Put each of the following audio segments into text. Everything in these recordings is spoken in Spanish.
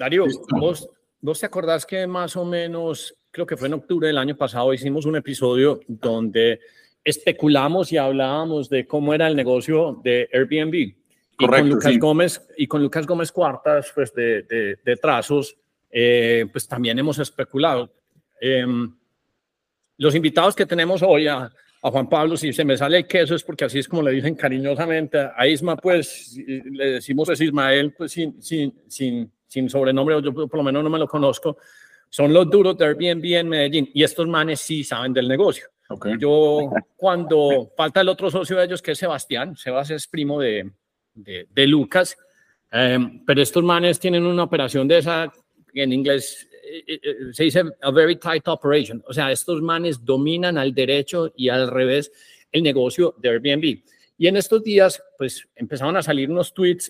Darío, ¿vos te acordás que más o menos, creo que fue en octubre del año pasado, hicimos un episodio donde especulamos y hablábamos de cómo era el negocio de Airbnb? Correcto, Y con Lucas Gómez Cuartas, pues de Trazos, pues también hemos especulado. Los invitados que tenemos hoy a Juan Pablo, si se me sale el queso es porque así es como le dicen cariñosamente. A Isma, pues le decimos es Ismael, pues sin sobrenombre, yo por lo menos no me lo conozco. Son los duros de Airbnb en Medellín y estos manes sí saben del negocio. Okay. Yo, cuando falta el otro socio de ellos, que es Sebastián, Sebas es primo de Lucas, pero estos manes tienen una operación de esa, en inglés se dice a very tight operation, o sea, estos manes dominan al derecho y al revés el negocio de Airbnb. Y en estos días, pues, empezaron a salir unos tweets.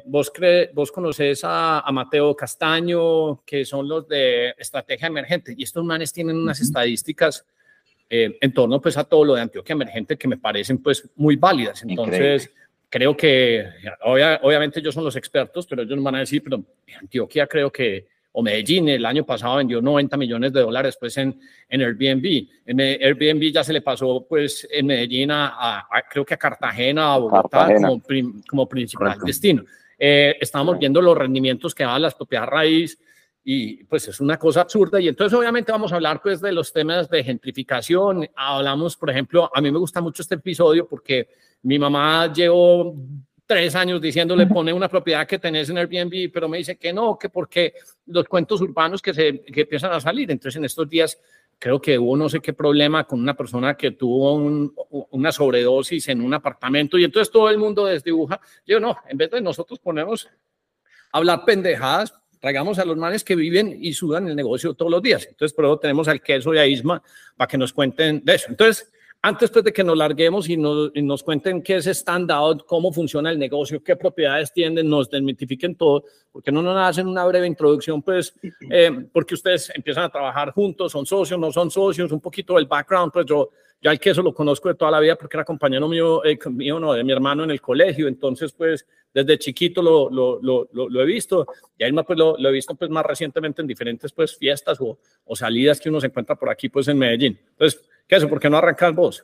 Vos conocés a Mateo Castaño, que son los de Estrategia Emergente, y estos manes tienen unas estadísticas en torno, pues, a todo lo de Antioquia Emergente que me parecen, pues, muy válidas. Entonces, creo que, obviamente ellos son los expertos, pero ellos van a decir, pero Antioquia creo que, o Medellín, el año pasado vendió $90 millones pues en Airbnb. En Airbnb ya se le pasó, pues, en Medellín creo que a Cartagena, a Bogotá, como principal destino. Estábamos viendo los rendimientos que daban las propiedades raíz y pues es una cosa absurda. Y entonces obviamente vamos a hablar, pues, de los temas de gentrificación. Hablamos, por ejemplo, a mí me gusta mucho este episodio porque mi mamá llevó 3 años diciéndole, pone una propiedad que tenés en Airbnb, pero me dice que no, que porque los cuentos urbanos que empiezan a salir. Entonces, en estos días, creo que hubo no sé qué problema con una persona que tuvo una sobredosis en un apartamento y entonces todo el mundo desdibuja. Yo no, en vez de nosotros ponernos a hablar pendejadas, traigamos a los manes que viven y sudan el negocio todos los días. Entonces, por eso tenemos al Queso y a Isma para que nos cuenten de eso. Entonces, antes, pues, de que nos larguemos y nos cuenten qué es Standout, cómo funciona el negocio, qué propiedades tienen, nos desmitifiquen todo, porque no nos hacen una breve introducción, pues, porque ustedes empiezan a trabajar juntos, son socios, no son socios, un poquito del background, pues yo ya el Queso lo conozco de toda la vida porque era compañero mío, de mi hermano en el colegio, entonces, pues, desde chiquito lo he visto, y Isma, pues, lo he visto, pues, más recientemente en diferentes, pues, fiestas o salidas que uno se encuentra por aquí, pues, en Medellín. Entonces, Queso, ¿por qué no arrancas vos?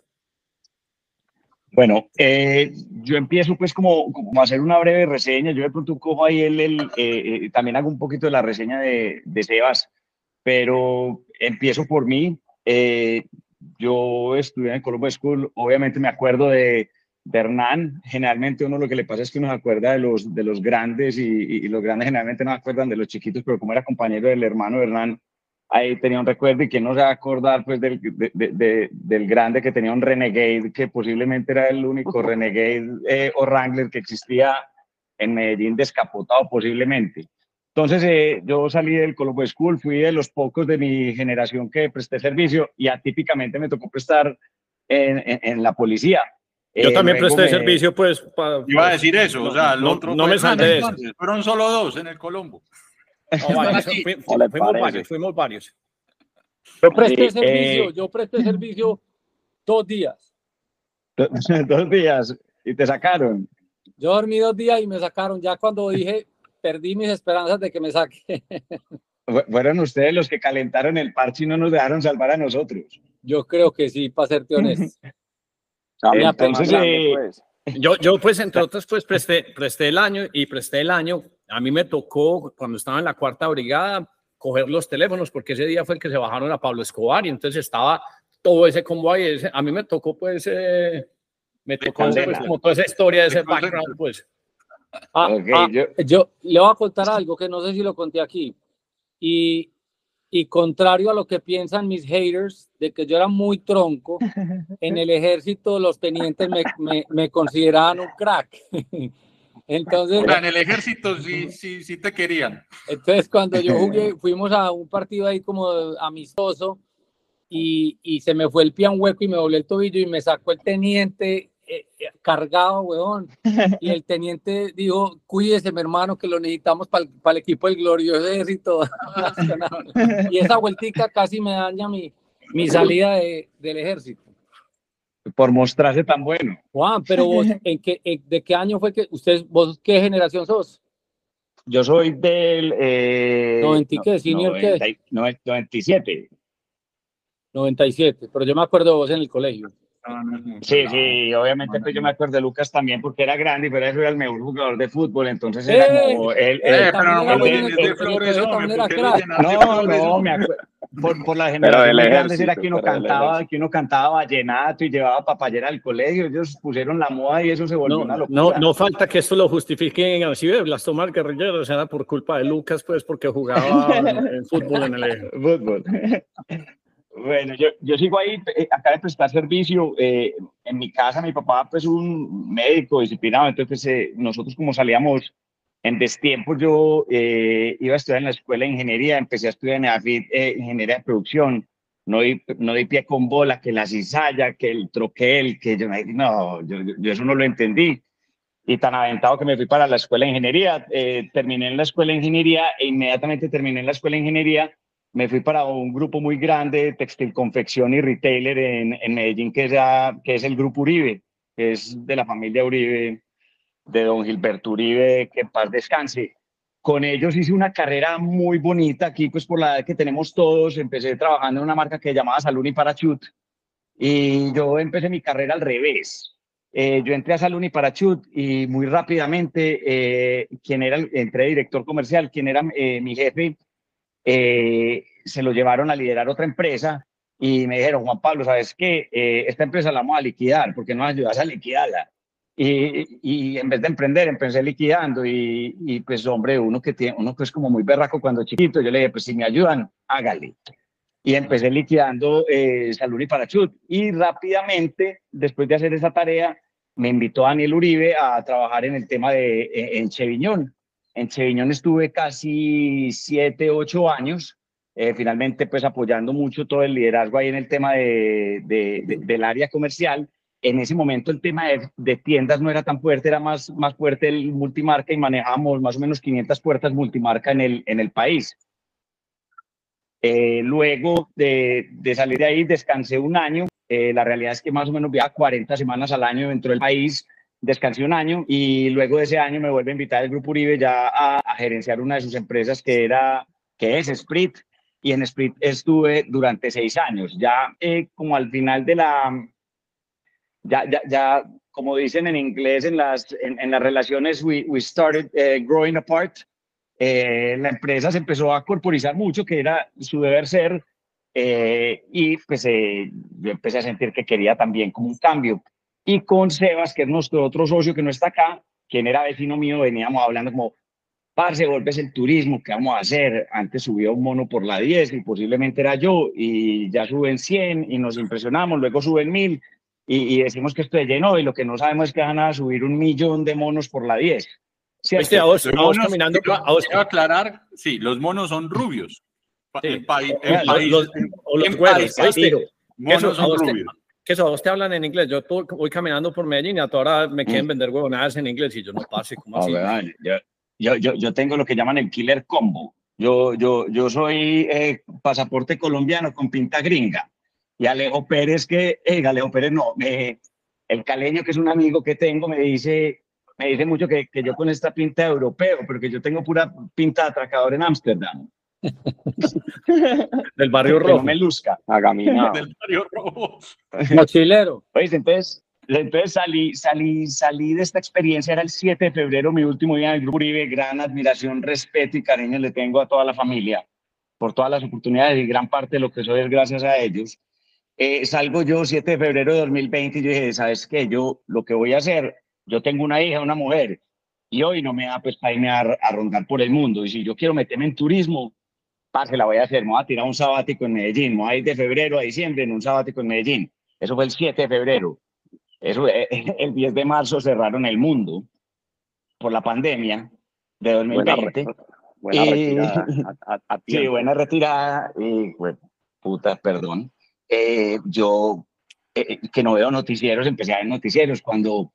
Bueno, yo empiezo pues como a hacer una breve reseña. Yo de pronto cojo ahí también hago un poquito de la reseña de Sebas, pero empiezo por mí. Yo estudié en Colombo School, obviamente me acuerdo de Hernán. Generalmente uno lo que le pasa es que uno se acuerda de los grandes y los grandes generalmente no se acuerdan de los chiquitos, pero como era compañero del hermano de Hernán, ahí tenía un recuerdo. Y quién no se va a acordar pues del grande que tenía un Renegade, que posiblemente era el único Renegade o Wrangler que existía en Medellín descapotado posiblemente. Entonces yo salí del Colombo School, fui de los pocos de mi generación que presté servicio y atípicamente me tocó prestar en la policía. Yo también presté servicio, pues. Iba a decir eso, no, o sea, el no, otro. No me salté de eso. Fueron solo 2 en el Colombo. Fuimos varios. Yo presté servicio 2 días. 2 días y te sacaron. Yo dormí 2 días y me sacaron. Ya cuando dije, perdí mis esperanzas de que me saque. Fueron ustedes los que calentaron el parche y no nos dejaron salvar a nosotros. Yo creo que sí, para serte honesto. Entonces, yo pues, entre otras, pues presté el año. A mí me tocó, cuando estaba en la 4ª Brigada, coger los teléfonos, porque ese día fue el que se bajaron a Pablo Escobar y entonces estaba todo ese convoy. A mí me tocó, pues, pues, como toda esa historia de ese background, pues. Yo le voy a contar algo que no sé si lo conté aquí. Y contrario a lo que piensan mis haters, de que yo era muy tronco, en el ejército los tenientes me consideraban un crack. Entonces, en el ejército sí te querían. Entonces, cuando yo jugué, fuimos a un partido ahí como amistoso y se me fue el pie a un hueco y me doblé el tobillo y me sacó el teniente cargado, weón. Y el teniente dijo, cuídese, mi hermano, que lo necesitamos para el equipo del glorioso ejército nacional. Y esa vueltica casi me daña mi salida del ejército. Por mostrarse tan bueno. Juan, pero vos, ¿de qué año fue que vos qué generación sos? yo soy del... 90 y qué, senior qué, 97. 97, pero yo me acuerdo de vos en el colegio. Sí, sí, obviamente pues yo me acuerdo de Lucas también porque era grande, pero era el mejor jugador de fútbol, entonces era como pero también no era me lo bueno llenes de flores, hombre, también era ¿por qué lo crack. llenas de No, flores, no, hombre? por las Pero del generaciones grandes era ejército, que uno cantaba vallenato y llevaba papayera al colegio, ellos pusieron la moda y eso se volvió una locura. No falta que esto lo justifiquen así, las tomas guerrilleras era por culpa de Lucas, pues, porque jugaba en fútbol en el eje. Fútbol. Bueno, yo sigo ahí, acá de prestar servicio. En mi casa, mi papá, pues, un médico disciplinado. Entonces, nosotros, como salíamos en destiempos, yo iba a estudiar en la escuela de ingeniería. Empecé a estudiar en AFIT, ingeniería de producción. No di pie con bola, que la cizalla, que el troquel, que yo, no, yo eso no lo entendí. Y tan aventado que me fui para la escuela de ingeniería. Terminé en la escuela de ingeniería e inmediatamente terminé en la escuela de ingeniería. Me fui para un grupo muy grande de textil, confección y retailer en Medellín, que es el Grupo Uribe, que es de la familia Uribe, de don Gilberto Uribe, que en paz descanse. Con ellos hice una carrera muy bonita aquí, pues por la edad que tenemos todos. Empecé trabajando en una marca que se llamaba Saluni Parachute y yo empecé mi carrera al revés. Yo entré a Saluni Parachute y muy rápidamente, entré director comercial, quien era mi jefe, se lo llevaron a liderar otra empresa y me dijeron, Juan Pablo, ¿sabes qué? Esta empresa la vamos a liquidar, porque no nos ayudas a liquidarla. Y en vez de emprender, empecé liquidando y pues hombre, uno que es como muy berraco cuando chiquito, yo le dije, pues si me ayudan, hágale. Y empecé liquidando Salud y Parachut. Y rápidamente, después de hacer esa tarea, me invitó Daniel Uribe a trabajar en el tema en Cheviñón. En Cheviñón estuve casi 7, 8 años, finalmente pues apoyando mucho todo el liderazgo ahí en el tema del área comercial. En ese momento el tema de tiendas no era tan fuerte, era más fuerte el multimarca y manejábamos más o menos 500 puertas multimarca en el país. Luego de salir de ahí, descansé un año. La realidad es que más o menos viajaba 40 semanas al año dentro del país. Descansé un año y luego de ese año me vuelve a invitar el Grupo Uribe ya a gerenciar una de sus empresas que es Sprit. Y en Sprit estuve durante 6 años. Ya como al final de ya como dicen en inglés, en las relaciones, we started growing apart. La empresa se empezó a corporizar mucho, que era su deber ser, y pues yo empecé a sentir que quería también como un cambio. Y con Sebas, que es nuestro otro socio que no está acá, quien era vecino mío, veníamos hablando como, parce, vuelves el turismo, ¿qué vamos a hacer? Antes subía un mono por la 10 y posiblemente era yo, y ya suben 100 y nos impresionamos, luego suben 1000 y decimos que esto es lleno y lo que no sabemos es que van a subir 1.000.000 de monos por la 10. Viste, a vos caminando. Quiero aclarar, sí, los monos son rubios. Sí. En país, o los güeros, ¿viste? monos son rubios. Que eso, a vos te hablan en inglés. Yo voy caminando por Medellín y a toda hora me quieren vender huevonadas en inglés y yo no pase, ¿cómo así? Yo tengo lo que llaman el killer combo. Yo soy pasaporte colombiano con pinta gringa. Y Alejo Pérez, Alejo Pérez no, el caleño, que es un amigo que tengo, me dice mucho que yo con esta pinta de europeo, pero que yo tengo pura pinta de atracador en Ámsterdam. Del barrio rojo. No me luzca. Del barrio rojo. Mochilero. Pues entonces salí de esta experiencia. Era el 7 de febrero, mi último día en el Grupo Uribe. Gran admiración, respeto y cariño le tengo a toda la familia por todas las oportunidades y gran parte de lo que soy es gracias a ellos. Salgo yo 7 de febrero de 2020 y yo dije, ¿sabes qué? Yo lo que voy a hacer, yo tengo una hija, una mujer, y hoy no me da pues para irme a rondar por el mundo. Y si yo quiero meterme en turismo, parce, la voy a hacer. Me voy a tirar un sabático en Medellín. Me voy a ir de febrero a diciembre en un sabático en Medellín. Eso fue el 7 de febrero. Eso, el 10 de marzo cerraron el mundo por la pandemia de 2020. Buena retirada. Sí, buena retirada. Y, pues, puta, perdón. Yo, que no veo noticieros, empecé a ver noticieros cuando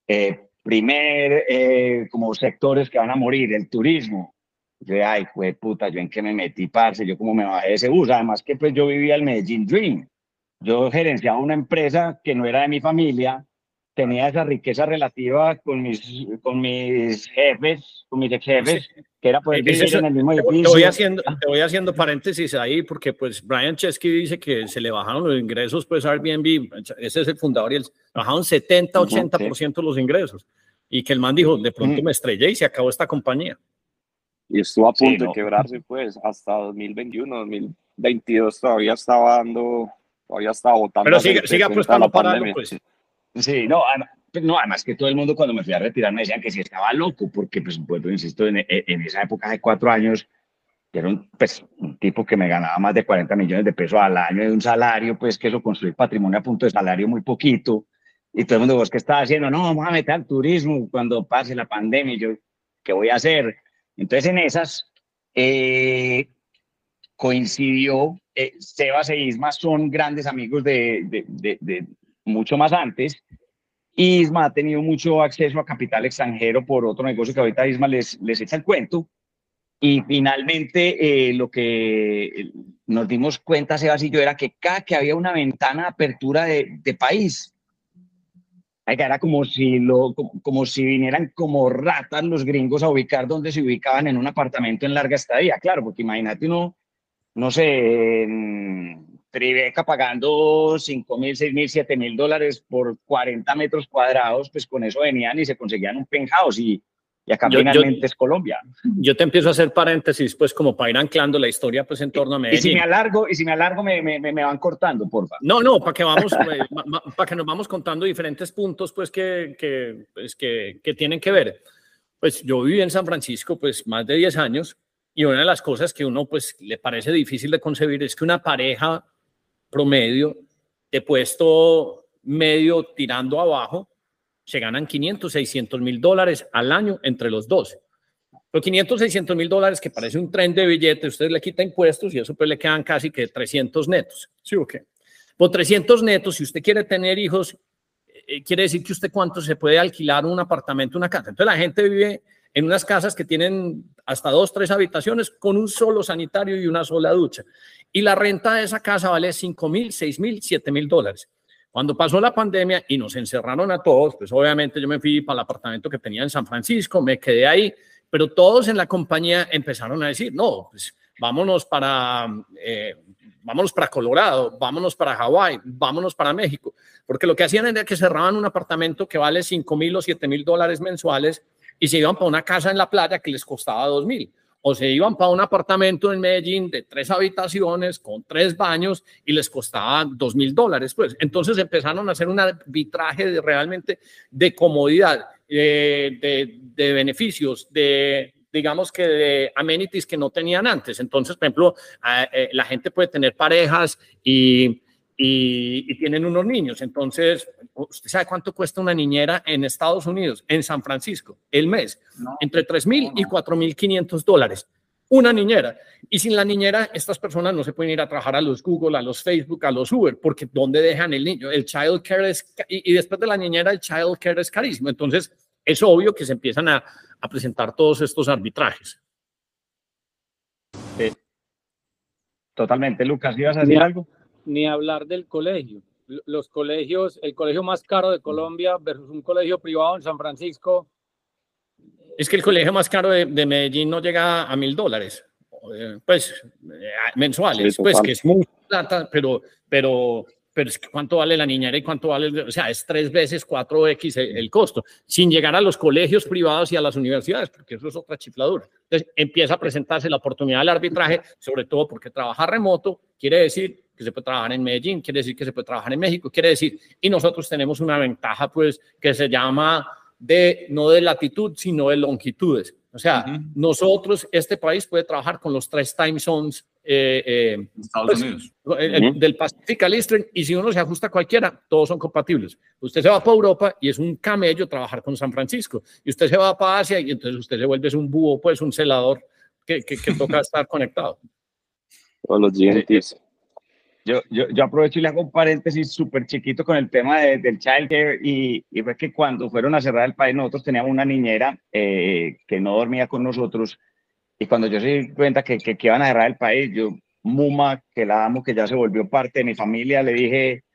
como sectores que van a morir, el turismo. Yo, ay, pues, puta, ¿yo en qué me metí, parce? Yo como me bajé de ese bus. Además que pues yo vivía el Medellín Dream. Yo gerenciaba una empresa que no era de mi familia, tenía esa riqueza relativa con mis jefes, con mis ex jefes, que era poder vivir en el mismo edificio. Te voy haciendo paréntesis ahí porque pues Brian Chesky dice que se le bajaron los ingresos pues a Airbnb, ese es el fundador, y bajaron 70-80% los ingresos, y que el man dijo, de pronto me estrellé y se acabó esta compañía. Y estuvo a punto de quebrarse pues hasta 2021, 2022 todavía estaba botando. Pero siga pues para no pararlo pues. Sí, además que todo el mundo cuando me fui a retirar me decían que sí estaba loco, porque pues vuelvo, insisto, en esa época hace 4 años, era un tipo que me ganaba más de 40 millones de pesos al año de un salario, pues que eso, construir patrimonio a punto de salario muy poquito, y todo el mundo, ¿vos qué estás haciendo? No, vamos a meter al turismo cuando pase la pandemia, y yo, ¿qué voy a hacer? Entonces en esas coincidió, Sebas e Isma son grandes amigos de mucho más antes. Isma ha tenido mucho acceso a capital extranjero por otro negocio que ahorita Isma les echa el cuento. Y finalmente lo que nos dimos cuenta, Sebas y yo, era que cada que había una ventana de apertura de país, era como si vinieran como ratas los gringos a ubicar donde se ubicaban en un apartamento en larga estadía. Claro, porque imagínate uno, no sé, en Tribeca pagando $5,000, $6,000, $7,000 por 40 metros cuadrados, pues con eso venían y se conseguían un penthouse, y acá finalmente es Colombia. Yo te empiezo a hacer paréntesis, pues como para ir anclando la historia pues en torno a Medellín. Y si me alargo me van cortando, porfa. No, para que para que nos vamos contando diferentes puntos pues que tienen que ver. Pues yo viví en San Francisco pues más de 10 años, y una de las cosas que uno pues le parece difícil de concebir es que una pareja promedio de puesto medio tirando abajo se ganan $500-600,000 al año entre los dos. Los $500-600,000 que parece un tren de billetes, usted le quita impuestos y eso pues le quedan casi que 300 netos. ¿Sí o qué? Por 300 netos, si usted quiere tener hijos, quiere decir que usted cuánto se puede alquilar un apartamento, una casa. Entonces la gente vive en unas casas que tienen hasta 2-3 habitaciones con un solo sanitario y una sola ducha. Y la renta de esa casa vale $5,000, $6,000, $7,000. Cuando pasó la pandemia y nos encerraron a todos, pues obviamente yo me fui para el apartamento que tenía en San Francisco, me quedé ahí, pero todos en la compañía empezaron a decir, no, pues vámonos para Colorado, vámonos para Hawái, vámonos para México, porque lo que hacían era que cerraban un apartamento que vale $5,000 o $7,000 mensuales y se iban para una casa en la playa que les costaba $2,000. O se iban para un apartamento en Medellín de 3 habitaciones con 3 baños y les costaba $2,000. Pues entonces empezaron a hacer un arbitraje realmente de comodidad, de beneficios, digamos que de amenities que no tenían antes. Entonces, por ejemplo, la gente puede tener parejas y tienen unos niños. Entonces, ¿usted sabe cuánto cuesta una niñera en Estados Unidos, en San Francisco, el mes? Entre $3,000 y $4,500. Una niñera. Y sin la niñera, estas personas no se pueden ir a trabajar a los Google, a los Facebook, a los Uber, porque ¿dónde dejan el niño? El child care y después de la niñera, el child care es carísimo. Entonces, es obvio que se empiezan a presentar todos estos arbitrajes. Totalmente. Lucas, ¿ibas a decir algo? Ni hablar del colegio. Los colegios, el colegio más caro de Colombia versus un colegio privado en San Francisco. Es que el colegio más caro de Medellín no llega a $1,000, pues mensuales, sí, pues que es mucha plata, pero es que cuánto vale la niñera y cuánto vale, o sea, es 3 veces 4x el costo, sin llegar a los colegios privados y a las universidades, porque eso es otra chifladura. Entonces empieza a presentarse la oportunidad del arbitraje, sobre todo porque trabajar remoto quiere decir que se puede trabajar en Medellín, quiere decir que se puede trabajar en México, quiere decir, y nosotros tenemos una ventaja pues que se llama no de latitud, sino de longitudes. O sea, nosotros, este país puede trabajar con los 3 time zones Estados Unidos. Del Pacific al Eastern, y si uno se ajusta a cualquiera, todos son compatibles. Usted se va para Europa y es un camello trabajar con San Francisco, y usted se va para Asia y entonces usted se vuelve un búho, pues un celador que toca estar conectado. Todos los GNTs. Yo aprovecho y le hago un paréntesis súper chiquito con el tema del childcare, y fue que cuando fueron a cerrar el país, nosotros teníamos una niñera que no dormía con nosotros, y cuando yo se di cuenta que iban a cerrar el país, yo, Muma, que la amo, que ya se volvió parte de mi familia, le dije,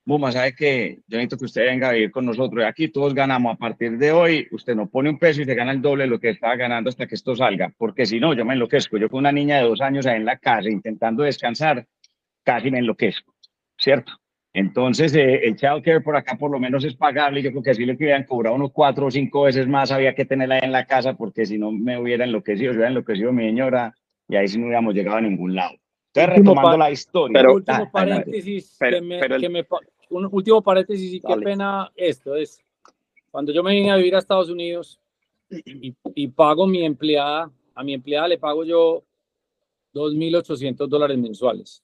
Buma, sabe que yo necesito que usted venga a vivir con nosotros. Y aquí todos ganamos. A partir de hoy, usted no pone un peso y se gana el doble de lo que estaba ganando hasta que esto salga. Porque si no, yo me enloquezco. Yo con una niña de 2 años ahí en la casa intentando descansar, casi me enloquezco, ¿cierto? Entonces, el child care por acá por lo menos es pagable. Yo creo que si le hubieran cobrado unos 4 o 5 veces más, había que tenerla ahí en la casa porque si no me hubiera enloquecido, se hubiera enloquecido mi señora y ahí sí no hubiéramos llegado a ningún lado. Entonces, retomando la historia. Pero, último paréntesis, un último paréntesis y qué Dale. pena esto es, cuando yo me vine a vivir a Estados Unidos y pago a mi empleada le pago yo $2,800 mensuales.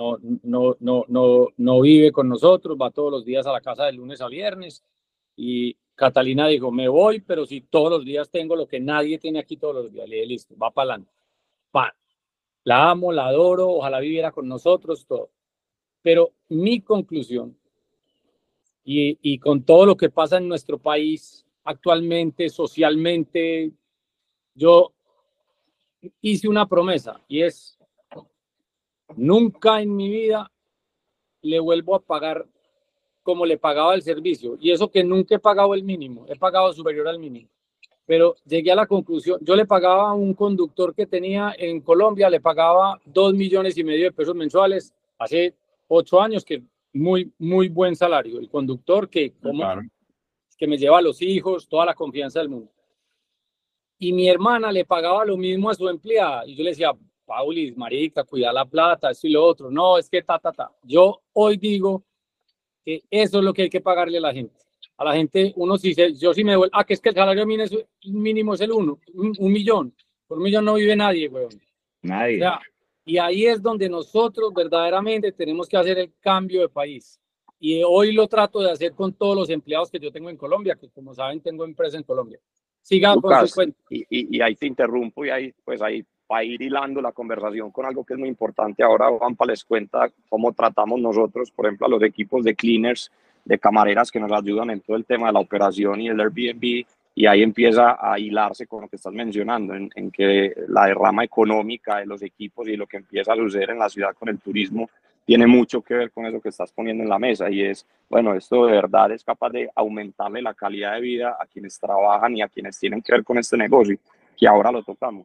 No vive con nosotros, va todos los días a la casa de lunes a viernes. Y Catalina dijo, me voy, pero si todos los días tengo lo que nadie tiene aquí todos los días. Le dije, listo, va para adelante. La amo, la adoro, ojalá viviera con nosotros, todo. Pero mi conclusión, y con todo lo que pasa en nuestro país actualmente, socialmente, yo hice una promesa y es, nunca en mi vida le vuelvo a pagar como le pagaba el servicio. Y eso que nunca he pagado el mínimo, he pagado superior al mínimo. Pero llegué a la conclusión, yo le pagaba a un conductor que tenía en Colombia, le pagaba 2,5 millones de pesos mensuales hace 8 años, que muy, muy buen salario. El conductor que me lleva a los hijos, toda la confianza del mundo. Y mi hermana le pagaba lo mismo a su empleada. Y yo le decía, Paulis, marica, cuida la plata, esto y lo otro. No, es que Yo hoy digo que eso es lo que hay que pagarle a la gente. A la gente, yo sí me devuelvo, que es que el salario mínimo es el 1 millón. Por 1 millón no vive nadie, weón. Nadie. O sea, y ahí es donde nosotros verdaderamente tenemos que hacer el cambio de país. Y hoy lo trato de hacer con todos los empleados que yo tengo en Colombia, que como saben tengo empresa en Colombia. Siga Lucas, con su cuenta. Y ahí te interrumpo y ahí para ir hilando la conversación con algo que es muy importante. Ahora Juanpa les cuenta cómo tratamos nosotros, por ejemplo, a los equipos de cleaners, de camareras que nos ayudan en todo el tema de la operación y el Airbnb, y ahí empieza a hilarse con lo que estás mencionando, en que la derrama económica de los equipos y lo que empieza a suceder en la ciudad con el turismo tiene mucho que ver con eso que estás poniendo en la mesa, y es, bueno, esto de verdad es capaz de aumentarle la calidad de vida a quienes trabajan y a quienes tienen que ver con este negocio, que ahora lo tocamos.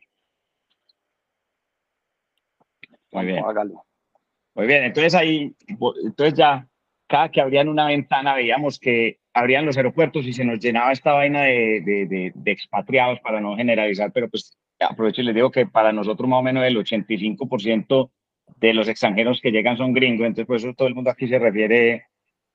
Muy bien. Hágalo. Muy bien, entonces ya cada que abrían una ventana veíamos que abrían los aeropuertos y se nos llenaba esta vaina de expatriados, para no generalizar, pero pues aprovecho y les digo que para nosotros más o menos el 85% de los extranjeros que llegan son gringos, entonces por eso todo el mundo aquí se refiere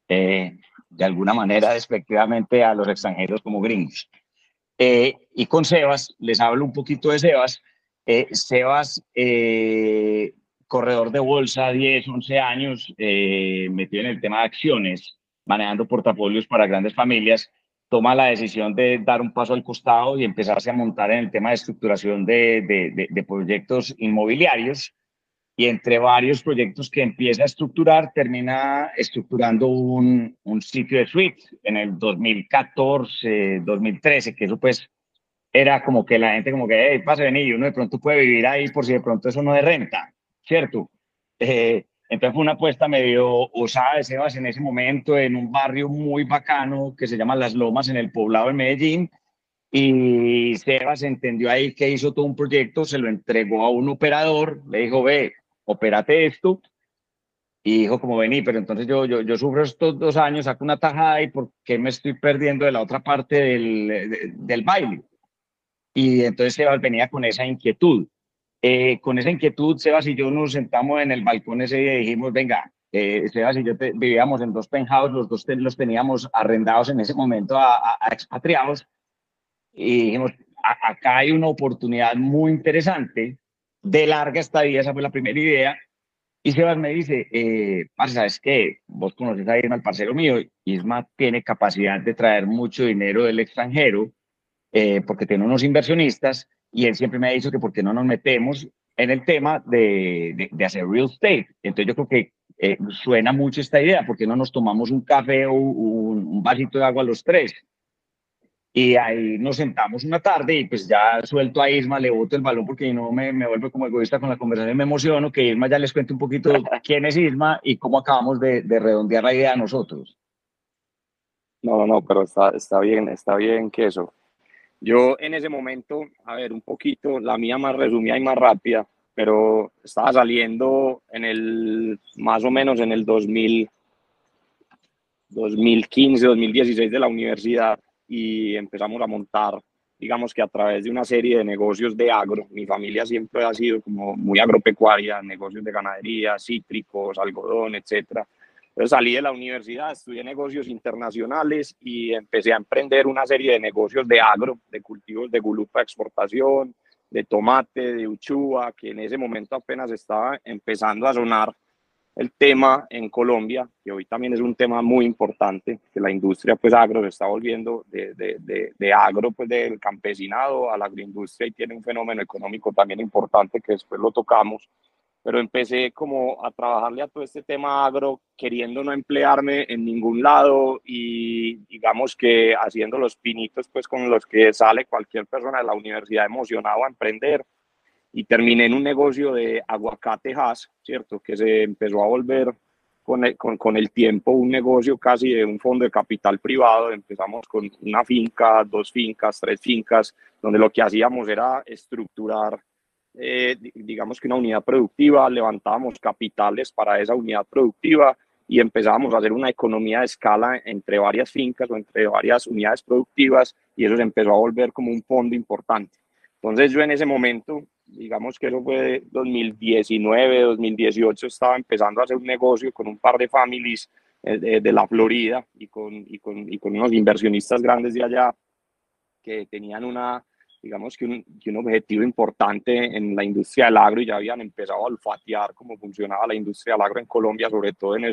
de alguna manera despectivamente a los extranjeros como gringos. Y con Sebas, les hablo un poquito de Sebas. Sebas, corredor de bolsa, 10, 11 años, metido en el tema de acciones, manejando portafolios para grandes familias, toma la decisión de dar un paso al costado y empezarse a montar en el tema de estructuración de proyectos inmobiliarios. Y entre varios proyectos que empieza a estructurar, termina estructurando un sitio de suites en el 2014, 2013, que eso pues era como que la gente como que, hey, pase, vení, y uno de pronto puede vivir ahí por si de pronto eso no es renta, ¿cierto? Entonces fue una apuesta medio osada de Sebas en ese momento en un barrio muy bacano que se llama Las Lomas en el poblado de Medellín. Y Sebas entendió ahí que hizo todo un proyecto, se lo entregó a un operador, le dijo, ve, opérate esto. Y dijo como, vení, pero entonces yo sufro estos 2 años, saco una tajada y ¿por qué me estoy perdiendo de la otra parte del baile? Y entonces Sebas venía con esa inquietud. Con esa inquietud, Sebas y yo nos sentamos en el balcón ese día y dijimos, venga, Sebas y yo vivíamos en 2 penthouses, los dos los teníamos arrendados en ese momento a expatriados. Y dijimos, acá hay una oportunidad muy interesante de larga estadía, esa fue la primera idea. Y Sebas me dice, parce, ¿sabes qué? Vos conoces a Isma, el parcero mío. Isma tiene capacidad de traer mucho dinero del extranjero porque tiene unos inversionistas y él siempre me ha dicho que por qué no nos metemos en el tema de hacer real estate. Entonces yo creo que suena mucho esta idea, porque no nos tomamos un café o un vasito de agua los tres. Y ahí nos sentamos una tarde y pues ya suelto a Isma, le boto el balón porque no me vuelve como egoísta con la conversación y me emociono, que Isma ya les cuente un poquito quién es Isma y cómo acabamos de redondear la idea nosotros. No, pero está bien que eso. Yo en ese momento, a ver, un poquito, la mía más resumida y más rápida, pero estaba saliendo más o menos en el 2015, 2016 de la universidad y empezamos a montar, digamos que a través de una serie de negocios de agro. Mi familia siempre ha sido como muy agropecuaria, negocios de ganadería, cítricos, algodón, etcétera. Entonces salí de la universidad, estudié negocios internacionales y empecé a emprender una serie de negocios de agro, de cultivos de gulupa exportación, de tomate, de uchuva, que en ese momento apenas estaba empezando a sonar el tema en Colombia, que hoy también es un tema muy importante, que la industria pues agro se está volviendo de agro, pues del campesinado a la agroindustria y tiene un fenómeno económico también importante que después lo tocamos. Pero empecé como a trabajarle a todo este tema agro, queriendo no emplearme en ningún lado y digamos que haciendo los pinitos pues con los que sale cualquier persona de la universidad emocionado a emprender, y terminé en un negocio de aguacatejas, ¿cierto? Que se empezó a volver con el tiempo un negocio casi de un fondo de capital privado. Empezamos con una finca, 2 fincas, 3 fincas, donde lo que hacíamos era estructurar, digamos que una unidad productiva, levantábamos capitales para esa unidad productiva y empezábamos a hacer una economía de escala entre varias fincas o entre varias unidades productivas y eso se empezó a volver como un fondo importante. Entonces yo en ese momento, digamos que eso fue 2019, 2018, estaba empezando a hacer un negocio con un par de families de la Florida y con unos inversionistas grandes de allá que tenían digamos que un objetivo importante en la industria del agro y ya habían empezado a olfatear cómo funcionaba la industria del agro en Colombia, sobre todo en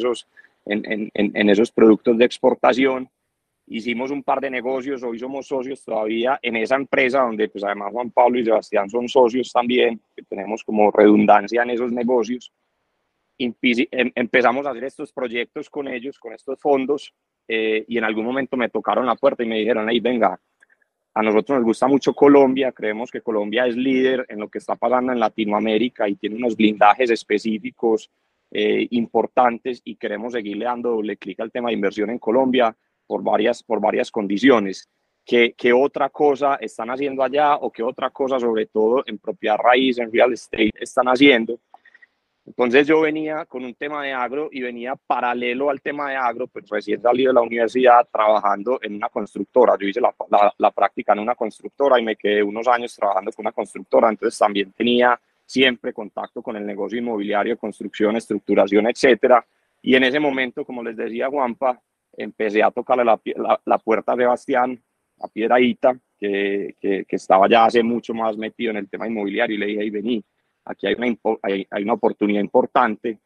esos productos de exportación. Hicimos un par de negocios, hoy somos socios todavía en esa empresa donde pues además Juan Pablo y Sebastián son socios también, que tenemos como redundancia en esos negocios. Empezamos a hacer estos proyectos con ellos, con estos fondos, y en algún momento me tocaron la puerta y me dijeron, hey, venga, a nosotros nos gusta mucho Colombia, creemos que Colombia es líder en lo que está pasando en Latinoamérica y tiene unos blindajes específicos importantes y queremos seguirle dando doble clic al tema de inversión en Colombia por varias condiciones. ¿Qué otra cosa están haciendo allá o qué otra cosa, sobre todo en propiedad raíz, en real estate, están haciendo? Entonces yo venía con un tema de agro y venía paralelo al tema de agro, pues recién salido de la universidad trabajando en una constructora. Yo hice la práctica en una constructora y me quedé unos años trabajando con una constructora, entonces también tenía siempre contacto con el negocio inmobiliario, construcción, estructuración, etcétera. Y en ese momento, como les decía Juanpa, empecé a tocarle la puerta a Sebastián, a Piedrahíta, que estaba ya hace mucho más metido en el tema inmobiliario y le dije, hey, vení, aquí hay una oportunidad importante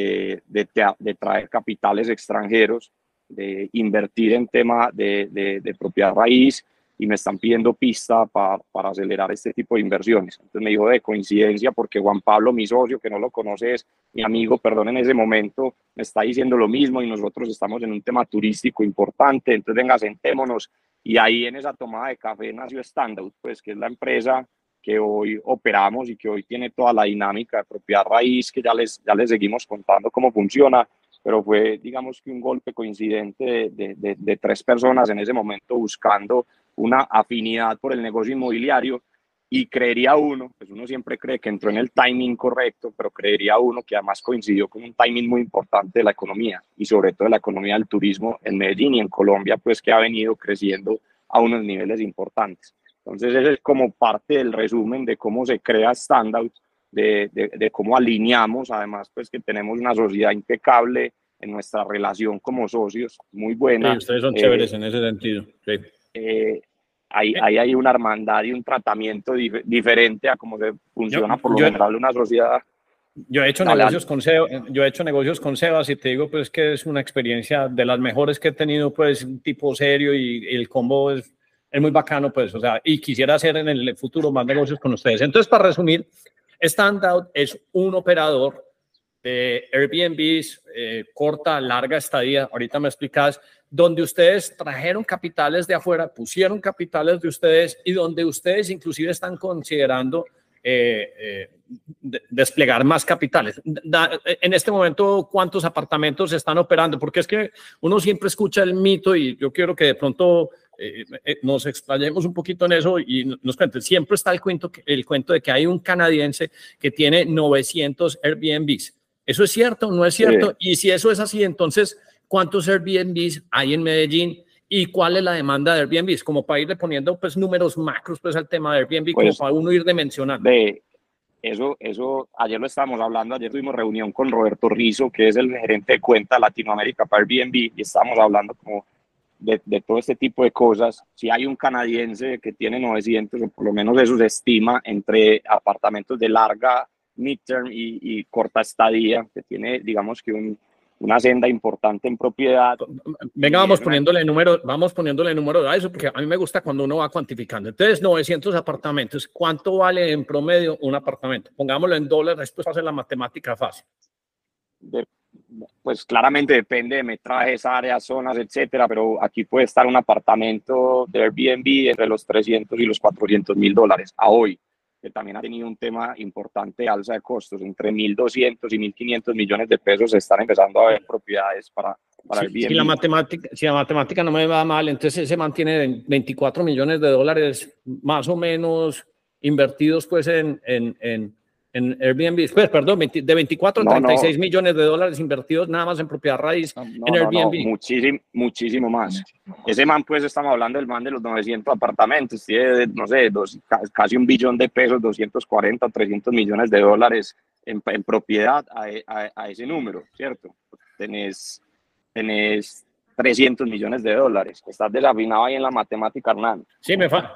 de traer capitales extranjeros, de invertir en tema de propiedad raíz y me están pidiendo pista para acelerar este tipo de inversiones. Entonces me dijo de coincidencia porque Juan Pablo, mi socio, que no lo conoces, mi amigo, perdón, en ese momento me está diciendo lo mismo y nosotros estamos en un tema turístico importante, entonces venga, sentémonos. Y ahí en esa tomada de café nació Standout, pues que es la empresa que hoy operamos y que hoy tiene toda la dinámica de propiedad raíz, que ya les seguimos contando cómo funciona, pero fue, digamos que un golpe coincidente de 3 personas en ese momento buscando una afinidad por el negocio inmobiliario y creería uno, pues uno siempre cree que entró en el timing correcto, pero creería uno que además coincidió con un timing muy importante de la economía y sobre todo de la economía del turismo en Medellín y en Colombia, pues que ha venido creciendo a unos niveles importantes. Entonces, ese es como parte del resumen de cómo se crea Standout, de cómo alineamos, además, pues que tenemos una sociedad impecable en nuestra relación como socios, muy buena. Sí, ustedes son chéveres en ese sentido. Sí. Hay una hermandad y un tratamiento diferente a cómo se funciona por lo general una sociedad. Yo he hecho negocios con Sebas y te digo pues que es una experiencia de las mejores que he tenido, pues un tipo serio y el combo es muy bacano, pues, o sea, y quisiera hacer en el futuro más negocios con ustedes. Entonces, para resumir, Standout es un operador de Airbnbs, corta, larga estadía. Ahorita me explicas donde ustedes trajeron capitales de afuera, pusieron capitales de ustedes y donde ustedes inclusive están considerando desplegar más capitales. En este momento, ¿cuántos apartamentos se están operando? Porque es que uno siempre escucha el mito y yo quiero que de pronto nos explayemos un poquito en eso y nos cuenten. Siempre está el cuento de que hay un canadiense que tiene 900 Airbnbs. ¿Eso es cierto o no es cierto? Sí. Y si eso es así, entonces, ¿cuántos Airbnbs hay en Medellín? ¿Y cuál es la demanda de Airbnb? Como para irle poniendo pues números macros pues al tema de Airbnb, pues, como para uno ir dimensionando. Eso, ayer lo estábamos hablando, ayer tuvimos reunión con Roberto Rizzo, que es el gerente de cuenta Latinoamérica para Airbnb, y estábamos hablando como de todo este tipo de cosas. Si hay un canadiense que tiene 900, o por lo menos eso se estima, entre apartamentos de larga, midterm y corta estadía, que tiene, digamos que una senda importante en propiedad. Venga, vamos poniéndole número a eso, porque a mí me gusta cuando uno va cuantificando. Entonces, 900 apartamentos, ¿cuánto vale en promedio un apartamento? Pongámoslo en dólares, después hacer la matemática fácil. Pues claramente depende de metrajes, áreas, zonas, etcétera, pero aquí puede estar un apartamento de Airbnb entre los 300 y los 400 mil dólares a hoy, que también ha tenido un tema importante de alza de costos. Entre 1.200 y 1.500 millones de pesos se están empezando a ver propiedades para Airbnb. Si la matemática no me va mal, entonces se mantiene 24 millones de dólares más o menos invertidos pues en Airbnb. Pues, perdón, de 24 a 36 millones de dólares invertidos nada más en propiedad raíz en Airbnb. Muchísimo más. Ese man, pues estamos hablando del man de los 900 apartamentos, tiene, no sé, casi $1 billón de pesos, 240, 300 millones de dólares en propiedad a ese número, ¿cierto? Tenés 300 millones de dólares. Estás desafinado ahí en la matemática, Hernán. Sí, me faltó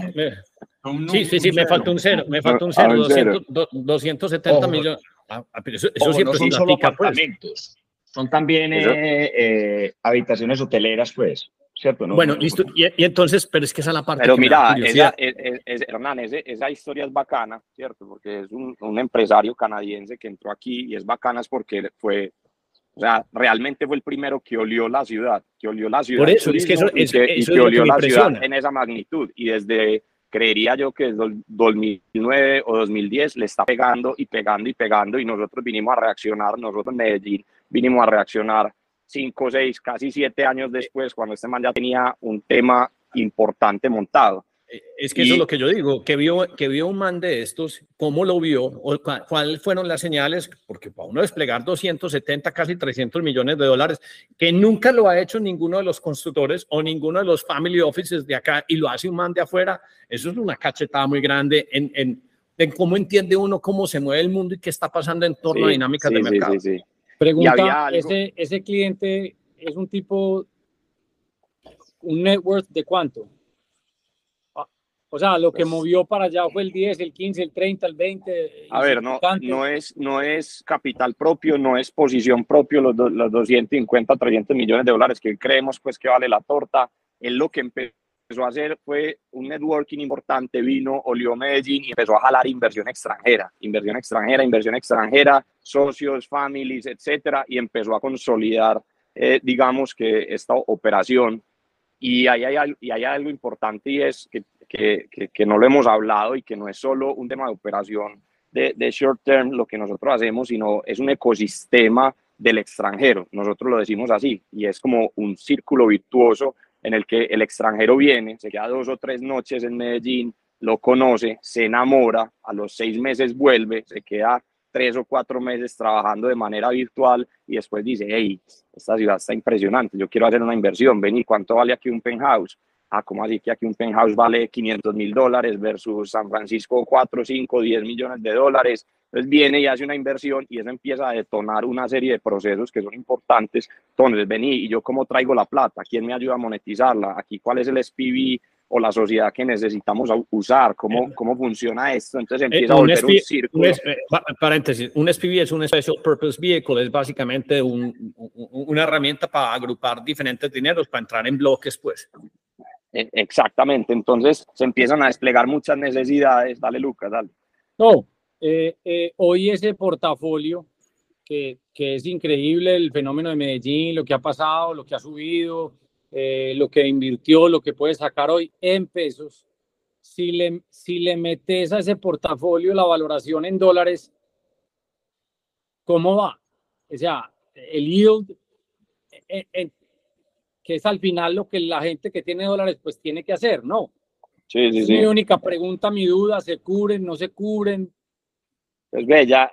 un cero. 270 millones. Pero eso siempre no son solo apartamentos, son también habitaciones hoteleras, pues, ¿cierto? No, bueno, listo. Y entonces, pero es que esa es la parte. Pero mira, Hernán, esa historia es bacana, ¿cierto? Porque es un empresario canadiense que entró aquí y es bacana es porque o sea, realmente fue el primero que olió la ciudad. Por eso, es que eso olió la ciudad en esa magnitud. Y creería yo que desde 2009 o 2010 le está pegando y pegando y pegando. Y nosotros vinimos a reaccionar, nosotros en Medellín vinimos a reaccionar 5, 6, casi 7 años después, cuando este man ya tenía un tema importante montado. Es que eso es lo que yo digo, que vio un man de estos, cómo lo vio, o cuáles fueron las señales, porque para uno desplegar 270, casi 300 millones de dólares, que nunca lo ha hecho ninguno de los constructores o ninguno de los family offices de acá, y lo hace un man de afuera, eso es una cachetada muy grande en cómo entiende uno cómo se mueve el mundo y qué está pasando en torno a dinámicas de mercado. Pregunta, ¿ese cliente es un tipo, un net worth de cuánto? O sea, lo que movió para allá fue el 10, el 15, el 30, el 20. A ver, no es capital propio, no es posición propio los 250, 300 millones de dólares que creemos pues que vale la torta. Él lo que empezó a hacer fue un networking importante, vino, olió Medellín y empezó a jalar inversión extranjera, socios, families, etcétera, y empezó a consolidar, digamos que esta operación. Y hay algo importante y es que no lo hemos hablado y que no es solo un tema de operación de short term lo que nosotros hacemos, sino es un ecosistema del extranjero. Nosotros lo decimos así y es como un círculo virtuoso en el que el extranjero viene, se queda 2 o 3 noches en Medellín, lo conoce, se enamora, a los 6 meses vuelve, se queda 3 o 4 meses trabajando de manera virtual y después dice, hey, esta ciudad está impresionante, yo quiero hacer una inversión, vení, ¿cuánto vale aquí un penthouse? ¿Cómo así que aquí un penthouse vale $500,000 versus San Francisco 4, 5, 10 millones de dólares? Entonces viene y hace una inversión y eso empieza a detonar una serie de procesos que son importantes. Entonces, vení, ¿y yo cómo traigo la plata? ¿Quién me ayuda a monetizarla? Aquí, ¿cuál es el SPV o la sociedad que necesitamos usar? ¿Cómo funciona esto? Entonces empieza a volver un círculo. Paréntesis, un SPV es un Special Purpose Vehicle, es básicamente una herramienta para agrupar diferentes dineros, para entrar en bloques, pues. Exactamente, entonces se empiezan a desplegar muchas necesidades. Dale, Lucas, dale. No, hoy ese portafolio que es increíble, el fenómeno de Medellín, lo que ha pasado, lo que ha subido, lo que invirtió, lo que puede sacar hoy en pesos, si le metes a ese portafolio la valoración en dólares, ¿cómo va? O sea, el yield, que es al final lo que la gente que tiene dólares pues tiene que hacer, ¿no? Sí, Es mi única pregunta, mi duda, ¿se cubren, no se cubren? Pues ve, ya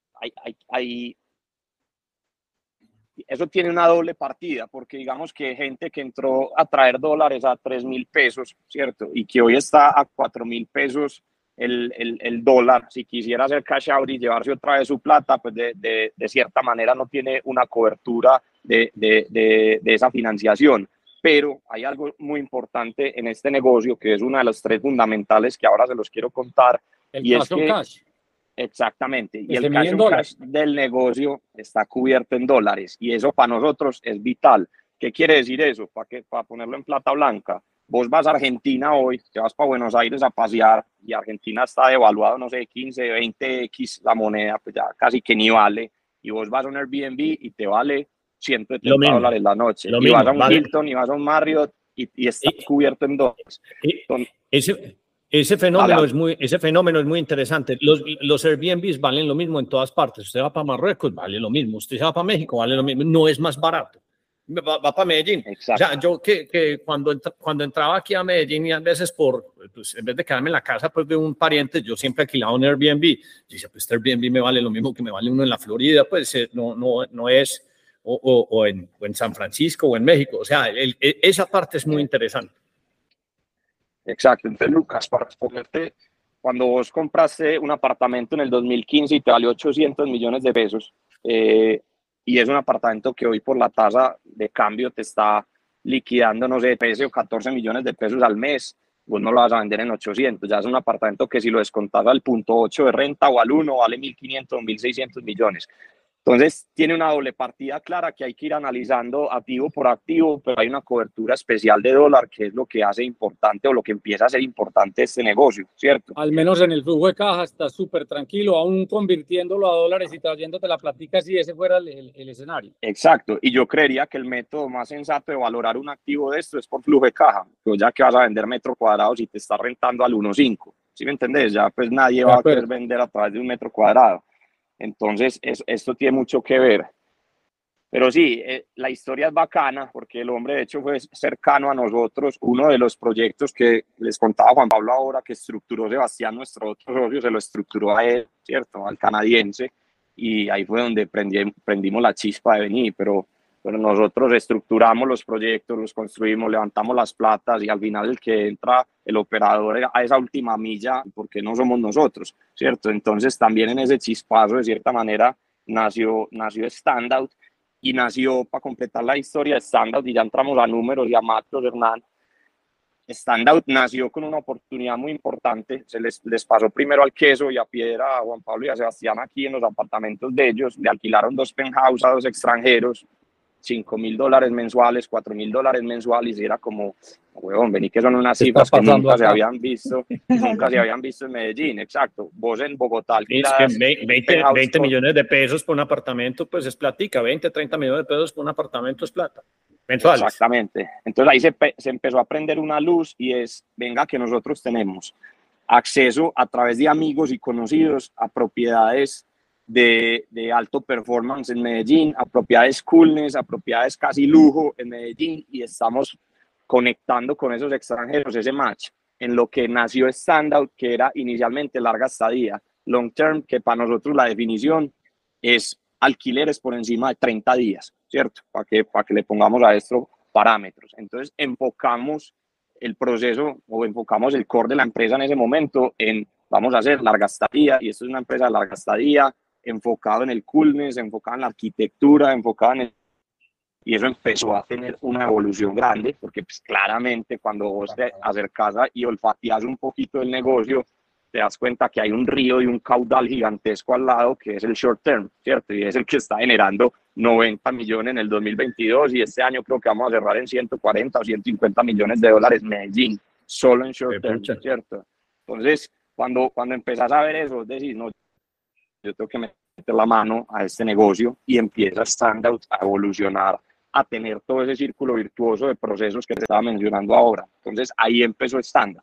eso tiene una doble partida, porque digamos que gente que entró a traer dólares a 3.000 pesos, ¿cierto? Y que hoy está a 4.000 pesos el dólar, si quisiera hacer cash out y llevarse otra vez su plata, pues de cierta manera no tiene una cobertura de esa financiación. Pero hay algo muy importante en este negocio, que es una de las tres fundamentales que ahora se los quiero contar. El y cash es on que cash. Exactamente, y Se el mide cash en on dólares. cash del negocio está cubierto en dólares, y eso para nosotros es vital. ¿Qué quiere decir eso? Para ponerlo en plata blanca, vos vas a Argentina hoy, te vas para Buenos Aires a pasear, y Argentina está devaluado, no sé, 15, 20x la moneda, pues ya casi que ni vale, y vos vas a un Airbnb y te vale $170 la noche, y vas a un Hilton y vas a un Marriott y está cubierto en dólares. Entonces, ese fenómeno es muy interesante. Los Airbnbs valen lo mismo en todas partes. Usted va para Marruecos, vale lo mismo. Usted se va para México, vale lo mismo. No es más barato. Va para Medellín. Exacto. O sea, yo que cuando entraba aquí a Medellín y a veces pues, en vez de quedarme en la casa pues, de un pariente, yo siempre alquilaba un Airbnb. Y decía, pues este Airbnb me vale lo mismo que me vale uno en la Florida. Pues no es, o en San Francisco o en México. O sea, esa parte es muy interesante. Exacto. Entonces, Lucas, para responderte, cuando vos compraste un apartamento en el 2015 y te valió 800 millones de pesos, y es un apartamento que hoy por la tasa de cambio te está liquidando, no sé, de precio 14 millones de pesos al mes, vos no lo vas a vender en 800. Ya es un apartamento que si lo descontas al 0.8 de renta o al 1, vale 1.500 o 1.600 millones. Entonces, tiene una doble partida clara que hay que ir analizando activo por activo, pero hay una cobertura especial de dólar, que es lo que hace importante o lo que empieza a ser importante este negocio, ¿cierto? Al menos en el flujo de caja está súper tranquilo, aún convirtiéndolo a dólares y trayéndote la platica si ese fuera el escenario. Exacto, y yo creería que el método más sensato de valorar un activo de esto es por flujo de caja, pues ya que vas a vender metro cuadrado si te está rentando al 1.5, ¿sí me entendés? Ya pues nadie va a querer vender a través de un metro cuadrado. Entonces, esto tiene mucho que ver. Pero sí, la historia es bacana porque el hombre de hecho fue cercano a nosotros. Uno de los proyectos que les contaba Juan Pablo ahora, que estructuró Sebastián, nuestro otro socio, se lo estructuró a él, ¿cierto? Al canadiense. Y ahí fue donde prendimos la chispa de venir. Pero nosotros estructuramos los proyectos, los construimos, levantamos las platas y al final el que entra, el operador a esa última milla, porque no somos nosotros, ¿cierto? Entonces también en ese chispazo, de cierta manera, nació Standout. Y nació, para completar la historia de Standout, y ya entramos a números y a macros, Hernán. Standout nació con una oportunidad muy importante. Se les pasó primero al Queso y a Piedra, a Juan Pablo y a Sebastián aquí en los apartamentos de ellos. Le alquilaron 2 penthouse a 2 extranjeros, $5.000 mensuales, $4.000 mensuales, y era como, huevón, vení que son unas cifras que nunca se habían visto en Medellín. Exacto. Vos en Bogotá alquilas 20 millones de pesos por un apartamento, pues es platica. 20, 30 millones de pesos por un apartamento es plata. Mensuales. Exactamente. Entonces ahí se empezó a prender una luz y es, venga, que nosotros tenemos acceso a través de amigos y conocidos a propiedades de alto performance en Medellín, a propiedades coolness, a propiedades casi lujo en Medellín, y estamos conectando con esos extranjeros ese match en lo que nació Standout, que era inicialmente larga estadía, long term, que para nosotros la definición es alquileres por encima de 30 días, ¿cierto? Para que le pongamos a esto parámetros. Entonces enfocamos el proceso o enfocamos el core de la empresa en ese momento en vamos a hacer larga estadía, y esto es una empresa de larga estadía, enfocado en el coolness, enfocado en la arquitectura, enfocado en el... Y eso empezó a tener una evolución grande, porque pues, claramente cuando vos te acercas y olfateas un poquito el negocio, te das cuenta que hay un río y un caudal gigantesco al lado, que es el short term, ¿cierto? Y es el que está generando 90 millones en el 2022, y este año creo que vamos a cerrar en 140 o 150 millones de dólares Medellín, solo en short term, ¿cierto? Entonces, cuando empezás a ver eso, decís, no, yo tengo que meter la mano a este negocio, y empieza Standout a evolucionar a tener todo ese círculo virtuoso de procesos que te estaba mencionando ahora. Entonces ahí empezó estándar.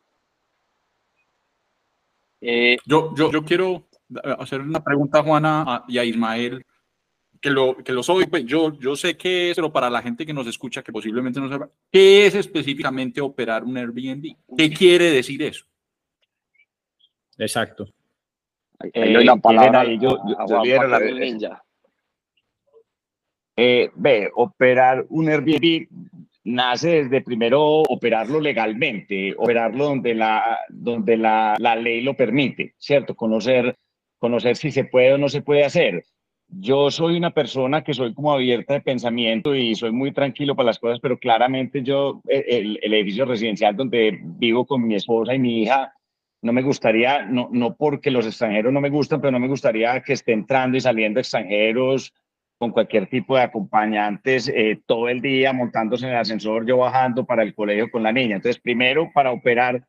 Yo quiero hacer una pregunta a Juana y a Ismael, que lo soy, pues yo sé qué es, pero para la gente que nos escucha, que posiblemente no sepa, ¿qué es específicamente operar un Airbnb? ¿Qué quiere decir eso? Exacto. Ahí doy la palabra ahí, yo Juanpa, lidero que es el ninja. Operar un Airbnb nace desde primero operarlo legalmente, operarlo donde la ley lo permite, ¿cierto? Conocer si se puede o no se puede hacer. Yo soy una persona que soy como abierta de pensamiento y soy muy tranquilo para las cosas, pero claramente el edificio residencial donde vivo con mi esposa y mi hija, no me gustaría, no porque los extranjeros no me gustan, pero no me gustaría que esté entrando y saliendo extranjeros con cualquier tipo de acompañantes todo el día montándose en el ascensor, yo bajando para el colegio con la niña. Entonces, primero, para operar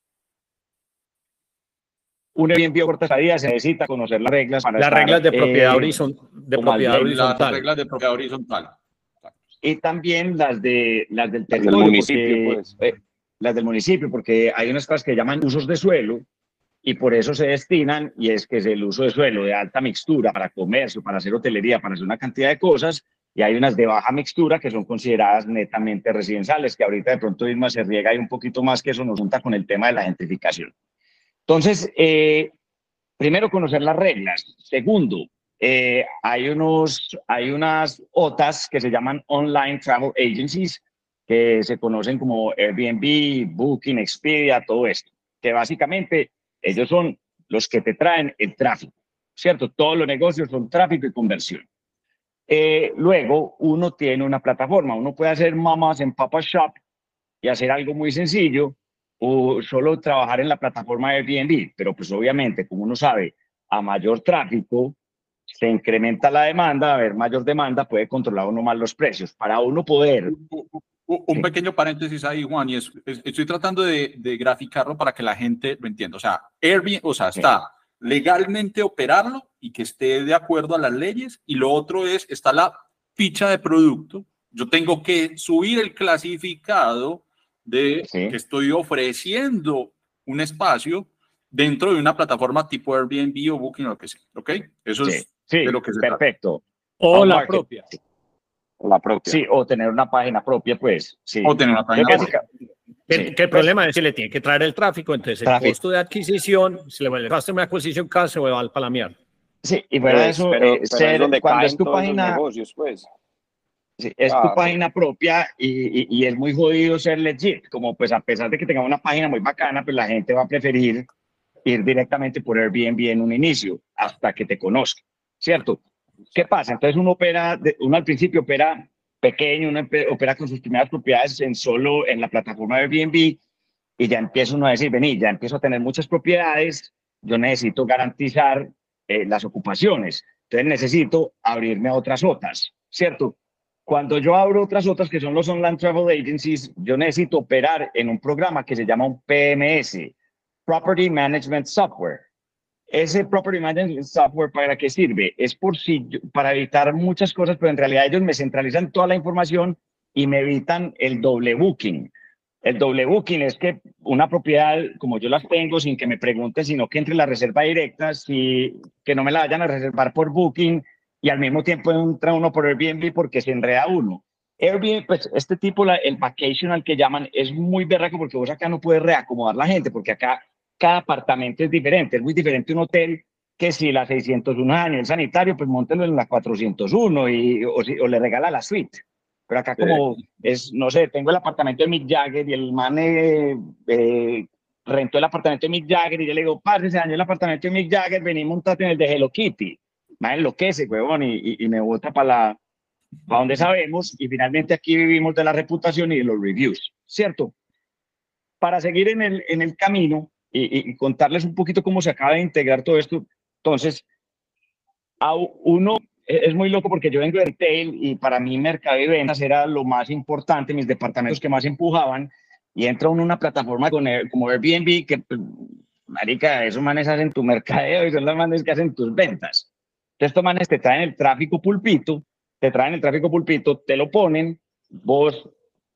un Airbnb corta estadía se necesita conocer las reglas. Las reglas de propiedad horizontal. Las reglas de propiedad horizontal. Y también las del territorio. Del municipio, las del municipio, porque hay unas cosas que llaman usos de suelo, y por eso se destinan, y es que es el uso de suelo de alta mixtura para comercio, para hacer hotelería, para hacer una cantidad de cosas, y hay unas de baja mixtura que son consideradas netamente residenciales, que ahorita de pronto Irma se riega y un poquito más, que eso nos junta con el tema de la gentrificación. Entonces, primero, conocer las reglas. Segundo, hay unas OTAs que se llaman Online Travel Agencies, que se conocen como Airbnb, Booking, Expedia, todo esto, que básicamente ellos son los que te traen el tráfico, ¿cierto? Todos los negocios son tráfico y conversión. Luego, uno tiene una plataforma, uno puede hacer mamas en Papa Shop y hacer algo muy sencillo, o solo trabajar en la plataforma de Airbnb, pero pues obviamente, como uno sabe, a mayor tráfico se incrementa la demanda, a haber mayor demanda puede controlar uno más los precios. Para uno poder... Un pequeño paréntesis ahí, Juan, y estoy tratando de graficarlo para que la gente lo entienda. O sea, Airbnb, está legalmente operarlo y que esté de acuerdo a las leyes, y lo otro está la ficha de producto. Yo tengo que subir el clasificado de que estoy ofreciendo un espacio dentro de una plataforma tipo Airbnb o Booking o lo que sea, ¿ok? Eso es de lo que se trata. Perfecto. O la propia. La propia. Sí, o tener una página propia, pues. Sí. O tener una página propia. Que el problema es que le tiene que traer el tráfico, entonces el costo de adquisición, si le va el Customer Acquisition Cost, se va para la mierda. Sí, y fuera de eso, pero es donde cuando caen es tu todos página, esos negocios, pues. sí, es tu página propia y es muy jodido ser legit, como pues a pesar de que tengamos una página muy bacana, pues la gente va a preferir ir directamente por Airbnb en un inicio, hasta que te conozca, ¿cierto? ¿Qué pasa? Entonces uno al principio opera pequeño, uno opera con sus primeras propiedades solo en la plataforma de Airbnb, y ya empieza uno a decir, vení, ya empiezo a tener muchas propiedades, yo necesito garantizar las ocupaciones, entonces necesito abrirme a otras OTAs, ¿cierto? Cuando yo abro otras OTAs, que son los Online Travel Agencies, yo necesito operar en un programa que se llama un PMS, Property Management Software. Ese Property Management Software, ¿para qué sirve? Es para evitar muchas cosas, pero en realidad ellos me centralizan toda la información y me evitan el doble booking. El doble booking es que una propiedad, como yo las tengo, sin que me pregunten, sino que entre la reserva directa, que no me la vayan a reservar por booking, y al mismo tiempo entra uno por Airbnb porque se enreda uno. Airbnb, pues este tipo, el vacational que llaman, es muy berraco porque vos acá no puedes reacomodar la gente, porque acá cada apartamento es diferente. Es muy diferente un hotel que si la 601 años el sanitario, pues móntelo en la 401 o le regala la suite. Pero acá como es, no sé, tengo el apartamento de Mick Jagger y el man rentó el apartamento de Mick Jagger y yo le digo, parce, se dañó el apartamento de Mick Jagger, vení, montate en el de Hello Kitty. Me enloquece, huevón, y me bota para donde sabemos, y finalmente aquí vivimos de la reputación y de los reviews, ¿cierto? Para seguir en el camino y contarles un poquito cómo se acaba de integrar todo esto, entonces, a uno es muy loco porque yo vengo de retail y para mí mercado y ventas era lo más importante, mis departamentos que más empujaban, y entra uno en una plataforma como Airbnb que, marica, esos manes hacen tu mercadeo y son los manes que hacen tus ventas. Entonces, estos manes te traen el tráfico pulpito te traen el tráfico pulpito, te lo ponen, vos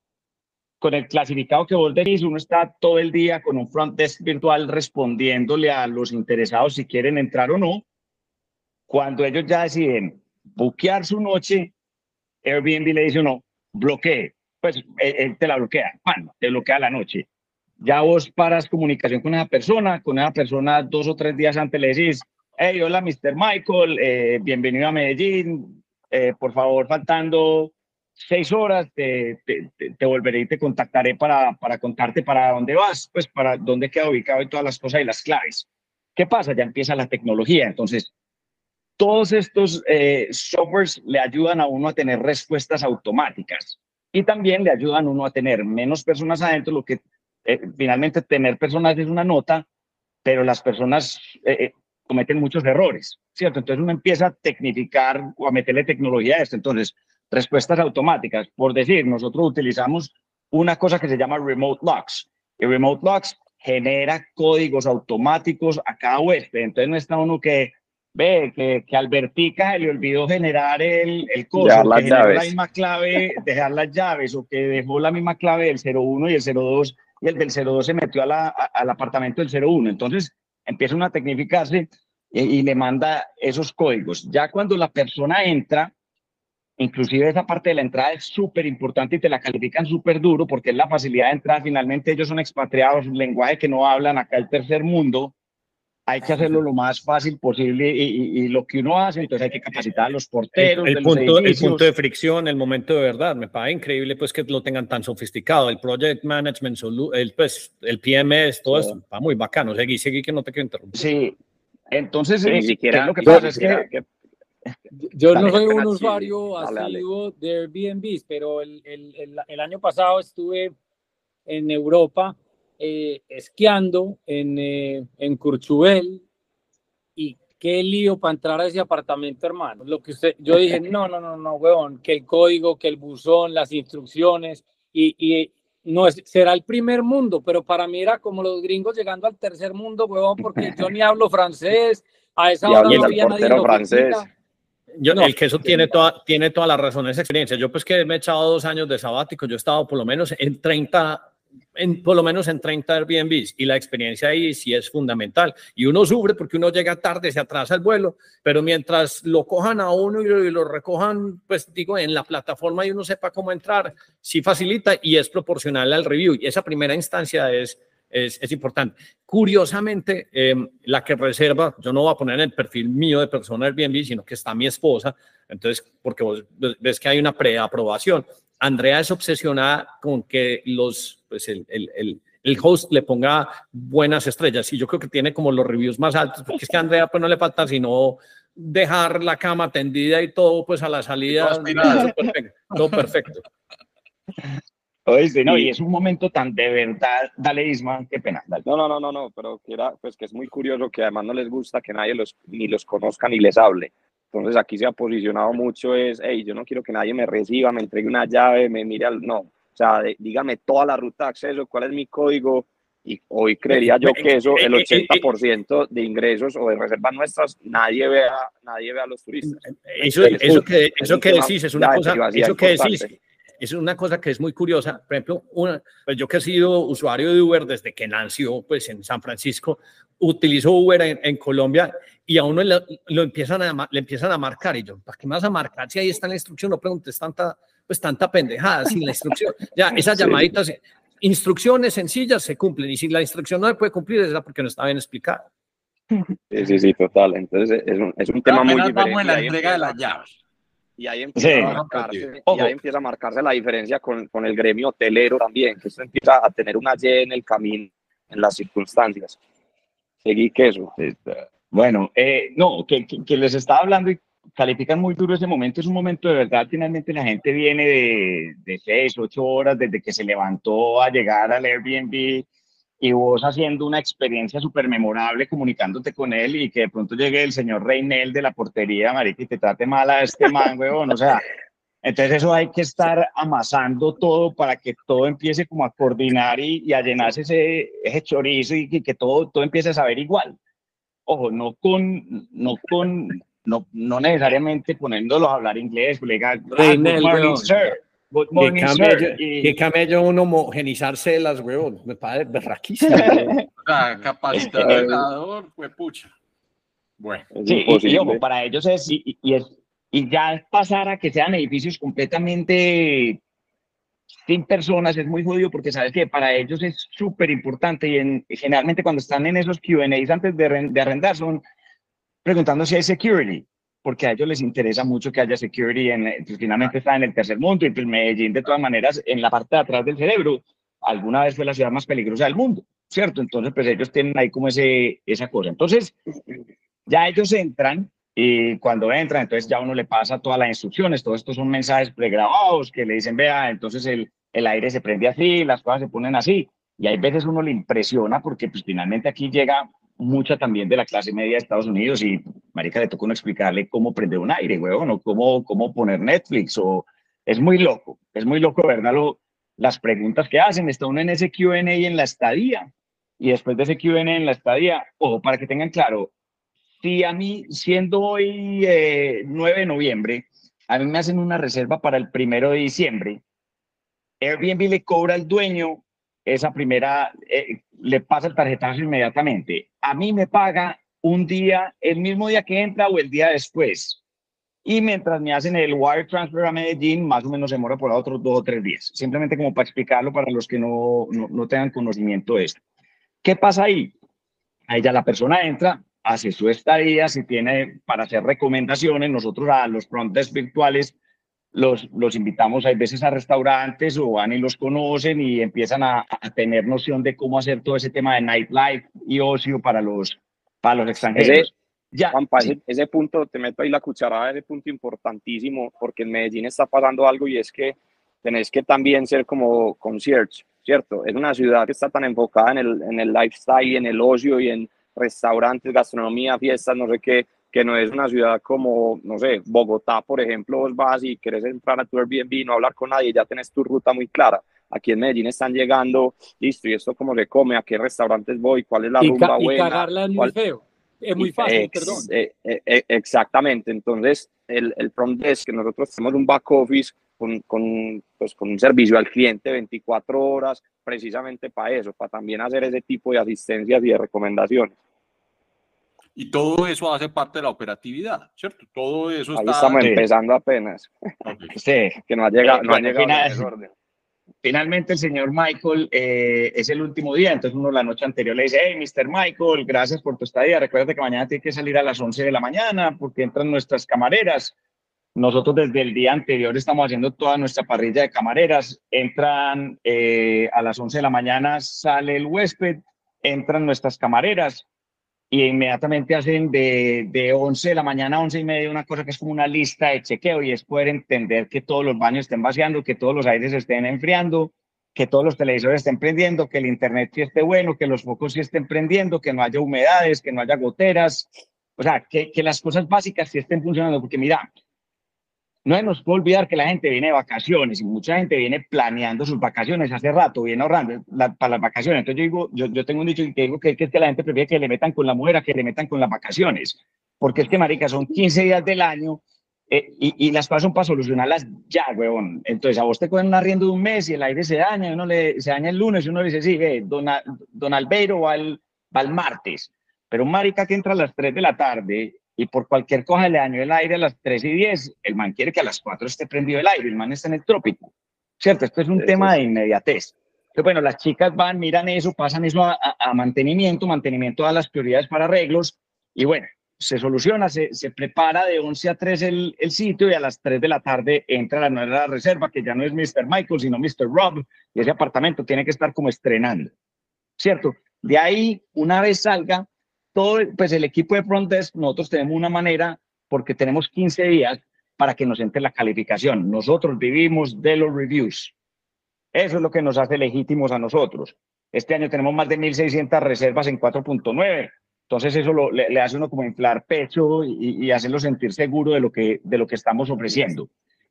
con el clasificado que vos decís, uno está todo el día con un front desk virtual respondiéndole a los interesados si quieren entrar o no. Cuando ellos ya deciden buquear su noche, Airbnb le dice uno, bloquee, pues él te la bloquea, te bloquea la noche. Ya vos paras comunicación con esa persona 2 o 3 días antes le decís, hey, hola Mr. Michael, bienvenido a Medellín, por favor, faltando 6 horas, te volveré y te contactaré para contarte para dónde vas, pues para dónde queda ubicado y todas las cosas y las claves. ¿Qué pasa? Ya empieza la tecnología, entonces todos estos softwares le ayudan a uno a tener respuestas automáticas y también le ayudan a uno a tener menos personas adentro, lo que finalmente tener personas es una nota, pero las personas cometen muchos errores, ¿cierto? Entonces uno empieza a tecnificar o a meterle tecnología a esto. Entonces, respuestas automáticas. Por decir, nosotros utilizamos una cosa que se llama Remote Locks. Y Remote Locks genera códigos automáticos a cada huésped. Entonces no está uno que ve que Albertica le olvidó generar el coso, que generó la misma clave, dejar las llaves, o que dejó la misma clave del 01 y el 02, y el del 02 se metió al apartamento del 01. Entonces empieza uno a tecnificarse y le manda esos códigos. Ya cuando la persona entra, inclusive esa parte de la entrada es súper importante y te la califican súper duro porque es la facilidad de entrada. Finalmente ellos son expatriados, un lenguaje que no hablan acá el tercer mundo. Hay que hacerlo lo más fácil posible y lo que uno hace, entonces hay que capacitar a los porteros el punto de fricción, el momento de verdad, me parece increíble pues que lo tengan tan sofisticado, el Project Management, el PMS, todo esto, va muy bacano, seguí que no te quiero interrumpir. Sí, entonces, ni siquiera, lo que pasa es que yo no soy un usuario asiduo de Airbnb, pero el año pasado estuve en Europa esquiando en Courchevel y qué lío para entrar a ese apartamento, hermano. Yo dije, no, huevón, que el código, que el buzón, las instrucciones y no será el primer mundo, pero para mí era como los gringos llegando al tercer mundo, huevón, porque yo ni hablo francés, a esa hora no había nadie en la oficina. El queso tiene toda la razón, esa experiencia. Yo pues que me he echado 2 años de sabático, yo he estado por lo menos en 30 Airbnbs y la experiencia ahí sí es fundamental. Y uno sufre porque uno llega tarde, se atrasa el vuelo, pero mientras lo cojan a uno y lo recojan, pues digo, en la plataforma y uno sepa cómo entrar, sí facilita y es proporcional al review. Y esa primera instancia es importante. Curiosamente, la que reserva, yo no voy a poner en el perfil mío de persona Airbnb, sino que está mi esposa, entonces, porque vos ves que hay una preaprobación. Andrea es obsesionada con que el host le ponga buenas estrellas y yo creo que tiene como los reviews más altos, porque es que a Andrea pues no le falta sino dejar la cama tendida y todo pues a la salida, todo perfecto. Oíste, no, y es un momento tan de verdad, dale Isma, qué pena. Dale. No, pero pues que es muy curioso que además no les gusta que nadie ni los conozca ni les hable. Entonces aquí se ha posicionado mucho hey, yo no quiero que nadie me reciba, me entregue una llave, me mire no, o sea, dígame toda la ruta de acceso, cuál es mi código, y hoy creería yo que eso, el 80% de ingresos o de reservas nuestras, nadie ve a los turistas. Eso que decís es una cosa, eso que decís es una cosa que es muy curiosa. Por ejemplo, pues yo que he sido usuario de Uber desde que nació pues en San Francisco, utilizo Uber en Colombia y a uno le empiezan a marcar y yo, ¿para qué me vas a marcar si ahí está la instrucción? No preguntes tanta pendejada sin la instrucción. Ya, esas llamaditas, instrucciones sencillas se cumplen y si la instrucción no se puede cumplir es porque no está bien explicada. Sí, total. Entonces es un tema muy diferente. Vamos en la entrega de las llaves. Y ahí empieza a marcarse la diferencia con el gremio hotelero también, que esto empieza a tener una Y en el camino, en las circunstancias. Seguí que eso. Bueno, no, que les estaba hablando y califican muy duro ese momento. Es un momento de verdad, finalmente la gente viene de 6, 8 horas desde que se levantó a llegar al Airbnb y vos haciendo una experiencia súper memorable comunicándote con él y que de pronto llegue el señor Reinel de la portería, marica, y te trate mal a este man, huevón, o sea, entonces eso hay que estar amasando todo para que todo empiece como a coordinar y a llenarse ese chorizo y que todo empiece a saber igual. Ojo, no con no necesariamente poniéndolos a hablar inglés, le diga, Reinel, good morning, weón. sir. Good Qué morning, camello, sir. Y- qué camello uno homogenizarse las, huevón. Me parece berraquísimo, huevón. O sea, capacitar Ay, el nadador, fue pucha. Bueno, es Sí, y ojo, imposible. para ellos es, y ya pasar a que sean edificios completamente sin personas es muy jodido porque sabes que para ellos es súper importante y generalmente cuando están en esos Q&As antes de arrendar son preguntando si hay security, porque a ellos les interesa mucho que haya security, pues, finalmente está en el tercer mundo y pues Medellín de todas maneras en la parte de atrás del cerebro alguna vez fue la ciudad más peligrosa del mundo, ¿cierto? Entonces pues ellos tienen ahí como esa cosa. Entonces ya ellos entran y cuando entran, entonces ya uno le pasa todas las instrucciones, todos estos son mensajes pregrabados que le dicen, vea, entonces el aire se prende así, las cosas se ponen así, y hay veces uno le impresiona porque pues finalmente aquí llega mucha también de la clase media de Estados Unidos y marica le toca uno explicarle cómo prender un aire, huevón, o cómo poner Netflix, o es muy loco, ¿verdad? Las preguntas que hacen, está uno en ese Q&A en la estadía, y después de ese Q&A en la estadía, ojo, para que tengan claro, si a mí, siendo hoy 9 de noviembre, a mí me hacen una reserva para el 1 de diciembre, Airbnb le cobra al dueño esa primera, le pasa el tarjetazo inmediatamente. A mí me paga un día, el mismo día que entra o el día después. Y mientras me hacen el wire transfer a Medellín, más o menos se demora por otros 2 o 3 días. Simplemente como para explicarlo para los que no tengan conocimiento de esto. ¿Qué pasa ahí? Ahí ya la persona entra, hace su estadía, si tiene para hacer recomendaciones, nosotros a los front desk virtuales los invitamos a veces a restaurantes o van y los conocen y empiezan a tener noción de cómo hacer todo ese tema de nightlife y ocio para los Ese, extranjeros. Ya, Juanpa, sí, ese punto, te meto ahí la cucharada, ese punto importantísimo, porque en Medellín está pasando algo y es que tenés que también ser como concierge, ¿cierto? Es una ciudad que está tan enfocada en el lifestyle, en el ocio y en restaurantes, gastronomía, fiestas, no sé qué, que no es una ciudad como, no sé, Bogotá, por ejemplo, vos vas y querés entrar a tu Airbnb y no hablar con nadie, ya tenés tu ruta muy clara. Aquí en Medellín están llegando, listo, ¿y esto cómo se come? ¿A qué restaurantes voy? ¿Cuál es la rumba Y buena? cagarla es muy ¿Cuál? feo. Es muy fácil, perdón. Exactamente. Entonces, el front desk, que nosotros tenemos un back office pues, con un servicio al cliente 24 horas, precisamente para eso, para también hacer ese tipo de asistencias y de recomendaciones. y todo eso hace parte de la operatividad, ¿cierto? Todo eso Ahí está... estamos sí, empezando apenas, Ok. sí. que no ha llegado Bueno, ese desorden. finalmente el señor Michael es el último día, entonces uno la noche anterior le dice, hey, Mr. Michael, gracias por tu estadía, recuerda que mañana tiene que salir a las 11 de la mañana porque entran nuestras camareras. Nosotros desde el día anterior estamos haciendo toda nuestra parrilla de camareras, entran a las 11 de la mañana, sale el huésped, entran nuestras camareras y inmediatamente hacen de 11 de la mañana a 11:30 una cosa que es como una lista de chequeo y es poder entender que todos los baños estén vaciando, que todos los aires estén enfriando, que todos los televisores estén prendiendo, que el internet sí esté bueno, que los focos sí estén prendiendo, que no haya humedades, que no haya goteras, o sea, que las cosas básicas sí estén funcionando, porque mira, no se nos puede olvidar que la gente viene de vacaciones y mucha gente viene planeando sus vacaciones hace rato, viene ahorrando para las vacaciones. Entonces yo digo, yo tengo un dicho que digo que es que la gente prefiere que le metan con la mujer a que le metan con las vacaciones. Porque es que, marica, son 15 días del año y las cosas son para solucionarlas ya, huevón. Entonces a vos te cogen un arriendo de un mes y el aire se daña, y se daña el lunes y uno le dice, sí, don Albeiro va el martes. Pero un marica que entra a las 3 de la tarde y por cualquier cosa le dañó el aire a las 3:10, el man quiere que a las 4 esté prendido el aire, el man está en el trópico, ¿cierto? Esto es un tema de inmediatez. Entonces, bueno, las chicas van, miran eso, pasan eso a mantenimiento a las prioridades para arreglos, y bueno, se soluciona, se prepara de 11 a 3 el sitio, y a las 3 de la tarde entra la nueva reserva, que ya no es Mr. Michael, sino Mr. Rob, y ese apartamento tiene que estar como estrenando, ¿cierto? De ahí, una vez salga, todo, pues el equipo de front desk, nosotros tenemos una manera, porque tenemos 15 días para que nos entre la calificación. Nosotros vivimos de los reviews. Eso es lo que nos hace legítimos a nosotros. Este año tenemos más de 1.600 reservas en 4.9. Entonces eso le hace uno como inflar pecho y hacerlo sentir seguro de lo que estamos ofreciendo.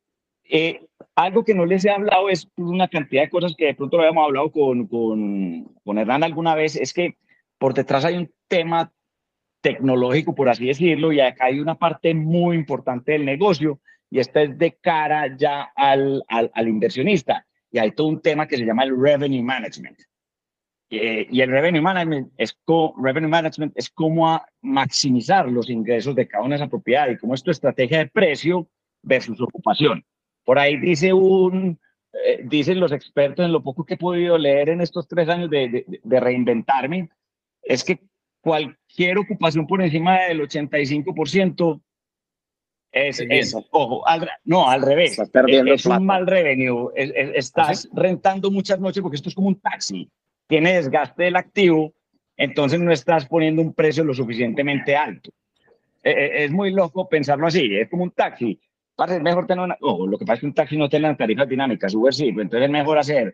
Algo que no les he hablado es una cantidad de cosas que de pronto lo habíamos hablado con Hernán alguna vez, es que por detrás hay un tema tecnológico, por así decirlo, y acá hay una parte muy importante del negocio, y esta es de cara ya al inversionista. Y hay todo un tema que se llama el revenue management. Y el revenue management es cómo maximizar los ingresos de cada una de esas propiedades y cómo es tu estrategia de precio versus ocupación. Por ahí dicen los expertos, en lo poco que he podido leer en estos 3 años de reinventarme, es que cualquier ocupación por encima del 85% ojo, al revés. Estás perdiendo Es un plata. mal revenue. Estás rentando muchas noches porque esto es como un taxi. Tiene desgaste del activo, entonces no estás poniendo un precio lo suficientemente alto. Es muy loco pensarlo así. Es como un taxi. Es mejor tener lo que pasa es que un taxi no tiene tarifas dinámicas, Uber sí, entonces es mejor hacer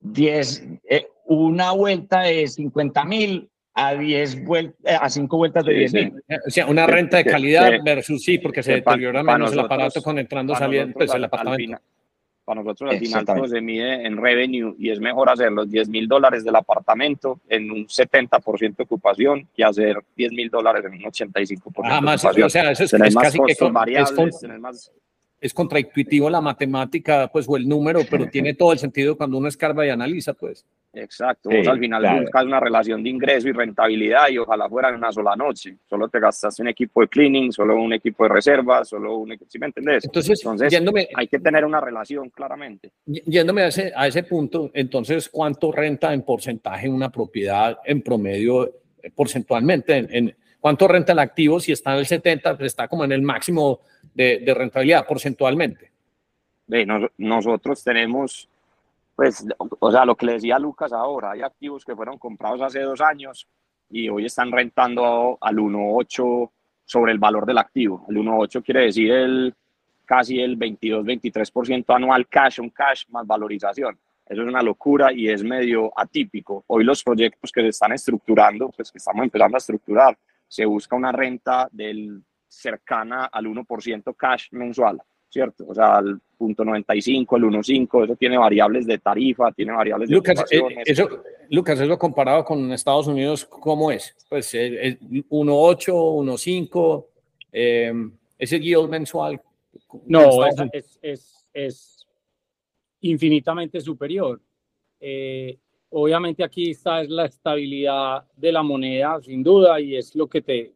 una vuelta de 50.000 a 5 vueltas de 10.000. O sea, una renta de calidad versus porque se deteriora menos el aparato con entrando, saliendo, pues el apartamento. Para nosotros al final todo se mide en revenue y es mejor hacer los $10.000 del apartamento en un 70% de ocupación que hacer $10.000 en un 85% de ocupación. O sea, eso es casi que es contraintuitivo la matemática, pues, o el número, pero tiene todo el sentido cuando uno escarba y analiza, pues. Exacto, vos al final buscas una relación de ingreso y rentabilidad y ojalá fuera en una sola noche. Solo te gastas un equipo de cleaning, solo un equipo de reservas, ¿sí me entendés? Entonces hay que tener una relación claramente. Yéndome a ese punto, entonces, ¿cuánto renta en porcentaje una propiedad en promedio porcentualmente? ¿Cuánto renta el activo? Si está en el 70, pues está como en el máximo de rentabilidad porcentualmente. Nosotros tenemos, pues, o sea, lo que le decía Lucas ahora, hay activos que fueron comprados hace 2 años y hoy están rentando al 1.8 sobre el valor del activo. El 1.8 quiere decir casi el 22-23% anual cash on cash más valorización. Eso es una locura y es medio atípico. Hoy los proyectos que se están estructurando, pues que estamos empezando a estructurar, se busca una renta cercana al 1% cash mensual, ¿cierto? O sea, al 0.95, el 1.5, eso tiene variables de tarifa, tiene variables de ocupaciones. Lucas, eso comparado con Estados Unidos, ¿cómo es? Pues 1.8, 1.5, ese yield mensual. No, es infinitamente superior. Obviamente aquí está la estabilidad de la moneda, sin duda, y es lo que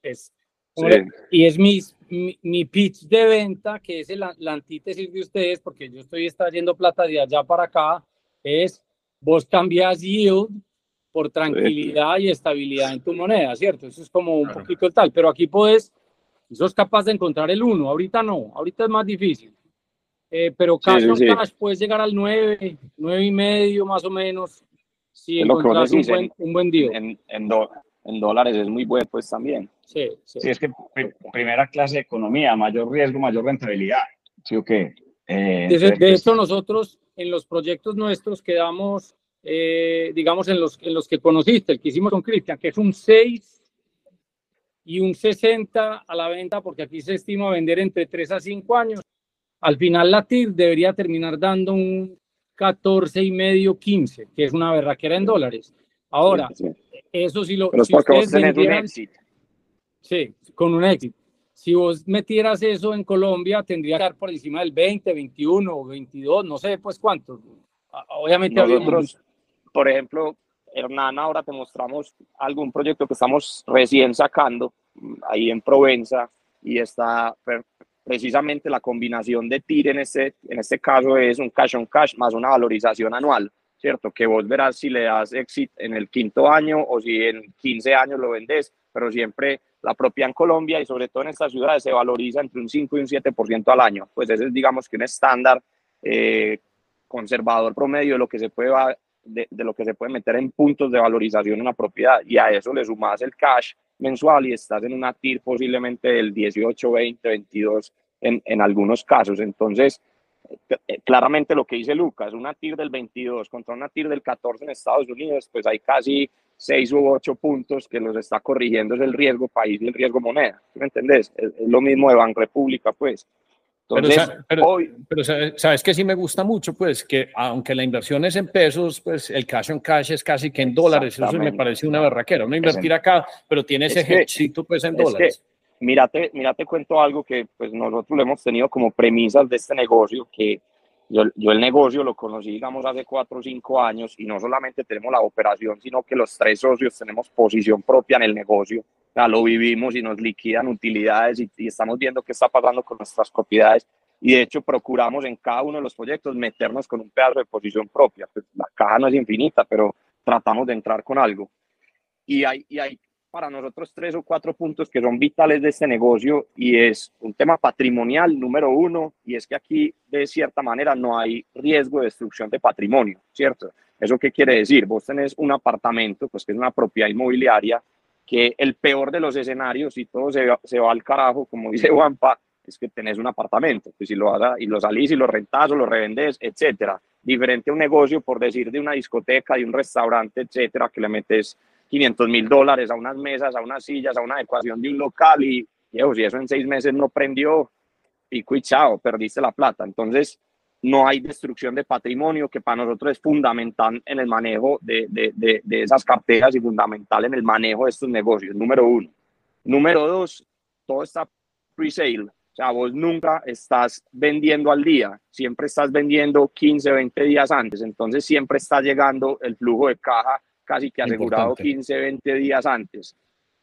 y es mi pitch de venta, que es la antítesis de ustedes, porque yo estoy trayendo plata de allá para acá, es vos cambias yield por tranquilidad y estabilidad en tu moneda, ¿cierto? Eso es como un poquito el tal, pero aquí sos capaz de encontrar el 1, ahorita no, ahorita es más difícil. Pero cash on cash puedes llegar al 9, 9.5 más o menos, si encontrás un buen deal. En dólares es muy bueno, pues también. Sí, es que primera clase de economía, mayor riesgo, mayor rentabilidad. ¿Sí o qué? De hecho, nosotros en los proyectos nuestros quedamos, digamos, en los que conociste, el que hicimos con Cristian, que es un 6 y un 60 a la venta, porque aquí se estima vender entre 3 a 5 años. Al final la TIR debería terminar dando un 14.5, 15, que es una berraquera en dólares. Ahora, eso sí pero es porque vos tenés un éxito. Sí, con un éxito. Si vos metieras eso en Colombia, tendría que estar por encima del 20, 21 o 22, no sé pues cuánto. Obviamente nosotros, por ejemplo, Hernán, ahora te mostramos algún proyecto que estamos recién sacando ahí en Provenza y está precisamente la combinación de TIR en este caso es un cash on cash más una valorización anual, ¿cierto? Que vos verás si le das exit en el 5.º año o si en 15 años lo vendes, pero siempre la propiedad en Colombia y sobre todo en estas ciudades se valoriza entre un 5 y un 7% al año. Pues ese es, digamos, que un estándar conservador promedio de lo que se puede de lo que se puede meter en puntos de valorización en una propiedad, y a eso le sumas el cash mensual y estás en una TIR posiblemente del 18, 20, 22 en algunos casos. Entonces, claramente lo que dice Lucas, una TIR del 22 contra una TIR del 14 en Estados Unidos, pues hay casi 6 u 8 puntos que los está corrigiendo, es el riesgo país y el riesgo moneda, ¿me entendés? Es lo mismo de Banrepública, pues. Entonces, hoy... Pero sabes que sí me gusta mucho, pues que aunque la inversión es en pesos, pues el cash on cash es casi que en dólares. Eso me parece una berraquera. No invertir acá, pero tiene ese hedgecito pues en dólares. Mírate, cuento algo que pues nosotros lo hemos tenido como premisas de este negocio, que yo el negocio lo conocí, digamos, hace 4 o 5 años, y no solamente tenemos la operación, sino que los 3 socios tenemos posición propia en el negocio. O sea, lo vivimos y nos liquidan utilidades y estamos viendo qué está pasando con nuestras propiedades. Y de hecho procuramos en cada uno de los proyectos meternos con un pedazo de posición propia. Pues la caja no es infinita, pero tratamos de entrar con algo. Y hay para nosotros 3 o 4 puntos que son vitales de este negocio, y es un tema patrimonial número 1, y es que aquí de cierta manera no hay riesgo de destrucción de patrimonio, ¿cierto? ¿Eso qué quiere decir? Vos tenés un apartamento, pues que es una propiedad inmobiliaria, que el peor de los escenarios, si todo se va al carajo, como dice Juanpa, es que tenés un apartamento, pues si y lo salís y lo rentás o lo revendés, etcétera. Diferente a un negocio, por decir, de una discoteca, de un restaurante, etcétera, que le metes $500,000 a unas mesas, a unas sillas, a una adecuación de un local, y si eso en 6 meses no prendió, pico y chao, perdiste la plata. Entonces, no hay destrucción de patrimonio, que para nosotros es fundamental en el manejo de esas carteras y fundamental en el manejo de estos negocios, número 1. Número 2, todo está pre-sale. O sea, vos nunca estás vendiendo al día, siempre estás vendiendo 15, 20 días antes. Entonces, siempre está llegando el flujo de caja casi que asegurado. Importante. 15, 20 días antes.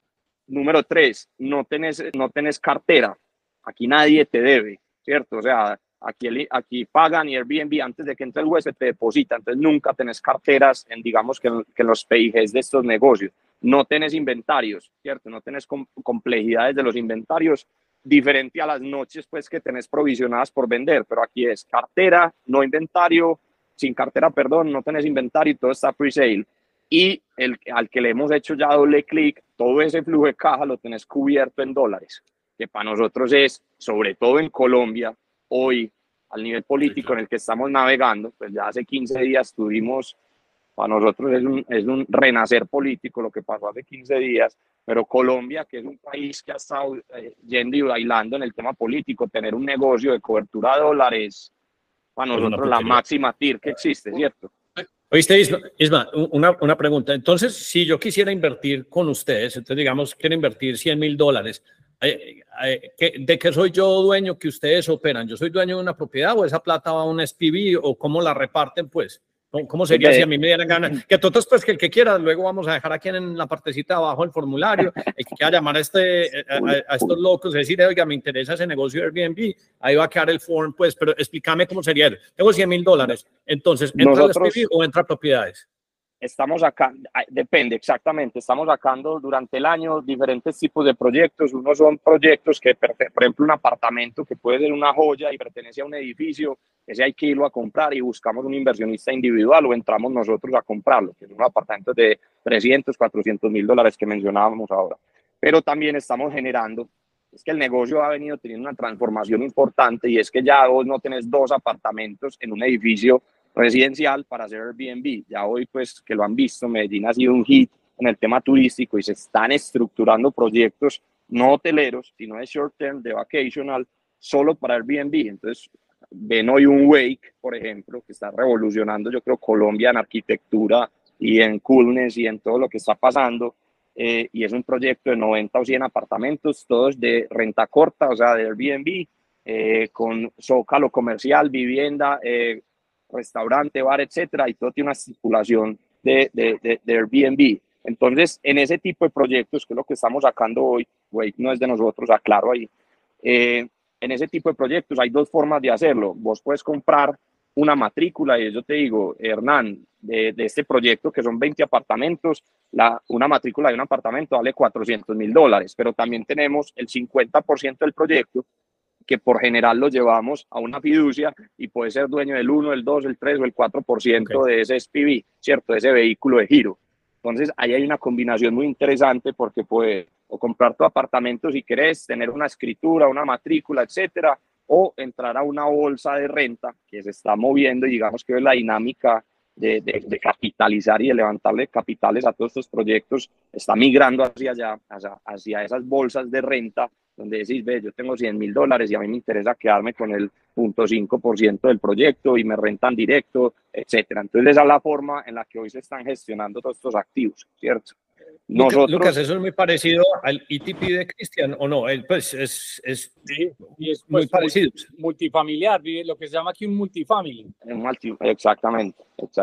Número 3, no tenés cartera. Aquí nadie te debe, ¿cierto? O sea, aquí pagan, y Airbnb antes de que entre el huésped te deposita. Entonces nunca tenés carteras en, digamos, que los PIGs de estos negocios. No tenés inventarios, ¿cierto? No tenés complejidades de los inventarios, diferente a las noches pues que tenés provisionadas por vender. Pero aquí es cartera, no inventario, sin cartera, perdón, no tenés inventario y todo está pre-sale. Y al que le hemos hecho ya doble clic, todo ese flujo de caja lo tenés cubierto en dólares, que para nosotros es, sobre todo en Colombia, hoy, al nivel político en el que estamos navegando, pues ya hace 15 días tuvimos, para nosotros es un renacer político lo que pasó hace 15 días, pero Colombia, que es un país que ha estado yendo y bailando en el tema político, tener un negocio de cobertura de dólares, para nosotros la máxima TIR que existe, ¿cierto? Oíste, Isma, una pregunta. Entonces, si yo quisiera invertir con ustedes, entonces digamos, quiero invertir $100,000, ¿de qué soy yo dueño que ustedes operan? ¿Yo soy dueño de una propiedad o esa plata va a un SPV o cómo la reparten, pues? ¿Cómo sería si a mí me dieran ganas? Que todos, pues, que el que quiera, luego vamos a dejar aquí en la partecita de abajo el formulario, el que quiera llamar a estos locos, decir, oiga, me interesa ese negocio de Airbnb, ahí va a quedar el form, pues, pero explícame cómo sería. Tengo $100,000, entonces, ¿entra al SPV o entra a propiedades? Estamos acá, depende exactamente, estamos sacando durante el año diferentes tipos de proyectos. Unos son proyectos que, por ejemplo, un apartamento que puede ser una joya y pertenece a un edificio, ese hay que irlo a comprar y buscamos un inversionista individual o entramos nosotros a comprarlo, que es un apartamento de $300,000, $400,000 que mencionábamos ahora. Pero también estamos generando, es que el negocio ha venido teniendo una transformación importante, y es que ya vos no tenés 2 apartamentos en un edificio residencial para hacer Airbnb. Ya hoy, pues, que lo han visto, Medellín ha sido un hit en el tema turístico y se están estructurando proyectos no hoteleros, sino de short term, de vacational, solo para Airbnb. Entonces, ven hoy un Wake, por ejemplo, que está revolucionando, yo creo, Colombia en arquitectura y en coolness y en todo lo que está pasando. Y es un proyecto de 90 o 100 apartamentos, todos de renta corta, o sea, de Airbnb, con zócalo comercial, vivienda, restaurante, bar, etcétera, y todo tiene una circulación de Airbnb. Entonces, en ese tipo de proyectos, que es lo que estamos sacando hoy, Wake no es de nosotros, aclaro ahí, en ese tipo de proyectos hay 2 formas de hacerlo. Vos puedes comprar una matrícula, y yo te digo, Hernán, de este proyecto, que son 20 apartamentos, una matrícula de un apartamento vale $400,000, pero también tenemos el 50% del proyecto, que por general lo llevamos a una fiducia y puede ser dueño del 1, el 2, el 3 o el 4% de ese SPV, ¿cierto? De ese vehículo de giro. Entonces, ahí hay una combinación muy interesante, porque puedes o comprar tu apartamento si querés, tener una escritura, una matrícula, etcétera, o entrar a una bolsa de renta que se está moviendo, y digamos que es la dinámica de capitalizar y de levantarle capitales a todos estos proyectos, está migrando hacia allá, hacia esas bolsas de renta, donde decís, ve, yo tengo $100.000 y a mí me interesa quedarme con el 0.5% del proyecto y me rentan directo, etcétera. Entonces esa es la forma en la que hoy se están gestionando todos estos activos, ¿cierto? Lucas, eso es muy parecido al ETP de Cristian, ¿o no? Pues es Sí, y es muy pues, parecido. multifamiliar, lo que se llama aquí un multifamily. Exactamente.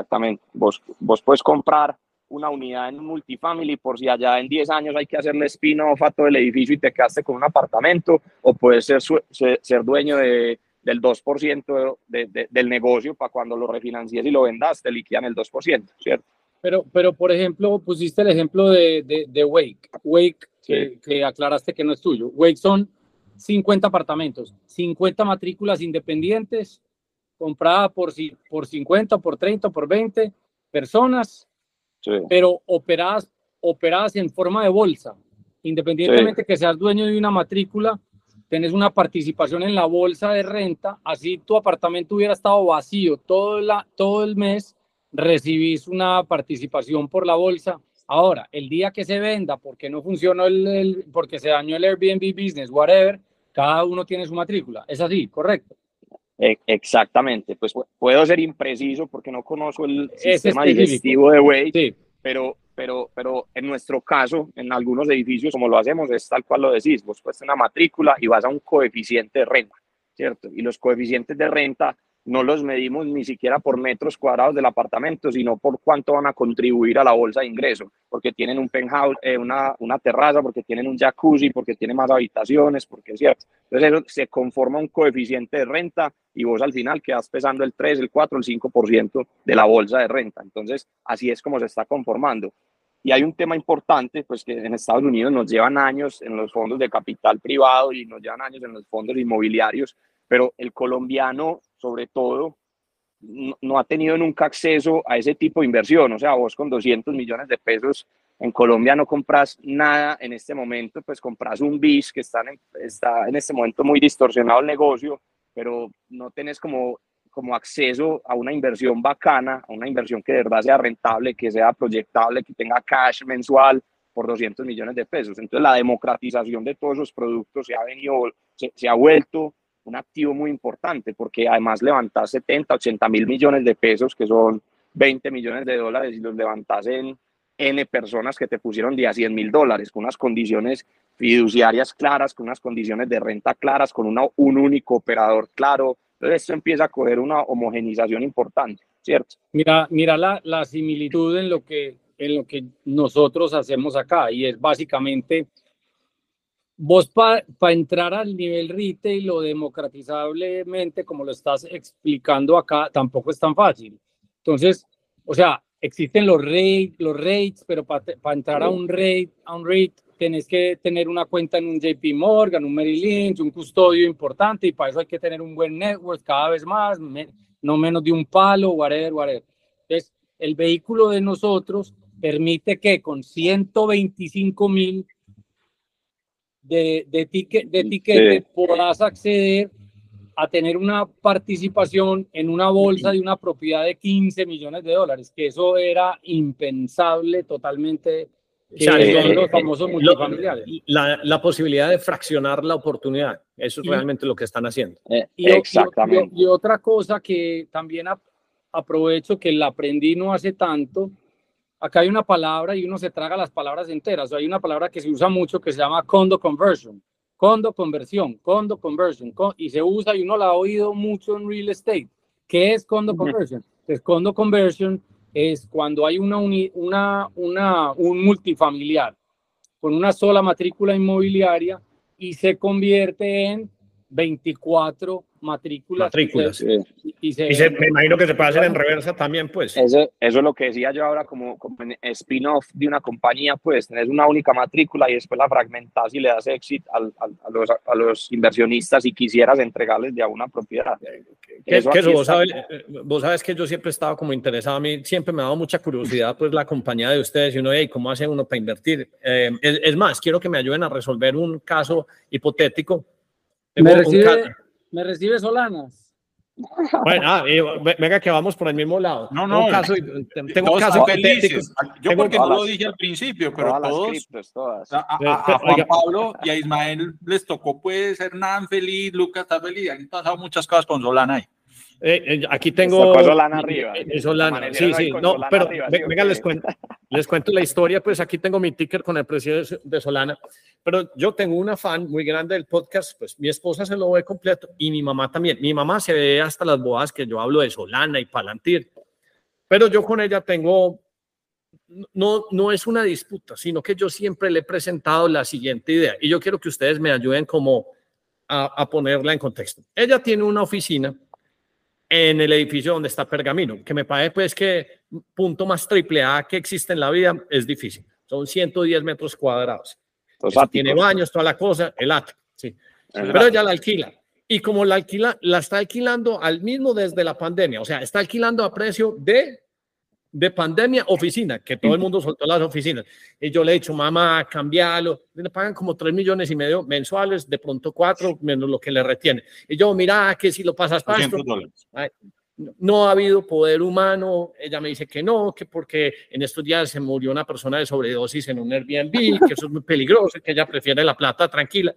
Vos puedes comprar una unidad en un multifamily por si allá en 10 años hay que hacerle spin-off a todo el edificio y te quedaste con un apartamento, o puedes ser dueño del 2% del negocio para cuando lo refinancies y lo vendas, te liquidan el 2%, ¿cierto? Pero por ejemplo, pusiste el ejemplo de Wake. Wake, Sí. que aclaraste que no es tuyo. Wake son 50 apartamentos, 50 matrículas independientes, compradas por 50, por 30, por 20 personas, Sí. pero operadas en forma de bolsa. Independientemente que seas dueño de una matrícula, tenés una participación en la bolsa de renta. Así tu apartamento hubiera estado vacío todo el mes, recibís una participación por la bolsa. Ahora, el día que se venda, porque no funcionó porque se dañó el Airbnb business, whatever, cada uno tiene su matrícula. Es así, ¿correcto? Exactamente. Pues puedo ser impreciso porque no conozco el sistema digestivo de Wake, sí. pero en nuestro caso, en algunos edificios, como lo hacemos, es tal cual lo decís. Vos puedes una matrícula y vas a un coeficiente de renta, ¿cierto? Y los coeficientes de renta no los medimos ni siquiera por metros cuadrados del apartamento, sino por cuánto van a contribuir a la bolsa de ingreso, porque tienen un penthouse, una terraza, porque tienen un jacuzzi, porque tienen más habitaciones, porque es cierto. Entonces eso se conforma un coeficiente de renta y vos al final quedas pesando el 3, el 4, el 5% de la bolsa de renta. Entonces así es como se está conformando. Y hay un tema importante, pues que en Estados Unidos nos llevan años en los fondos de capital privado y nos llevan años en los fondos inmobiliarios, pero el colombiano, sobre todo, no ha tenido nunca acceso a ese tipo de inversión. O sea, vos con 200 millones de pesos en Colombia no compras nada en este momento, pues compras un BIS que está en este momento muy distorsionado el negocio, pero no tenés como acceso a una inversión bacana, a una inversión que de verdad sea rentable, que sea proyectable, que tenga cash mensual por 200 millones de pesos. Entonces la democratización de todos esos productos se ha vuelto un activo muy importante, porque además levantas 70, 80 mil millones de pesos, que son 20 millones de dólares, y los levantas en N personas que te pusieron de a $100.000, con unas condiciones fiduciarias claras, con unas condiciones de renta claras, con un único operador claro. Entonces esto empieza a coger una homogenización importante, ¿cierto? Mira la similitud en lo que nosotros hacemos acá, y es básicamente vos para entrar al nivel retail o democratizablemente, como lo estás explicando acá, tampoco es tan fácil. Entonces, o sea, existen los rates, pero para entrar a un rate tenés que tener una cuenta en un JP Morgan, un Merrill Lynch, un custodio importante, y para eso hay que tener un buen network cada vez más, no menos de un palo, whatever. Entonces, el vehículo de nosotros permite que con 125,000 de tiquete podrás acceder a tener una participación en una bolsa de una propiedad de $15 millones, que eso era impensable totalmente, que son los famosos multifamiliares. La posibilidad de fraccionar la oportunidad, eso es realmente lo que están haciendo. Exactamente. Y otra cosa que también aprovecho, que la aprendí no hace tanto. Acá hay una palabra y uno se traga las palabras enteras. Hay una palabra que se usa mucho que se llama condo conversion, y se usa, y uno la ha oído mucho en real estate. ¿Qué es condo conversion? Pues condo conversion es cuando hay un multifamiliar con una sola matrícula inmobiliaria y se convierte en 24 matrículas. Me imagino que se puede hacer en reversa también, pues. Eso es lo que decía yo ahora, como en spin-off de una compañía, pues tenés una única matrícula y después la fragmentas y le das exit a los inversionistas si quisieras entregarles de a una propiedad. Vos sabes que yo siempre he estado como interesado, a mí siempre me ha dado mucha curiosidad pues la compañía de ustedes, y uno, ¿cómo hace uno para invertir? Es más, quiero que me ayuden a resolver un caso hipotético. ¿Me recibe Solanas? Bueno, venga que vamos por el mismo lado. No, Tengo no. un caso, tengo un Todos caso están hipotético. felices. Yo Tengo- porque no lo dije al principio, pero Todas las todos, criptos, todas. a Juan Oiga. Pablo y a Ismael les tocó pues Hernán feliz, Lucas está feliz, han pasado muchas cosas con Solana ahí. Aquí Les tengo tocó Solana arriba. Solana, Amanecieron sí, hoy sí, con no, Solana pero arriba, ¿sí o venga, qué? les cuento la historia, pues aquí tengo mi ticker con el precio de Solana, pero yo tengo una fan muy grande del podcast, pues mi esposa se lo ve completo y mi mamá también. Mi mamá se ve hasta las bodas que yo hablo de Solana y Palantir, pero yo con ella tengo, no es una disputa, sino que yo siempre le he presentado la siguiente idea y yo quiero que ustedes me ayuden como a ponerla en contexto. Ella tiene una oficina en el edificio donde está Pergamino, que me parece pues que punto más triple A que existe en la vida es difícil. Son 110 metros cuadrados. Los Eso áticos. tiene baños, toda la cosa, el ático, sí. Ajá. Pero ella la alquila. Y como la alquila, la está alquilando al mismo desde la pandemia. O sea, está alquilando a precio de pandemia oficina, que todo el mundo soltó las oficinas. Y yo le he dicho, mamá, cambialo. Le pagan como 3,5 millones mensuales, de pronto 4, menos lo que le retiene. Y yo, mira, que si lo pasas para esto, $200. no ha habido poder humano. Ella me dice que no, que porque en estos días se murió una persona de sobredosis en un Airbnb, que eso es muy peligroso, que ella prefiere la plata tranquila.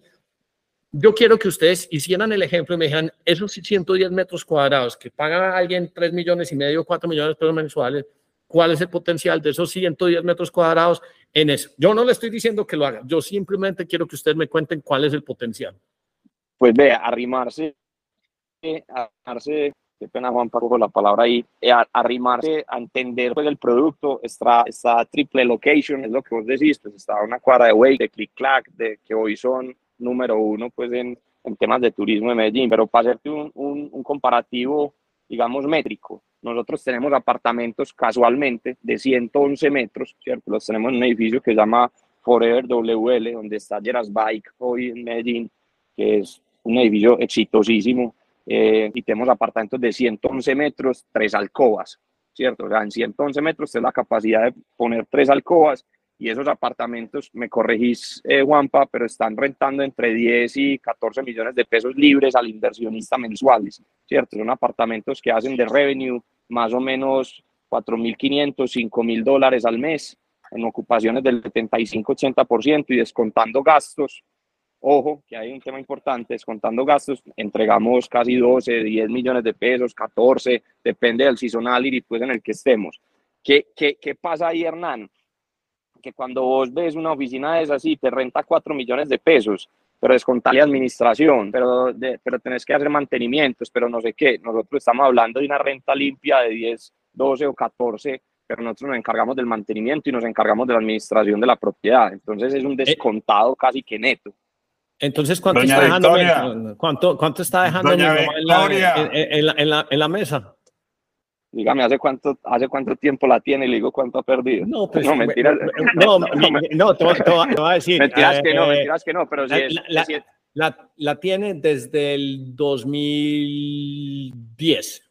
Yo quiero que ustedes hicieran el ejemplo y me dijeran, esos 110 metros cuadrados que paga a alguien 3,5 millones, 4 millones de pesos mensuales, ¿cuál es el potencial de esos 110 metros cuadrados en eso? Yo no le estoy diciendo que lo haga, yo simplemente quiero que ustedes me cuenten cuál es el potencial. Pues vea, arrimarse, qué pena Juan Pablo por la palabra ahí, arrimarse a entender pues el producto, está triple location, es lo que vos decís, pues está una cuadra de Wake, de Click Clack, de que hoy son número uno pues en temas de turismo de Medellín, pero para hacerte un comparativo, digamos, métrico, nosotros tenemos apartamentos casualmente de 111 metros, ¿cierto? Los tenemos en un edificio que se llama Forever WL, donde está Geras Bike hoy en Medellín, que es un edificio exitosísimo, y tenemos apartamentos de 111 metros, 3 alcobas, ¿cierto? O sea, en 111 metros es la capacidad de poner 3 alcobas, y esos apartamentos, me corregís, Juanpa, pero están rentando entre 10 y 14 millones de pesos libres al inversionista mensuales, ¿cierto? Son apartamentos que hacen de revenue más o menos $4,500, $5,000 al mes, en ocupaciones del 75-80% y descontando gastos. Ojo, que hay un tema importante, descontando gastos, entregamos casi 12, 10 millones de pesos, 14, depende del seasonality pues, en el que estemos. ¿Qué pasa ahí, Hernán? Que cuando vos ves una oficina de esas, sí, te renta 4 millones de pesos, pero descontarle administración, pero tenés que hacer mantenimientos, pero no sé qué. Nosotros estamos hablando de una renta limpia de 10, 12 o 14, pero nosotros nos encargamos del mantenimiento y nos encargamos de la administración de la propiedad. Entonces es un descontado casi que neto. Entonces, ¿cuánto Doña está dejando, Victoria. ¿cuánto está dejando mi Doña mamá en la mesa? Dígame, ¿hace cuánto tiempo la tiene? Y le digo, ¿cuánto ha perdido? No, pues, no, mentiras. te voy a decir. Mentiras que no, pero sí la tiene desde el 2010.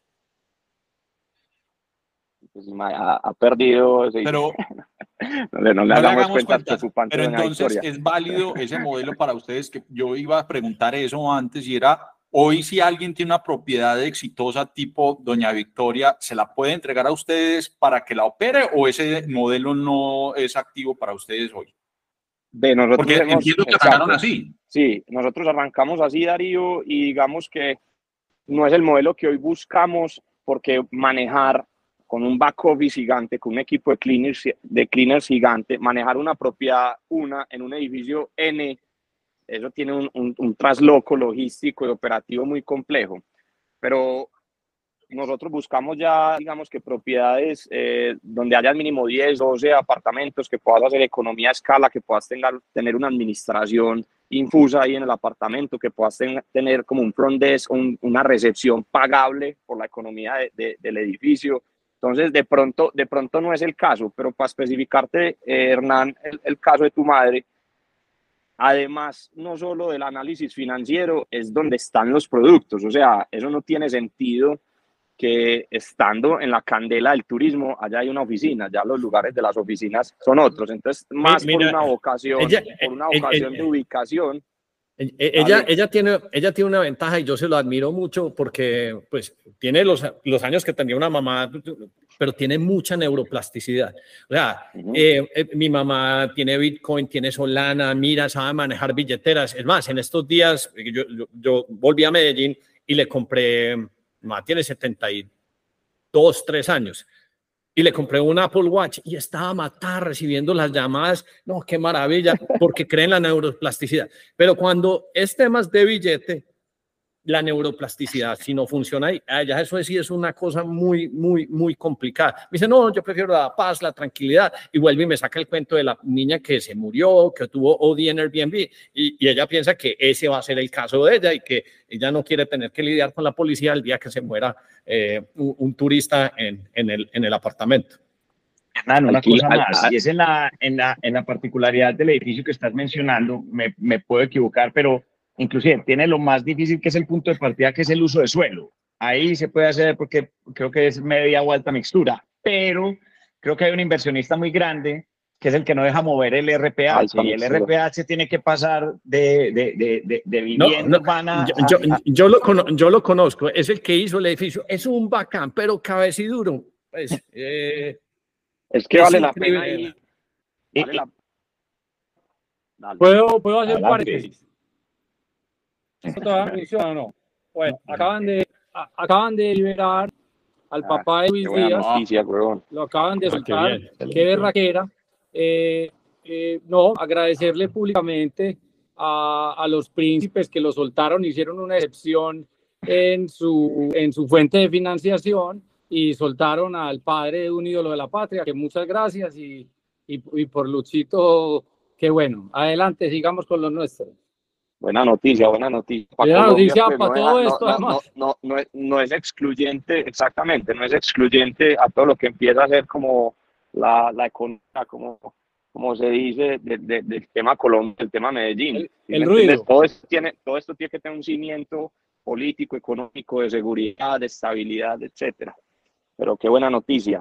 Pues, ha perdido. Sí. Pero no le hagamos cuenta. Pero entonces es válido ese modelo para ustedes, que yo iba a preguntar eso antes, y era, hoy si alguien tiene una propiedad exitosa tipo Doña Victoria, ¿se la puede entregar a ustedes para que la opere o ese modelo no es activo para ustedes hoy? Porque entiendo que arrancaron así. Sí, nosotros arrancamos así, Darío, y digamos que no es el modelo que hoy buscamos, porque manejar con un back office gigante, con un equipo de cleaners gigante, manejar una propiedad, en un edificio N, eso tiene un trasloco logístico y operativo muy complejo. Pero nosotros buscamos ya, digamos que propiedades donde haya mínimo 10, 12 apartamentos, que puedas hacer economía a escala, que puedas tener una administración infusa ahí en el apartamento, que puedas tener como un front desk, una recepción pagable por la economía del edificio. Entonces, de pronto no es el caso, pero para especificarte, Hernán, el caso de tu madre, además, no solo del análisis financiero, es donde están los productos. O sea, eso no tiene sentido que estando en la candela del turismo, allá hay una oficina, ya los lugares de las oficinas son otros. Entonces, más por una vocación de ubicación, Ella tiene una ventaja y yo se lo admiro mucho porque pues tiene los años que tendría una mamá, pero tiene mucha neuroplasticidad. O sea, mi mamá tiene Bitcoin, tiene Solana, mira, sabe manejar billeteras. Es más, en estos días yo volví a Medellín y le compré, mamá tiene 72, 3 años. Y le compré un Apple Watch y estaba matada recibiendo las llamadas. No, qué maravilla, porque creen la neuroplasticidad. Pero cuando es temas de billete, la neuroplasticidad, si no funciona ahí, ya eso sí es una cosa muy, muy, muy complicada. Me dice, no, yo prefiero la paz, la tranquilidad, y vuelve y me saca el cuento de la niña que se murió, que tuvo OD en Airbnb, y ella piensa que ese va a ser el caso de ella y que ella no quiere tener que lidiar con la policía el día que se muera un turista en el apartamento. Hernán, una cosa más, y es en la particularidad del edificio que estás mencionando, me puedo equivocar, pero inclusive tiene lo más difícil que es el punto de partida, que es el uso de suelo. Ahí se puede hacer porque creo que es media o alta mixtura, pero creo que hay un inversionista muy grande que es el que no deja mover el RPH, y el RPH tiene que pasar de vivienda urbana. Yo lo conozco, es el que hizo el edificio, es un bacán, pero cabeciduro. Pues, es que vale la pena ahí. ¿Puedo hacer paréntesis? ¿Esto todavía funciona o no? Bueno, acaban de liberar al papá de Luis Díaz. Noticia, lo acaban de soltar. Qué berraquera. No, agradecerle públicamente a los príncipes que lo soltaron, hicieron una excepción en su fuente de financiación y soltaron al padre de un ídolo de la patria, que muchas gracias y por Luchito, qué bueno. Adelante, sigamos con lo nuestro. Buena noticia. Buena noticia pues para todo esto, además. No es excluyente, exactamente, no es excluyente a todo lo que empieza a ser como la economía, como se dice, del tema Colombia, del tema Medellín. El ruido. Todo esto tiene que tener un cimiento político, económico, de seguridad, de estabilidad, etcétera. Pero qué buena noticia.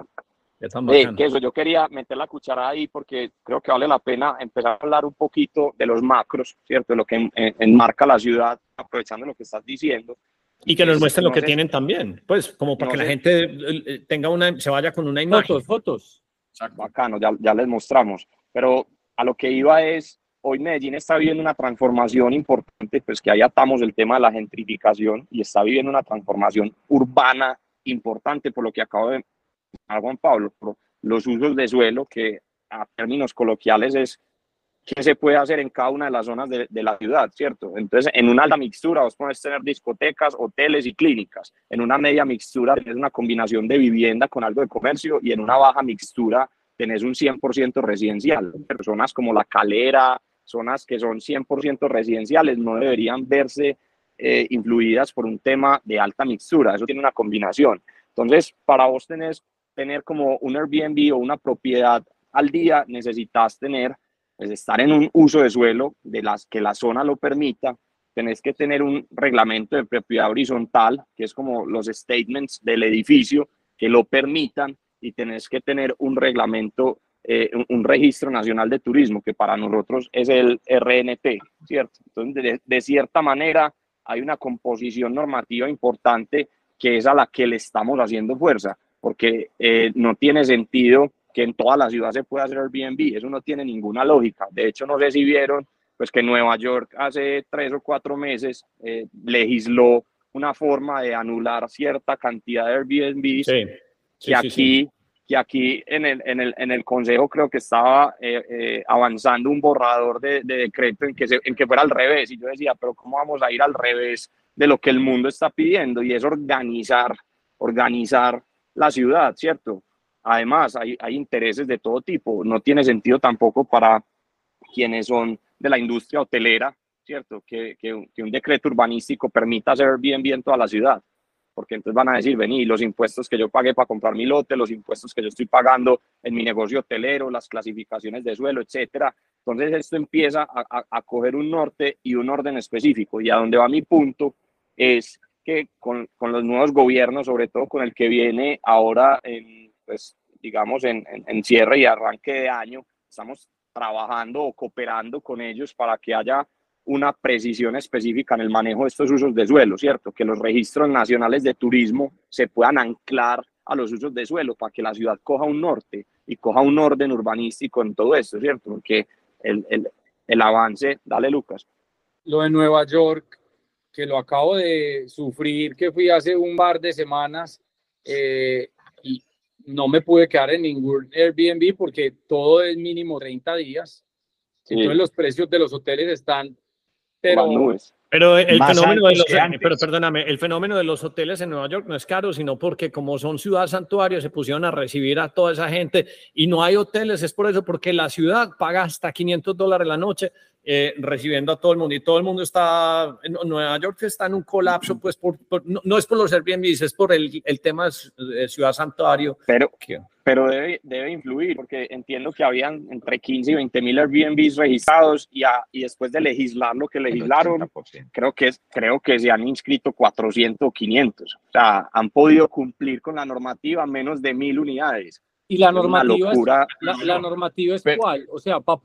Que eso, yo quería meter la cuchara ahí porque creo que vale la pena empezar a hablar un poquito de los macros, ¿cierto? De lo que enmarca la ciudad, aprovechando lo que estás diciendo. Y que nos muestren lo que tienen también, pues, como para que la gente se vaya con una imagen. Fotos. Bacano, ya les mostramos. Pero a lo que iba es, hoy Medellín está viviendo una transformación importante, pues que ahí atamos el tema de la gentrificación y está viviendo una transformación urbana importante, por lo que acabo de a Juan Pablo, por los usos de suelo, que a términos coloquiales es qué se puede hacer en cada una de las zonas de la ciudad, ¿cierto? Entonces, en una alta mixtura vos podés tener discotecas, hoteles y clínicas. En una media mixtura tenés una combinación de vivienda con algo de comercio, y en una baja mixtura tenés un 100% residencial. Zonas como La Calera, zonas que son 100% residenciales, no deberían verse influidas por un tema de alta mixtura. Eso tiene una combinación. Entonces, para vos tener como un Airbnb o una propiedad al día, necesitas estar en un uso de suelo que la zona lo permita. Tenés que tener un reglamento de propiedad horizontal, que es como los statements del edificio que lo permitan, y tenés que tener un reglamento, un registro nacional de turismo, que para nosotros es el RNT, ¿cierto? Entonces, de cierta manera, hay una composición normativa importante que es a la que le estamos haciendo fuerza, porque no tiene sentido que en toda la ciudad se pueda hacer Airbnb, eso no tiene ninguna lógica. De hecho, no sé si vieron pues que Nueva York hace 3 o 4 meses legisló una forma de anular cierta cantidad de Airbnbs, que aquí en el Consejo creo que estaba avanzando un borrador de decreto en que fuera al revés, y yo decía, pero ¿cómo vamos a ir al revés de lo que el mundo está pidiendo? Y es organizar la ciudad, ¿cierto? Además, hay intereses de todo tipo. No tiene sentido tampoco para quienes son de la industria hotelera, ¿cierto? Que un decreto urbanístico permita hacer Airbnb en toda la ciudad, porque entonces van a decir, vení, los impuestos que yo pagué para comprar mi lote, los impuestos que yo estoy pagando en mi negocio hotelero, las clasificaciones de suelo, etcétera. Entonces esto empieza a coger un norte y un orden específico, y a donde va mi punto es que con los nuevos gobiernos, sobre todo con el que viene ahora pues, digamos, en cierre y arranque de año, estamos trabajando o cooperando con ellos para que haya una precisión específica en el manejo de estos usos de suelo, ¿cierto? Que los registros nacionales de turismo se puedan anclar a los usos de suelo para que la ciudad coja un norte y coja un orden urbanístico en todo esto, ¿cierto? Porque el avance, dale Lucas. Lo de Nueva York, que lo acabo de sufrir, que fui hace un par de semanas y no me pude quedar en ningún Airbnb porque todo es mínimo 30 días. Sí. Entonces los precios de los hoteles están, pero el fenómeno de los, pero perdóname, el fenómeno de los hoteles en Nueva York no es caro, sino porque como son ciudad santuario se pusieron a recibir a toda esa gente y no hay hoteles, es por eso, porque la ciudad paga hasta $500 la noche recibiendo a todo el mundo y todo el mundo está, en Nueva York está en un colapso, pues no es por los Airbnbs, es por el tema de ciudad santuario. Pero debe influir, porque entiendo que habían entre 15 y 20 mil Airbnbs registrados y después de legislar lo que legislaron, creo que se han inscrito 400 o 500. O sea, han podido cumplir con la normativa menos de 1000 unidades. ¿Y la normativa la normativa es cuál? O sea, para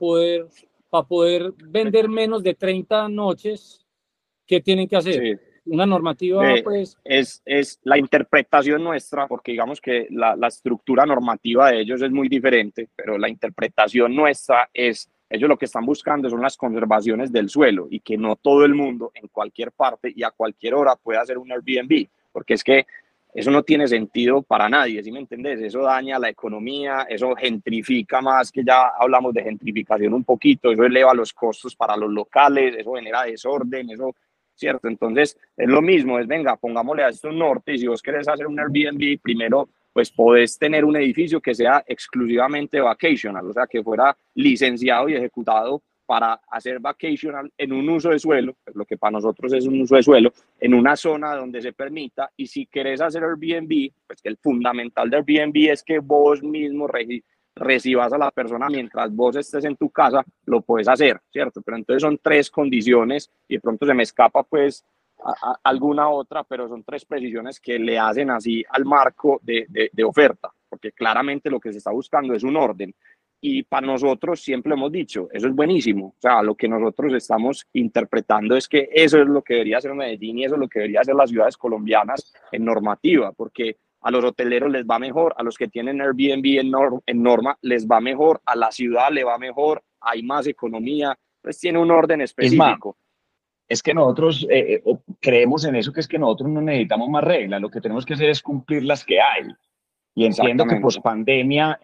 poder vender menos de 30 noches, ¿qué tienen que hacer? Sí. Una normativa, pues... Es la interpretación nuestra, porque digamos que la estructura normativa de ellos es muy diferente, pero la interpretación nuestra es, ellos lo que están buscando son las conservaciones del suelo y que no todo el mundo en cualquier parte y a cualquier hora pueda hacer un Airbnb, porque es que eso no tiene sentido para nadie, ¿sí me entendés? Eso daña la economía, eso gentrifica más, que ya hablamos de gentrificación un poquito, eso eleva los costos para los locales, eso genera desorden, eso... ¿Cierto? Entonces, es lo mismo, venga, pongámosle a esto un norte y si vos querés hacer un Airbnb, primero, pues podés tener un edificio que sea exclusivamente vacational, o sea, que fuera licenciado y ejecutado para hacer vacational en un uso de suelo, pues lo que para nosotros es un uso de suelo, en una zona donde se permita, y si querés hacer Airbnb, pues que el fundamental de Airbnb es que vos mismo recibas a la persona mientras vos estés en tu casa, lo puedes hacer, ¿cierto? Pero entonces son 3 condiciones y de pronto se me escapa pues alguna otra, pero son 3 precisiones que le hacen así al marco de oferta, porque claramente lo que se está buscando es un orden. Y para nosotros siempre hemos dicho, eso es buenísimo, o sea, lo que nosotros estamos interpretando es que eso es lo que debería hacer Medellín y eso es lo que debería hacer las ciudades colombianas en normativa, porque a los hoteleros les va mejor, a los que tienen Airbnb en norma les va mejor, a la ciudad le va mejor, hay más economía, pues tiene un orden específico. Es que nosotros creemos en eso, que es que nosotros no necesitamos más reglas, lo que tenemos que hacer es cumplir las que hay. Y entiendo que pospandemia,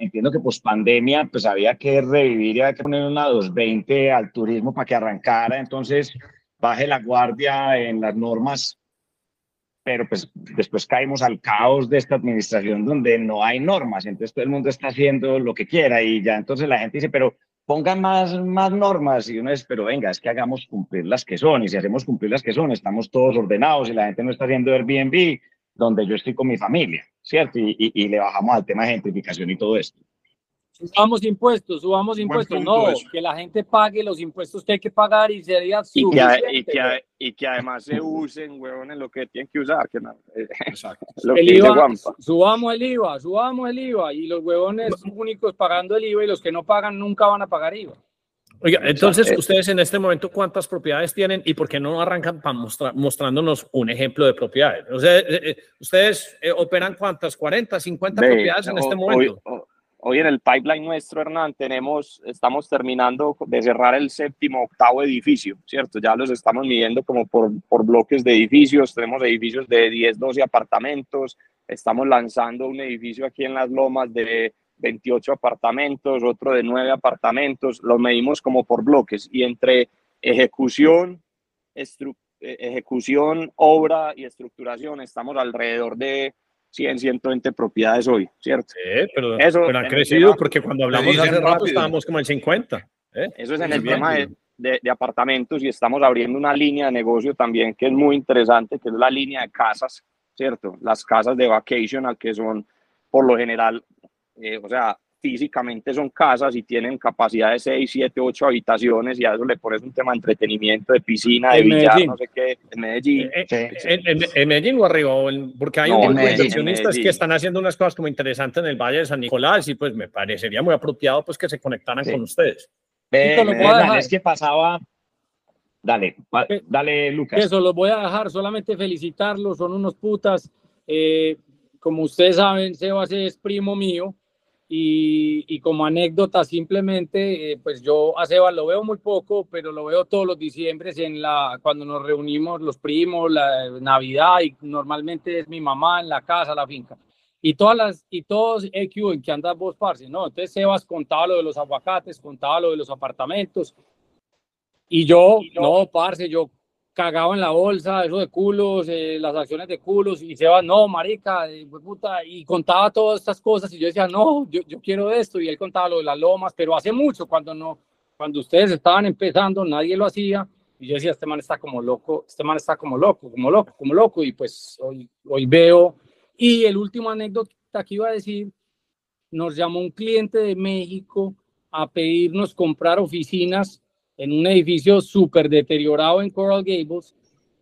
pues había que revivir y había que poner una 220 al turismo para que arrancara, entonces baje la guardia en las normas. Pero pues después caímos al caos de esta administración donde no hay normas, entonces todo el mundo está haciendo lo que quiera y ya entonces la gente dice, pero pongan más normas y uno es, pero venga, es que hagamos cumplir las que son y si hacemos cumplir las que son, estamos todos ordenados y la gente no está haciendo Airbnb donde yo estoy con mi familia, ¿cierto? Y le bajamos al tema de gentrificación y todo esto. Subamos impuestos, no, que la gente pague los impuestos que hay que pagar y sería suficiente. Y que además se usen, huevón, en lo que tienen que usar. Que no, exacto. El IVA, subamos el IVA y los huevones únicos pagando el IVA y los que no pagan nunca van a pagar IVA. Oiga, entonces ustedes en este momento, ¿cuántas propiedades tienen y por qué no arrancan mostrándonos un ejemplo de propiedades? O sea, ustedes operan ¿cuántas? ¿40, 50 propiedades en este momento? Hoy en el pipeline nuestro, Hernán, estamos terminando de cerrar el 7º, 8º edificio, ¿cierto? Ya los estamos midiendo como por bloques de edificios, tenemos edificios de 10, 12 apartamentos, estamos lanzando un edificio aquí en Las Lomas de 28 apartamentos, otro de 9 apartamentos, los medimos como por bloques y entre ejecución, obra y estructuración estamos alrededor de 100, 120 propiedades hoy, ¿cierto? Pero han crecido porque cuando hablamos hace rato estábamos como en 50. Eso es en el tema de apartamentos y estamos abriendo una línea de negocio también que es muy interesante, que es la línea de casas, ¿cierto? Las casas de vacational que son por lo general, o sea, físicamente son casas y tienen capacidad de 6, 7, 8 habitaciones y a eso le pones un tema de entretenimiento, de piscina, de billar, no sé qué, en Medellín. En Medellín o arriba, porque hay un inversionistas que están haciendo unas cosas como interesantes en el Valle de San Nicolás y pues me parecería muy apropiado pues que se conectaran con ustedes. Es que pasaba Dale, dale, Lucas. Eso, los voy a dejar, solamente felicitarlos, son unos putas. Como ustedes saben, Sebas es primo mío y como anécdota simplemente, pues yo a Sebas lo veo muy poco, pero lo veo todos los diciembres cuando nos reunimos los primos, la Navidad, y normalmente es mi mamá en la casa, la finca. Y todos EQ, ¿en qué andas vos, parce? ¿No? Entonces Sebas contaba lo de los aguacates, contaba lo de los apartamentos. Y yo, no, parce, yo cagaba en la bolsa, eso de culos, las acciones de culos, y Sebas, no, marica, puta, y contaba todas estas cosas, y yo decía, no, yo quiero esto, y él contaba lo de las lomas, pero hace mucho, cuando ustedes estaban empezando, nadie lo hacía, y yo decía, este man está como loco, y pues hoy veo. Y el último anécdota que iba a decir, nos llamó un cliente de México a pedirnos comprar oficinas en un edificio súper deteriorado en Coral Gables,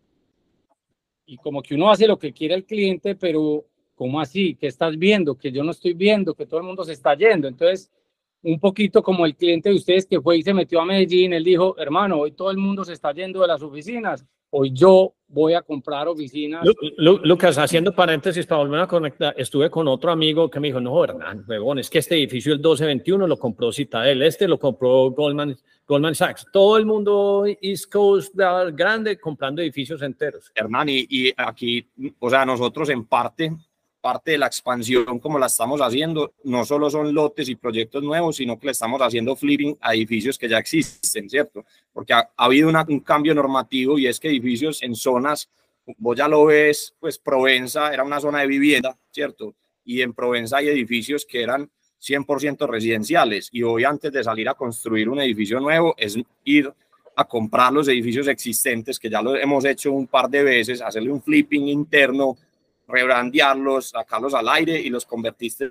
y como que uno hace lo que quiere el cliente, pero ¿cómo así? ¿Qué estás viendo? Que yo no estoy viendo, que todo el mundo se está yendo. Entonces, un poquito como el cliente de ustedes que fue y se metió a Medellín, él dijo, hermano, hoy todo el mundo se está yendo de las oficinas, hoy yo voy a comprar oficinas. Lucas, haciendo paréntesis para volver a conectar, estuve con otro amigo que me dijo, no, Hernán, huevón, es que este edificio, el 1221, lo compró Citadel, lo compró Goldman Sachs, todo el mundo East Coast grande comprando edificios enteros. Hernán, y aquí, o sea, nosotros en parte de la expansión como la estamos haciendo, no solo son lotes y proyectos nuevos, sino que le estamos haciendo flipping a edificios que ya existen, ¿cierto? Porque ha habido un cambio normativo, y es que edificios en zonas, vos ya lo ves, pues Provenza era una zona de vivienda, ¿cierto? Y en Provenza hay edificios que eran 100% residenciales, y hoy antes de salir a construir un edificio nuevo es ir a comprar los edificios existentes, que ya lo hemos hecho un par de veces, hacerle un flipping interno, rebrandearlos, sacarlos al aire, y los convertiste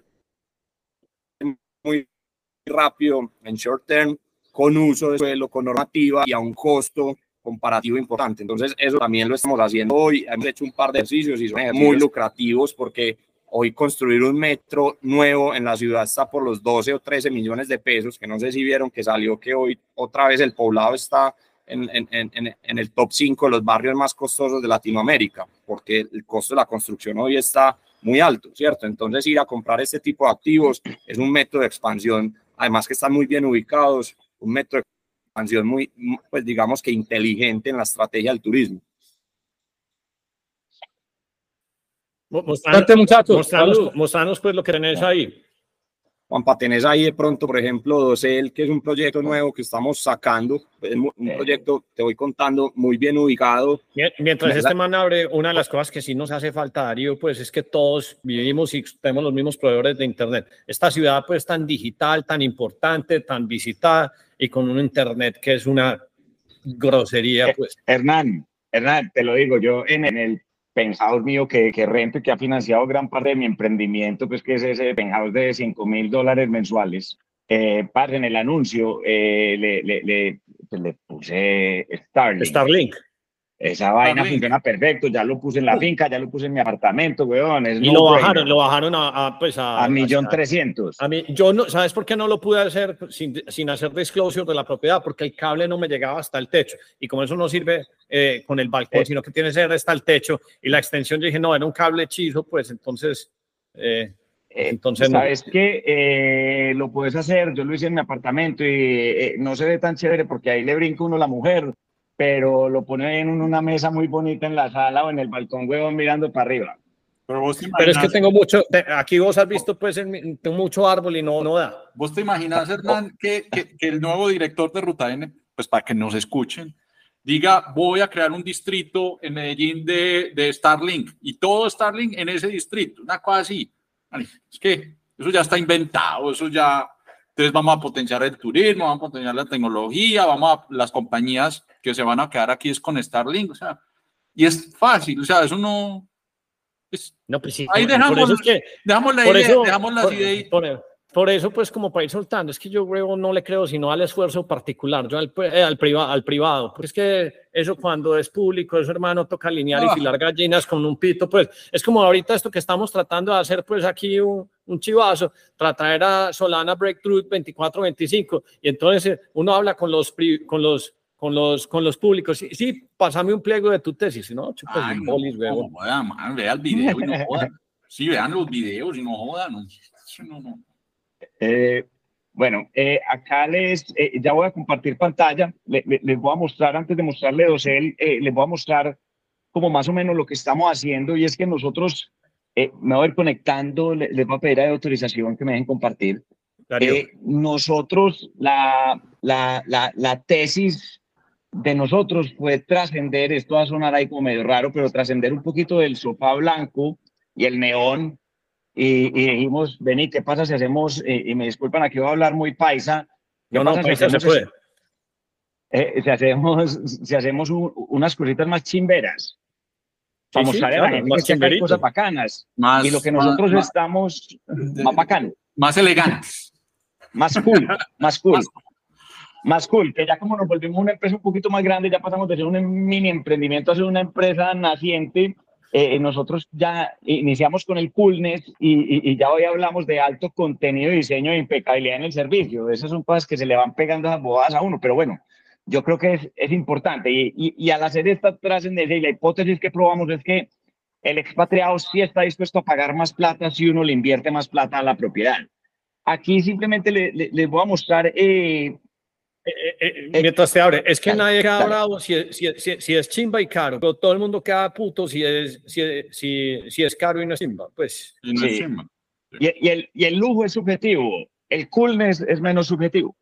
muy rápido en short term, con uso de suelo, con normativa y a un costo comparativo importante. Entonces eso también lo estamos haciendo hoy. Hemos hecho un par de ejercicios y son muy lucrativos, porque hoy construir un metro nuevo en la ciudad está por los 12 o 13 millones de pesos, que no sé si vieron que salió que hoy otra vez el Poblado está en el top 5 de los barrios más costosos de Latinoamérica, porque el costo de la construcción hoy está muy alto, ¿cierto? Entonces ir a comprar este tipo de activos es un método de expansión, además que están muy bien ubicados, un método de expansión muy, pues digamos que inteligente en la estrategia del turismo. Mostranos pues lo que tenés ahí. Juanpa, tenés ahí de pronto, por ejemplo, Docel, que es un proyecto nuevo que estamos sacando, es un proyecto, te voy contando, muy bien ubicado. Mientras este man abre, una de las cosas que sí nos hace falta, Darío, pues es que todos vivimos y tenemos los mismos proveedores de internet. Esta ciudad pues tan digital, tan importante, tan visitada, y con un internet que es una grosería, pues. Hernán, te lo digo, yo en el penthouse mío que rento y que ha financiado gran parte de mi emprendimiento, pues que es ese penthouse de $5,000 mensuales. En el anuncio le puse Starlink. Esa vaina funciona perfecto, ya lo puse en la finca, ya lo puse en mi apartamento, weón. Y lo bajaron a $1,300,000. Yo no, ¿sabes por qué no lo pude hacer sin hacer disclosure de la propiedad? Porque el cable no me llegaba hasta el techo, y como eso no sirve con el balcón, sino que tiene que ser hasta el techo, y la extensión, yo dije, no, era un cable hechizo, pues entonces ¿sabes qué? Lo puedes hacer, yo lo hice en mi apartamento y no se ve tan chévere porque ahí le brinca uno la mujer, pero lo pone en una mesa muy bonita en la sala o en el balcón, huevón, mirando para arriba. Pero es que tengo mucho, aquí vos has visto, pues, tengo mucho árbol y no da. ¿Vos te imaginas, Hernán, que el nuevo director de Ruta N, pues para que nos escuchen, diga, voy a crear un distrito en Medellín de Starlink, y todo Starlink en ese distrito, una cosa así? Es que eso ya está inventado, eso ya... Entonces vamos a potenciar el turismo, vamos a potenciar la tecnología, las compañías que se van a quedar aquí es con Starlink, o sea, y es fácil, o sea, eso no... No, pues sí, ahí dejamos las ideas. Por eso, pues, como para ir soltando, es que yo creo, no le creo sino al esfuerzo particular, yo al privado, porque es que eso cuando es público, eso, hermano, toca alinear y filar gallinas con un pito, pues, es como ahorita esto que estamos tratando de hacer, pues, aquí un chivazo, traer a Solana Breakthrough 24-25, y entonces uno habla con los con los públicos. Sí, sí, pásame un pliego de tu tesis, ¿no? Chupas Ay, un no, bolis, no huevón. joda, man, vea el video y no jodan. Sí, vean los videos y no jodan. No, no, no. Bueno, acá ya voy a compartir pantalla. Les voy a mostrar, antes de mostrarle dosel, les voy a mostrar como más o menos lo que estamos haciendo, y es que nosotros, me voy a ir conectando, les voy a pedir autorización que me dejen compartir. Darío. Nosotros, la tesis de nosotros fue trascender, esto va a sonar ahí como medio raro, pero trascender un poquito del sofá blanco y el neón, y dijimos, vení, ¿qué pasa si hacemos, y me disculpan, aquí voy a hablar muy paisa, ¿qué No, pasa no, si paisa se hacemos, puede. si hacemos unas cositas más chimberas? Para Sí, sí, mostrarle a la claro, gente que más sí acá hay cosas chimberito. bacanas, Más, y lo que nosotros más, estamos, más bacano, más elegantes. más cool, más cool. Más cool, que ya como nos volvimos una empresa un poquito más grande, ya pasamos de ser un mini emprendimiento a ser una empresa naciente. Nosotros ya iniciamos con el coolness y ya hoy hablamos de alto contenido, diseño e impecabilidad en el servicio. Esas son cosas que se le van pegando esas bobadas a uno, pero bueno, yo creo que es importante. Y al hacer esta trascendencia, y la hipótesis que probamos es que el expatriado sí está dispuesto a pagar más plata si uno le invierte más plata a la propiedad. Aquí simplemente les voy a mostrar... Mientras te abre, es que dale, nadie queda dale. bravo si es chimba y caro, pero todo el mundo queda puto si es caro y no es chimba. Pues Y no es Sí. chimba. Y el lujo es subjetivo, el coolness es menos subjetivo.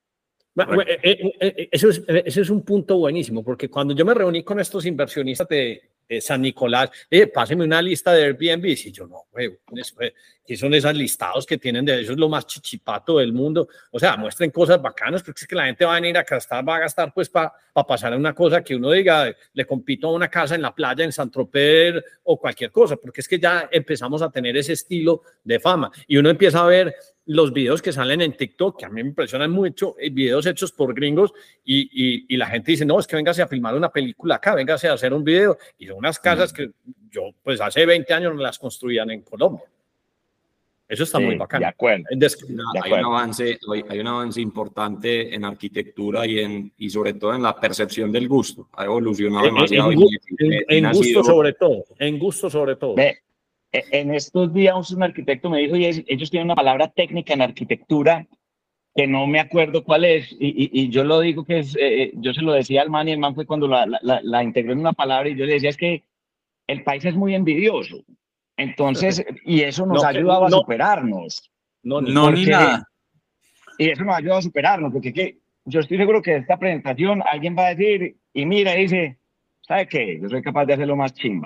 Eso es un punto buenísimo, porque cuando yo me reuní con estos inversionistas de San Nicolás, pásenme una lista de Airbnb, y yo no, que son esos listados que tienen de eso, es lo más chichipato del mundo. O sea, muestren cosas bacanas, porque es que la gente va a venir a gastar, va a gastar pues para pasar a una cosa que uno diga, le compito a una casa en la playa en Saint-Tropez o cualquier cosa, porque es que ya empezamos a tener ese estilo de fama y uno empieza a ver los videos que salen en TikTok, que a mí me impresionan mucho, videos hechos por gringos, y la gente dice, no, es que véngase a filmar una película acá, véngase a hacer un video, y son unas casas que yo, pues hace 20 años las construían en Colombia. Eso está muy bacano. De acuerdo. Hay un avance importante en arquitectura y sobre todo en la percepción del gusto. Ha evolucionado demasiado. En gusto sobre todo, en gusto sobre todo. En estos días un arquitecto me dijo, y ellos tienen una palabra técnica en arquitectura que no me acuerdo cuál es, y yo lo digo que es, yo se lo decía al man, y el man fue cuando la integró en una palabra, y yo le decía, es que el país es muy envidioso. Entonces, y eso nos ha ayudado a superarnos. No, ni nada. Y eso nos ha ayudado a superarnos, porque yo estoy seguro que de esta presentación alguien va a decir, y mira, dice, ¿sabe qué? Yo soy capaz de hacerlo más chimba.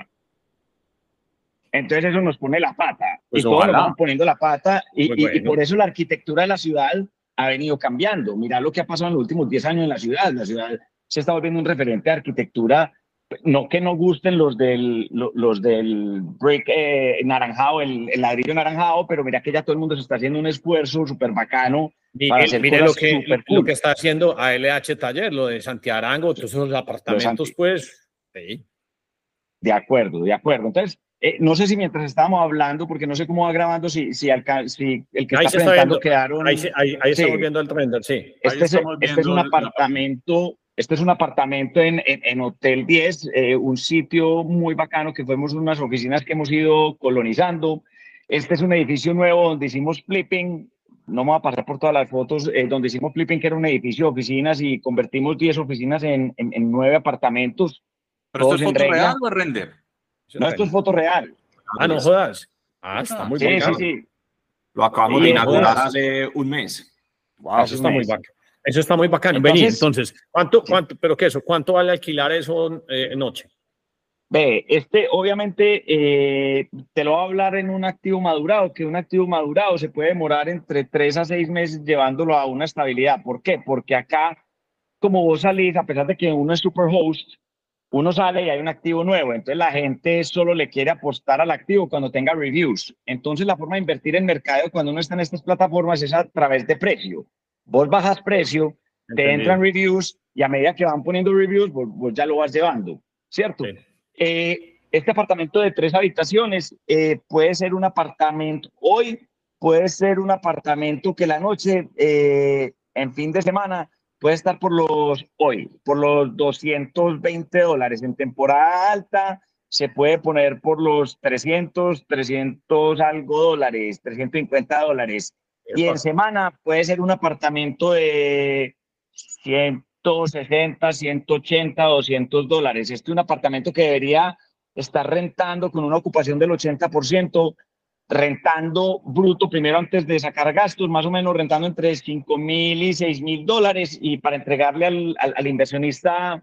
Entonces eso nos pone la pata, pues y todos ojalá. nos vamos poniendo la pata, y Bueno. por eso la arquitectura de la ciudad ha venido cambiando. Mira lo que ha pasado en los últimos 10 años en la ciudad se está volviendo un referente de arquitectura, no que no gusten los del brick naranjado, el ladrillo naranjado, pero mira que ya todo el mundo se está haciendo un esfuerzo súper bacano para hacer mire cosas súper cool. lo que está haciendo ALH Taller, lo de Santiago Arango, todos esos apartamentos, pues, sí. De acuerdo. Entonces, no sé si mientras estábamos hablando, porque no sé cómo va grabando, si el que está presentando quedaron... Ahí estamos viendo el render, sí. Este es un apartamento, en Hotel 10, un sitio muy bacano que fuimos unas oficinas que hemos ido colonizando. Este es un edificio nuevo donde hicimos flipping. No me voy a pasar por todas las fotos, donde hicimos flipping, que era un edificio de oficinas, y convertimos 10 oficinas en 9 apartamentos. ¿Pero esto es foto real o es render? No, esto es foto real. No jodas. Está muy bacano. Sí. Lo acabamos de inaugurar hace un mes. Wow, eso está muy bacano. Eso está muy bacano. Entonces, ¿cuánto vale alquilar eso noche? Obviamente, te lo voy a hablar en un activo madurado, que un activo madurado se puede demorar entre 3 a 6 meses llevándolo a una estabilidad. ¿Por qué? Porque acá, como vos salís, a pesar de que uno es superhost, uno sale y hay un activo nuevo, entonces la gente solo le quiere apostar al activo cuando tenga reviews. Entonces la forma de invertir en mercado cuando uno está en estas plataformas es a través de precio. Vos bajas precio, te entran reviews, y a medida que van poniendo reviews, vos ya lo vas llevando, ¿cierto? Sí. Este apartamento de 3 habitaciones puede ser un apartamento, hoy puede ser un apartamento que la noche, en fin de semana, puede estar por los $220. En temporada alta se puede poner por los 300 algo dólares, $350. Y en semana puede ser un apartamento de 160, 180, $200. Este es un apartamento que debería estar rentando con una ocupación del 80%, rentando bruto primero antes de sacar gastos, más o menos rentando entre $5.000 y $6.000, y para entregarle al inversionista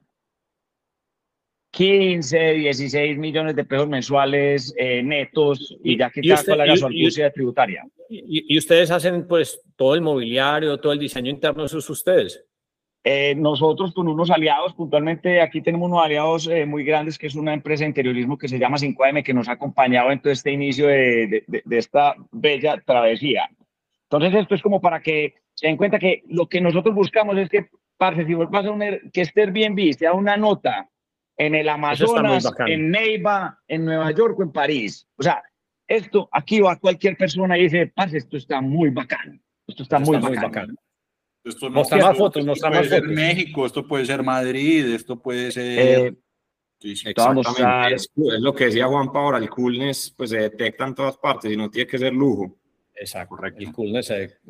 15, 16 millones de pesos mensuales netos, y ya que cada cual haga su angustia tributaria. Y ustedes hacen pues todo el mobiliario, todo el diseño interno, eso es ustedes. Nosotros con unos aliados, puntualmente aquí tenemos unos aliados muy grandes, que es una empresa de interiorismo que se llama 5AM, que nos ha acompañado en todo este inicio de esta bella travesía. Entonces esto es como para que se den cuenta que lo que nosotros buscamos es que, parce, si vos vas a que este Airbnb sea una nota en el Amazonas, en Neiva, en Nueva York o en París. O sea, esto aquí va cualquier persona y dice, parce, esto está muy bacano. Esto está muy bacano. Esto no, mostrar más fotos, esto puede ser México, esto puede ser Madrid, esto puede ser... Sí, exactamente, es lo que decía Juanpa ahora, el coolness pues se detecta en todas partes y no tiene que ser lujo. Exacto, correcto. El coolness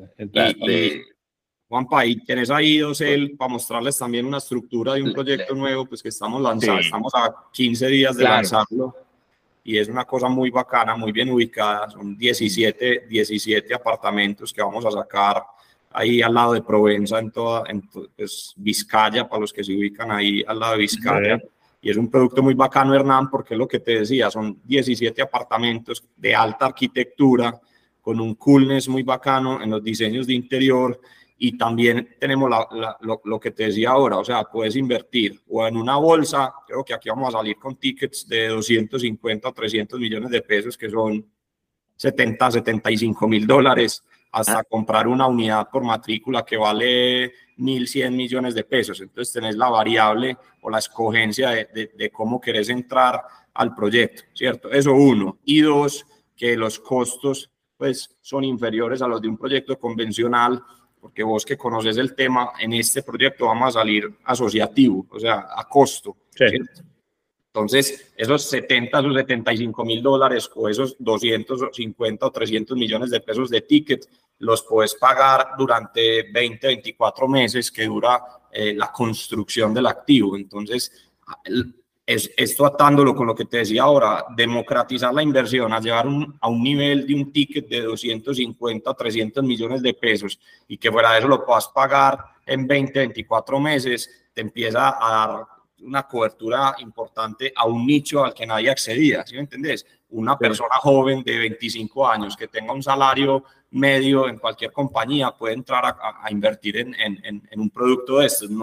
Juanpa, ahí tenés ahí Docel para mostrarles también una estructura de un proyecto nuevo pues que estamos lanzando, estamos a 15 días de lanzarlo, y es una cosa muy bacana, muy bien ubicada, son 17 apartamentos que vamos a sacar ahí al lado de Provenza, pues, Vizcaya, para los que se ubican ahí al lado de Vizcaya. Y es un producto muy bacano, Hernán, porque es lo que te decía, son 17 apartamentos de alta arquitectura, con un coolness muy bacano en los diseños de interior, y también tenemos lo que te decía ahora, o sea, puedes invertir o en una bolsa, creo que aquí vamos a salir con tickets de 250 o 300 millones de pesos, que son 70, $75.000, hasta comprar una unidad por matrícula que vale 1.100 millones de pesos. Entonces tenés la variable o la escogencia de cómo querés entrar al proyecto, ¿cierto? Eso uno. Y dos, que los costos pues son inferiores a los de un proyecto convencional, porque vos que conoces el tema, en este proyecto vamos a salir asociativo, o sea, a costo, ¿cierto? Entonces, esos 70 o $75.000 o esos 250 o 300 millones de pesos de ticket los puedes pagar durante 20, 24 meses que dura la construcción del activo. Entonces, esto atándolo con lo que te decía ahora, democratizar la inversión, a llevar a un nivel de un ticket de 250 o 300 millones de pesos, y que fuera de eso lo puedas pagar en 20, 24 meses, te empieza a dar una cobertura importante a un nicho al que nadie accedía, ¿sí me entendés? Una persona joven de 25 años que tenga un salario medio en cualquier compañía puede entrar a invertir en un producto de estos.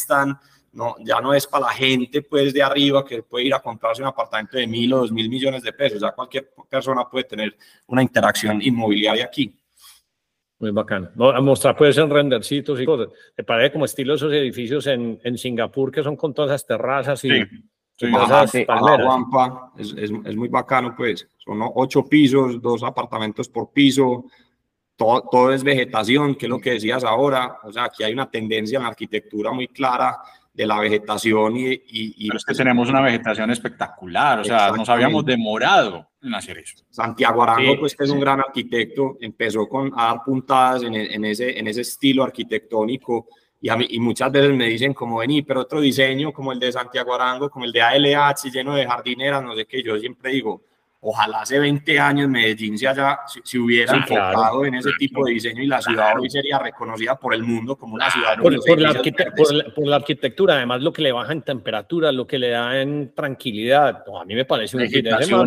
Ya no es para la gente pues de arriba que puede ir a comprarse un apartamento de 1.000 o 2.000 millones de pesos. Ya cualquier persona puede tener una interacción inmobiliaria aquí. Muy bacano. No, a mostrar puede ser rendercitos y cosas. Me parece como estilo esos edificios en Singapur que son con todas esas terrazas y todas esas palmeras. Juanpa, es muy bacano, pues. Son 8 pisos, 2 apartamentos por piso. Todo es vegetación, que es lo que decías ahora. O sea, aquí hay una tendencia en la arquitectura muy clara de la vegetación Pero es que tenemos una vegetación espectacular, o sea, nos habíamos demorado en hacer eso. Santiago Arango, pues que es un gran arquitecto, empezó a dar puntadas en ese estilo arquitectónico, y muchas veces me dicen como vení, pero otro diseño como el de Santiago Arango, como el de ALH, lleno de jardineras, no sé qué. Yo siempre digo, ojalá hace 20 años Medellín se hubiera enfocado en ese tipo de diseño, y la ciudad hoy sería reconocida por el mundo como una ciudad por la arquitectura, además lo que le baja en temperatura, lo que le da en tranquilidad. A mí me parece un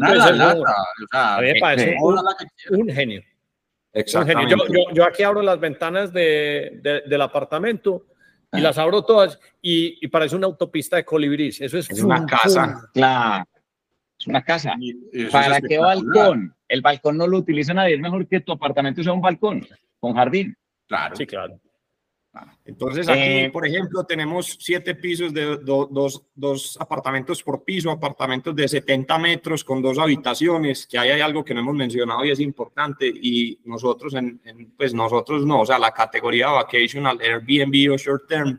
genio. Exactamente. Yo aquí abro las ventanas del apartamento y las abro todas y parece una autopista de colibrís. Eso es una casa. Claro. Es una casa. ¿Para qué balcón? El balcón no lo utiliza nadie. Es mejor que tu apartamento sea un balcón con jardín. Claro. Sí, claro. Entonces aquí, por ejemplo, tenemos 7 pisos de dos apartamentos por piso, apartamentos de 70 metros con 2 habitaciones, que hay algo que no hemos mencionado y es importante, y nosotros, pues nosotros no, o sea, la categoría vacational, Airbnb o short term,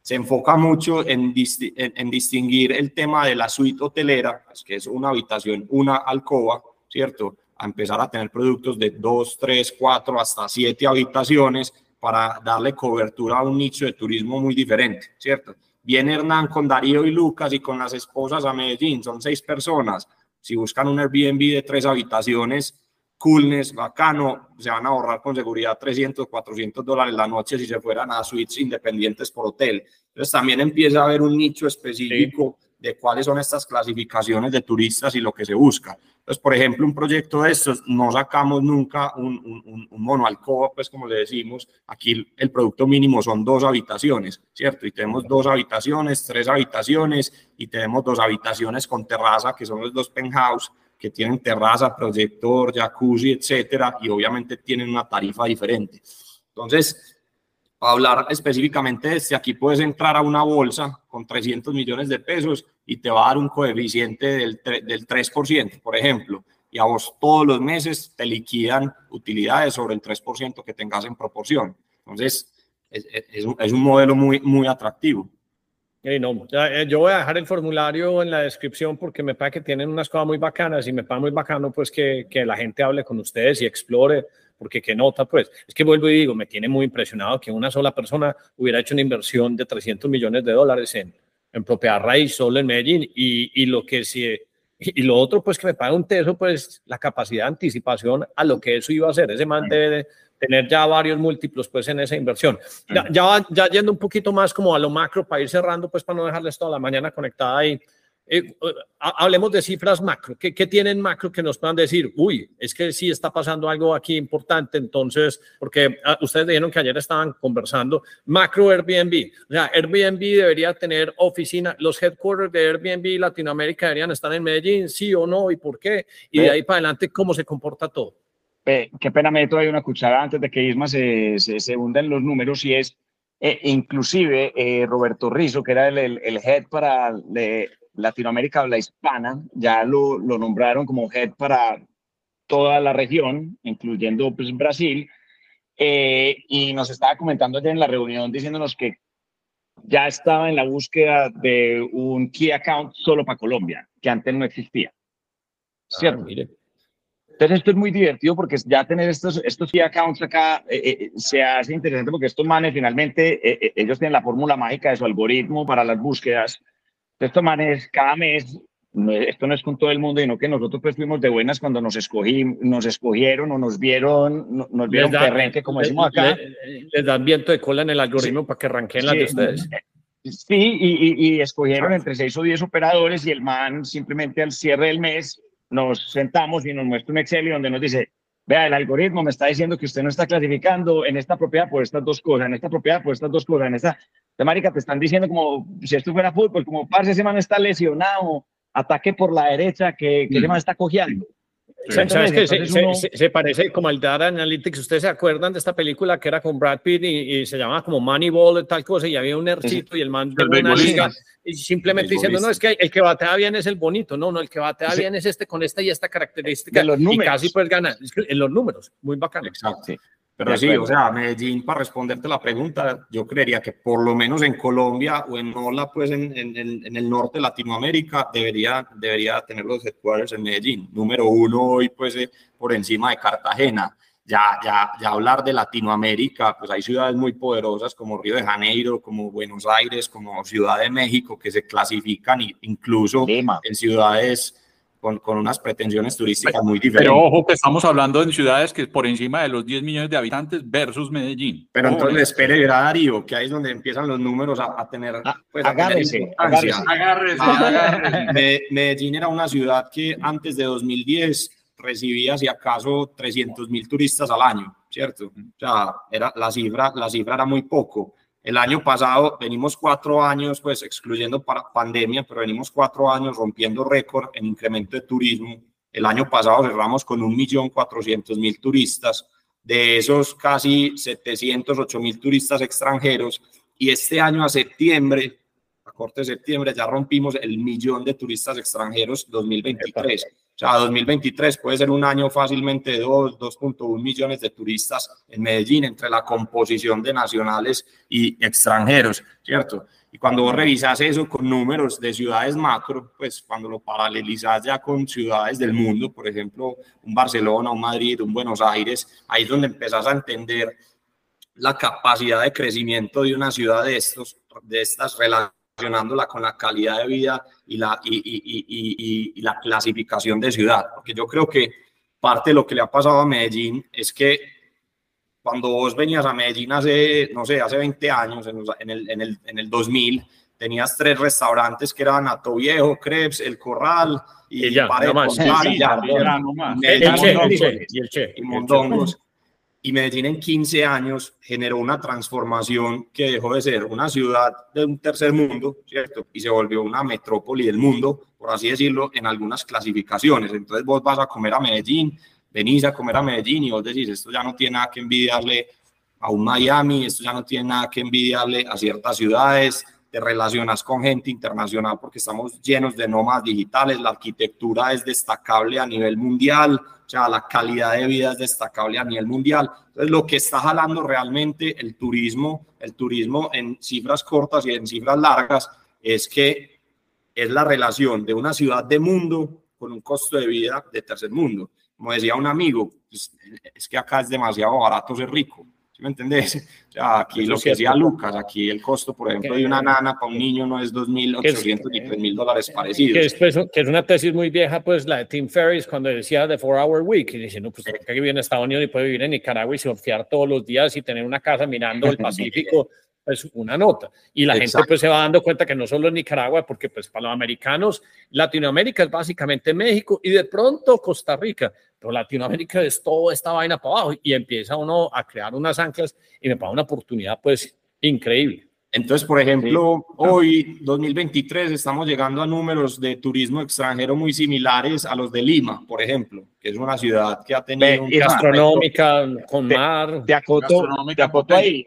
se enfoca mucho en distinguir el tema de la suite hotelera, pues, que es una habitación, una alcoba, ¿cierto? A empezar a tener productos de 2, 3, 4, hasta 7 habitaciones para darle cobertura a un nicho de turismo muy diferente, ¿cierto? Viene Hernán con Darío y Lucas y con las esposas a Medellín, son 6 personas. Si buscan un Airbnb de 3 habitaciones, coolness, bacano, se van a ahorrar con seguridad $300, $400 la noche si se fueran a suites independientes por hotel. Entonces también empieza a haber un nicho específico de cuáles son estas clasificaciones de turistas y lo que se busca. Entonces, por ejemplo, un proyecto de estos, no sacamos nunca un monoalcoba, pues como le decimos, aquí el producto mínimo son 2 habitaciones, ¿cierto? Y tenemos 2 habitaciones, 3 habitaciones y tenemos 2 habitaciones con terraza, que son los 2 penthouse, que tienen terraza, proyector, jacuzzi, etcétera, y obviamente tienen una tarifa diferente. Entonces, para hablar específicamente de este, aquí puedes entrar a una bolsa con 300 millones de pesos y te va a dar un coeficiente del 3%, por ejemplo, y a vos todos los meses te liquidan utilidades sobre el 3% que tengas en proporción. Entonces, es un modelo muy atractivo. No, yo voy a dejar el formulario en la descripción porque me parece que tienen unas cosas muy bacanas y me parece muy bacano pues que la gente hable con ustedes y explore, porque qué nota pues, es que vuelvo y digo, me tiene muy impresionado que una sola persona hubiera hecho una inversión de $300 millones en propiedad raíz solo en Medellín y lo otro pues que me paga un teso pues la capacidad de anticipación a lo que eso iba a hacer, ese man debe tener ya varios múltiplos pues en esa inversión. Ya yendo un poquito más como a lo macro para ir cerrando pues para no dejarles toda la mañana conectada ahí, hablemos de cifras macro. ¿Qué tienen macro que nos puedan decir? Uy, es que sí está pasando algo aquí importante, entonces, porque ustedes dijeron que ayer estaban conversando, macro Airbnb, o sea, Airbnb debería tener oficina, los headquarters de Airbnb Latinoamérica deberían estar en Medellín, sí o no, y por qué, y de ahí para adelante, ¿cómo se comporta todo? Qué pena meto ahí una cuchara antes de que Isma se hunda en los números, y es, inclusive, Roberto Rizzo, que era el head para Latinoamérica, la hispana, ya lo nombraron como head para toda la región, incluyendo pues, Brasil, y nos estaba comentando ayer en la reunión diciéndonos que ya estaba en la búsqueda de un key account solo para Colombia, que antes no existía. ¿Cierto? Mire. Entonces esto es muy divertido porque ya tener estos key accounts acá se hace interesante porque estos manes finalmente, ellos tienen la fórmula mágica de su algoritmo para las búsquedas. Estos manes cada mes, esto no es con todo el mundo, sino que nosotros pues fuimos de buenas cuando nos escogieron o nos vieron perrenque, como decimos acá. Les dan viento de cola en el algoritmo para que arranquen las de ustedes. Sí, y escogieron entre 6 o 10 operadores y el man simplemente al cierre del mes nos sentamos y nos muestra un Excel y donde nos dice, vea, el algoritmo me está diciendo que usted no está clasificando en esta propiedad por estas 2 cosas, en esta propiedad por estas 2 cosas, en esta... De marica, te están diciendo como si esto fuera fútbol, como parce, ese man está lesionado, ataque por la derecha, que ese man está cojeando. ¿Sabes qué? Se parece como al Data Analytics. ¿Ustedes se acuerdan de esta película que era con Brad Pitt y se llamaba como Moneyball, tal cosa, y había un nercito y el man de una liga y simplemente diciendo, no, es que el que batea bien es el bonito, no, el que batea bien es este con esta y esta característica, y casi pues gana en los números, muy bacano. Exacto. Sí. Pero sí, o sea, Medellín, para responderte la pregunta, yo creería que por lo menos en Colombia o en Nola, pues en el norte de Latinoamérica, debería tener los headquarters en Medellín. Número 1 hoy, pues por encima de Cartagena. Ya hablar de Latinoamérica, pues hay ciudades muy poderosas como Río de Janeiro, como Buenos Aires, como Ciudad de México, que se clasifican incluso en ciudades con unas pretensiones turísticas muy diferentes. Pero ojo que estamos hablando en ciudades que por encima de los 10 millones de habitantes versus Medellín. Pero entonces espere ver a Darío, que ahí es donde empiezan los números a tener... Pues, agárrese. Medellín era una ciudad que antes de 2010 recibía si acaso 300.000 turistas al año, ¿cierto? O sea, la cifra era muy poco. El año pasado venimos 4 años, pues excluyendo pandemia, pero venimos 4 años rompiendo récord en incremento de turismo. El año pasado cerramos con 1.400.000 turistas, de esos casi 708.000 turistas extranjeros, y este año a septiembre, a corte de septiembre, ya rompimos el 1.000.000 de turistas extranjeros 2023. O sea, 2023 puede ser un año fácilmente de 2.1 millones de turistas en Medellín, entre la composición de nacionales y extranjeros, ¿cierto? Y cuando vos revisas eso con números de ciudades macro, pues cuando lo paralelizas ya con ciudades del mundo, por ejemplo, un Barcelona, un Madrid, un Buenos Aires, ahí es donde empezás a entender la capacidad de crecimiento de una ciudad de estas relacionándola con la calidad de vida y la clasificación de ciudad. Porque yo creo que parte de lo que le ha pasado a Medellín es que cuando vos venías a Medellín hace, no sé, hace 20 años, en el 2000, tenías 3 restaurantes que eran Hato Viejo, Crepes, El Corral y ya, Paredes, y Mondongos. Y Medellín en 15 años generó una transformación que dejó de ser una ciudad de un tercer mundo, ¿cierto? Y se volvió una metrópoli del mundo, por así decirlo, en algunas clasificaciones. Entonces vos vas a comer a Medellín, venís a comer a Medellín y vos decís, esto ya no tiene nada que envidiarle a un Miami, esto ya no tiene nada que envidiarle a ciertas ciudades, te relacionas con gente internacional porque estamos llenos de nómadas digitales, la arquitectura es destacable a nivel mundial, o sea, la calidad de vida es destacable a nivel mundial. Entonces, lo que está jalando realmente el turismo en cifras cortas y en cifras largas, es que es la relación de una ciudad de mundo con un costo de vida de tercer mundo. Como decía un amigo, pues, es que acá es demasiado barato ser rico. ¿Me entendés? O sea, aquí lo que decía Lucas, aquí el costo, por ejemplo, de una nana para un niño no es $2.800 ni $3.000 parecidos. Que es una tesis muy vieja, pues la de Tim Ferriss, cuando decía The 4-Hour Week, y dice, no, pues que vive en Estados Unidos y puede vivir en Nicaragua y surfear todos los días y tener una casa mirando el Pacífico, pues una nota. Y la gente pues se va dando cuenta que no solo en Nicaragua, porque pues para los americanos, Latinoamérica es básicamente México y de pronto Costa Rica, pero Latinoamérica es toda esta vaina para abajo y empieza uno a crear unas anclas y me paga una oportunidad pues increíble. Entonces, por ejemplo, hoy, 2023, estamos llegando a números de turismo extranjero muy similares a los de Lima, por ejemplo, que es una ciudad que ha tenido gastronómica, con mar. Te acoto ahí.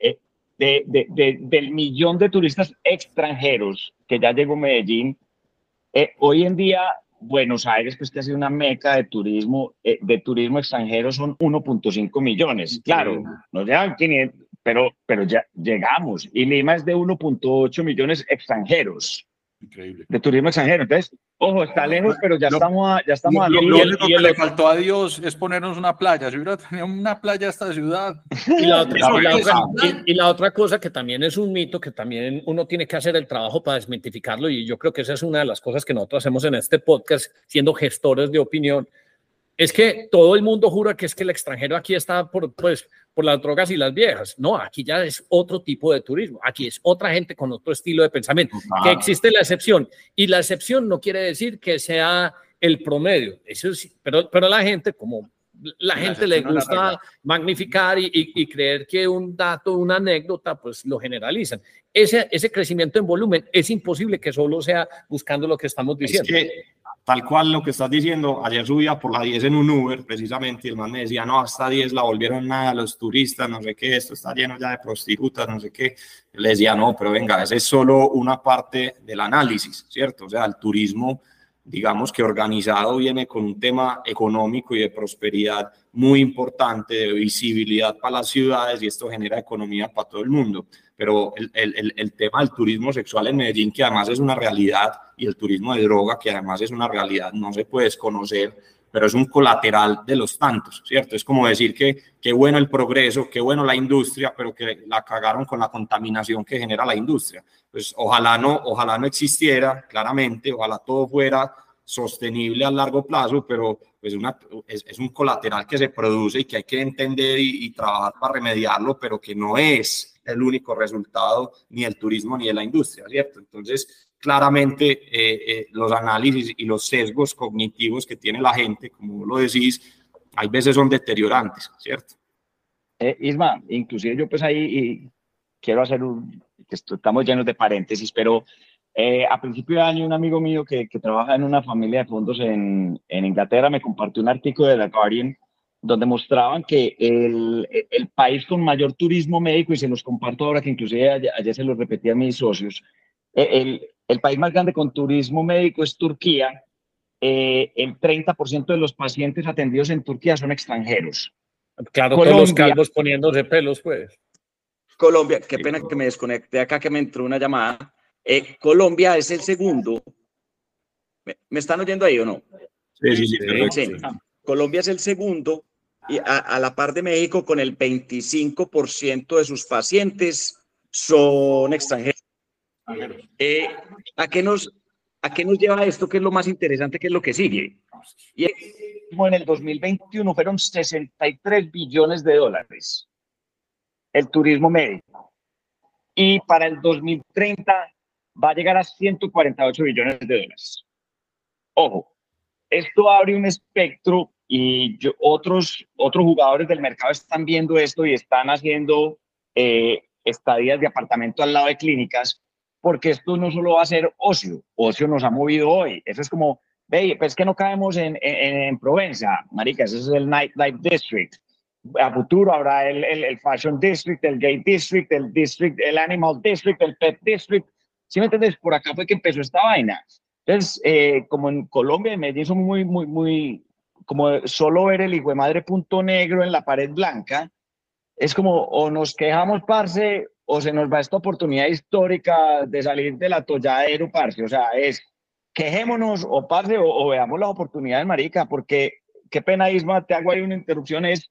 Del millón de turistas extranjeros que ya llegó Medellín, hoy en día Buenos Aires, pues que ha sido una meca de turismo extranjero, son 1.5 millones. Claro, nos llegan 500, pero ya llegamos. Y Lima es de 1.8 millones extranjeros. Increíble. De turismo extranjero. Entonces, ojo, está lejos, pero ya estamos lo único que le faltó a Dios es ponernos una playa. Si hubiera tenido una playa esta ciudad. Y la otra cosa que también es un mito, que también uno tiene que hacer el trabajo para desmitificarlo, y yo creo que esa es una de las cosas que nosotros hacemos en este podcast, siendo gestores de opinión, es que todo el mundo jura que es que el extranjero aquí está por las drogas y las viejas. No, aquí ya es otro tipo de turismo. Aquí es otra gente con otro estilo de pensamiento. Que existe la excepción. Y la excepción no quiere decir que sea el promedio. Eso sí, pero la gente, como la gente le gusta magnificar y creer que un dato, una anécdota, pues lo generalizan. Ese crecimiento en volumen es imposible que solo sea buscando lo que estamos diciendo. Es que, tal cual lo que estás diciendo, ayer subía por la 10 en un Uber, precisamente, y el man me decía, no, hasta 10 la volvieron nada los turistas, no sé qué, esto está lleno ya de prostitutas, no sé qué. Yo le decía, no, pero venga, esa es solo una parte del análisis, ¿cierto? O sea, el turismo, digamos que organizado, viene con un tema económico y de prosperidad muy importante, de visibilidad para las ciudades, y esto genera economía para todo el mundo. Pero el tema del turismo sexual en Medellín, que además es una realidad, y el turismo de droga, que además es una realidad, no se puede desconocer, pero es un colateral de los tantos, ¿cierto? Es como decir que qué bueno el progreso, qué bueno la industria, pero que la cagaron con la contaminación que genera la industria. Pues ojalá no existiera, claramente, ojalá todo fuera sostenible a largo plazo, pero pues es un colateral que se produce y que hay que entender y trabajar para remediarlo, pero que no es el único resultado ni del turismo ni de la industria, ¿cierto? Entonces, claramente los análisis y los sesgos cognitivos que tiene la gente, como lo decís, hay veces son deteriorantes, ¿cierto? Isma, inclusive yo pues ahí quiero hacer estamos llenos de paréntesis, pero a principio de año un amigo mío que trabaja en una familia de fondos en Inglaterra me compartió un artículo de The Guardian donde mostraban que el país con mayor turismo médico, y se los comparto ahora que inclusive ayer se los repetí a mis socios, el país más grande con turismo médico es Turquía. El 30% de los pacientes atendidos en Turquía son extranjeros. Claro, Colombia, todos los calvos poniéndose pelos, pues. Colombia, qué pena que me desconecté acá, que me entró una llamada. Colombia es el segundo. ¿Me están oyendo ahí o no? Sí, perfecto. Sí. Colombia es el segundo y a la par de México con el 25% de sus pacientes son extranjeros. ¿A qué nos lleva esto? ¿Qué es lo más interesante? ¿Qué es lo que sigue? Y en el 2021 fueron 63 billones de dólares el turismo médico. Y para el 2030 va a llegar a 148 billones de dólares. Ojo, esto abre un espectro y otros jugadores del mercado están viendo esto y están haciendo estadías de apartamento al lado de clínicas, porque esto no solo va a ser ocio nos ha movido hoy. Eso es como, ve, pues que no caemos en Provenza, marica, eso es el Nightlife District. A futuro habrá el Fashion District, el Gay District, el Animal District, el Pet District. ¿Sí me entiendes? Por acá fue que empezó esta vaina. Entonces, como en Colombia, en Medellín son muy, como solo ver el hijo de madre punto negro en la pared blanca, es como o nos quejamos, parce, o se nos va esta oportunidad histórica de salir del atolladero, parce. O sea, es quejémonos o parce, o veamos las oportunidades, marica, porque qué pena, Isma, te hago ahí una interrupción, es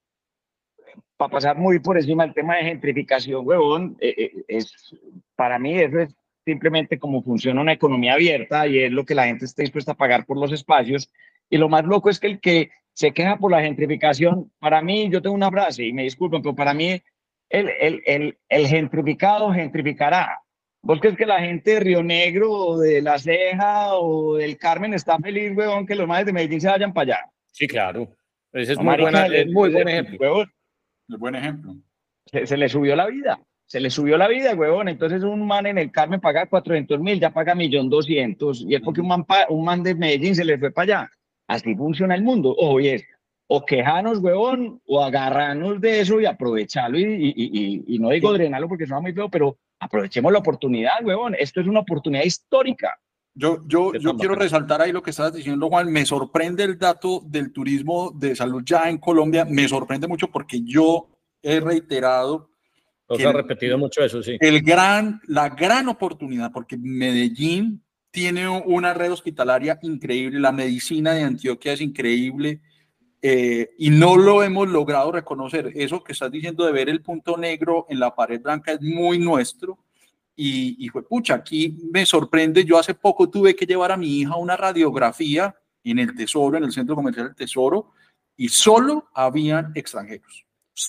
para pasar muy por encima del tema de gentrificación, huevón, para mí eso es simplemente como funciona una economía abierta y es lo que la gente está dispuesta a pagar por los espacios. Y lo más loco es que el que se queja por la gentrificación, para mí, yo tengo una frase y me disculpen, pero para mí el gentrificado gentrificará. ¿Vos crees que la gente de Río Negro o de La Ceja o del Carmen está feliz, huevón, que los maes de Medellín se vayan para allá? Sí, claro. Ese es No, muy, marica, muy buen ejemplo. Huevón, Es buen ejemplo. se le subió la vida. Se le subió la vida, huevón. Entonces un man en el Carmen paga 400.000, ya paga 1.200.000. Y es porque un man de Medellín se le fue para allá. Así funciona el mundo. Oye, es o quejarnos, huevón, o agarrarnos de eso y aprovecharlo. Y no digo drenarlo porque suena muy feo, pero aprovechemos la oportunidad, huevón. Esto es una oportunidad histórica. Yo quiero resaltar ahí lo que estabas diciendo, Juan. Me sorprende el dato del turismo de salud ya en Colombia. Me sorprende mucho porque yo he reiterado Nos ha repetido mucho eso, sí. La gran oportunidad, porque Medellín tiene una red hospitalaria increíble, la medicina de Antioquia es increíble, y no lo hemos logrado reconocer. Eso que estás diciendo de ver el punto negro en la pared blanca es muy nuestro. Y fue, pucha, aquí me sorprende. Yo hace poco tuve que llevar a mi hija a una radiografía en el Tesoro, en el Centro Comercial del Tesoro, y solo habían extranjeros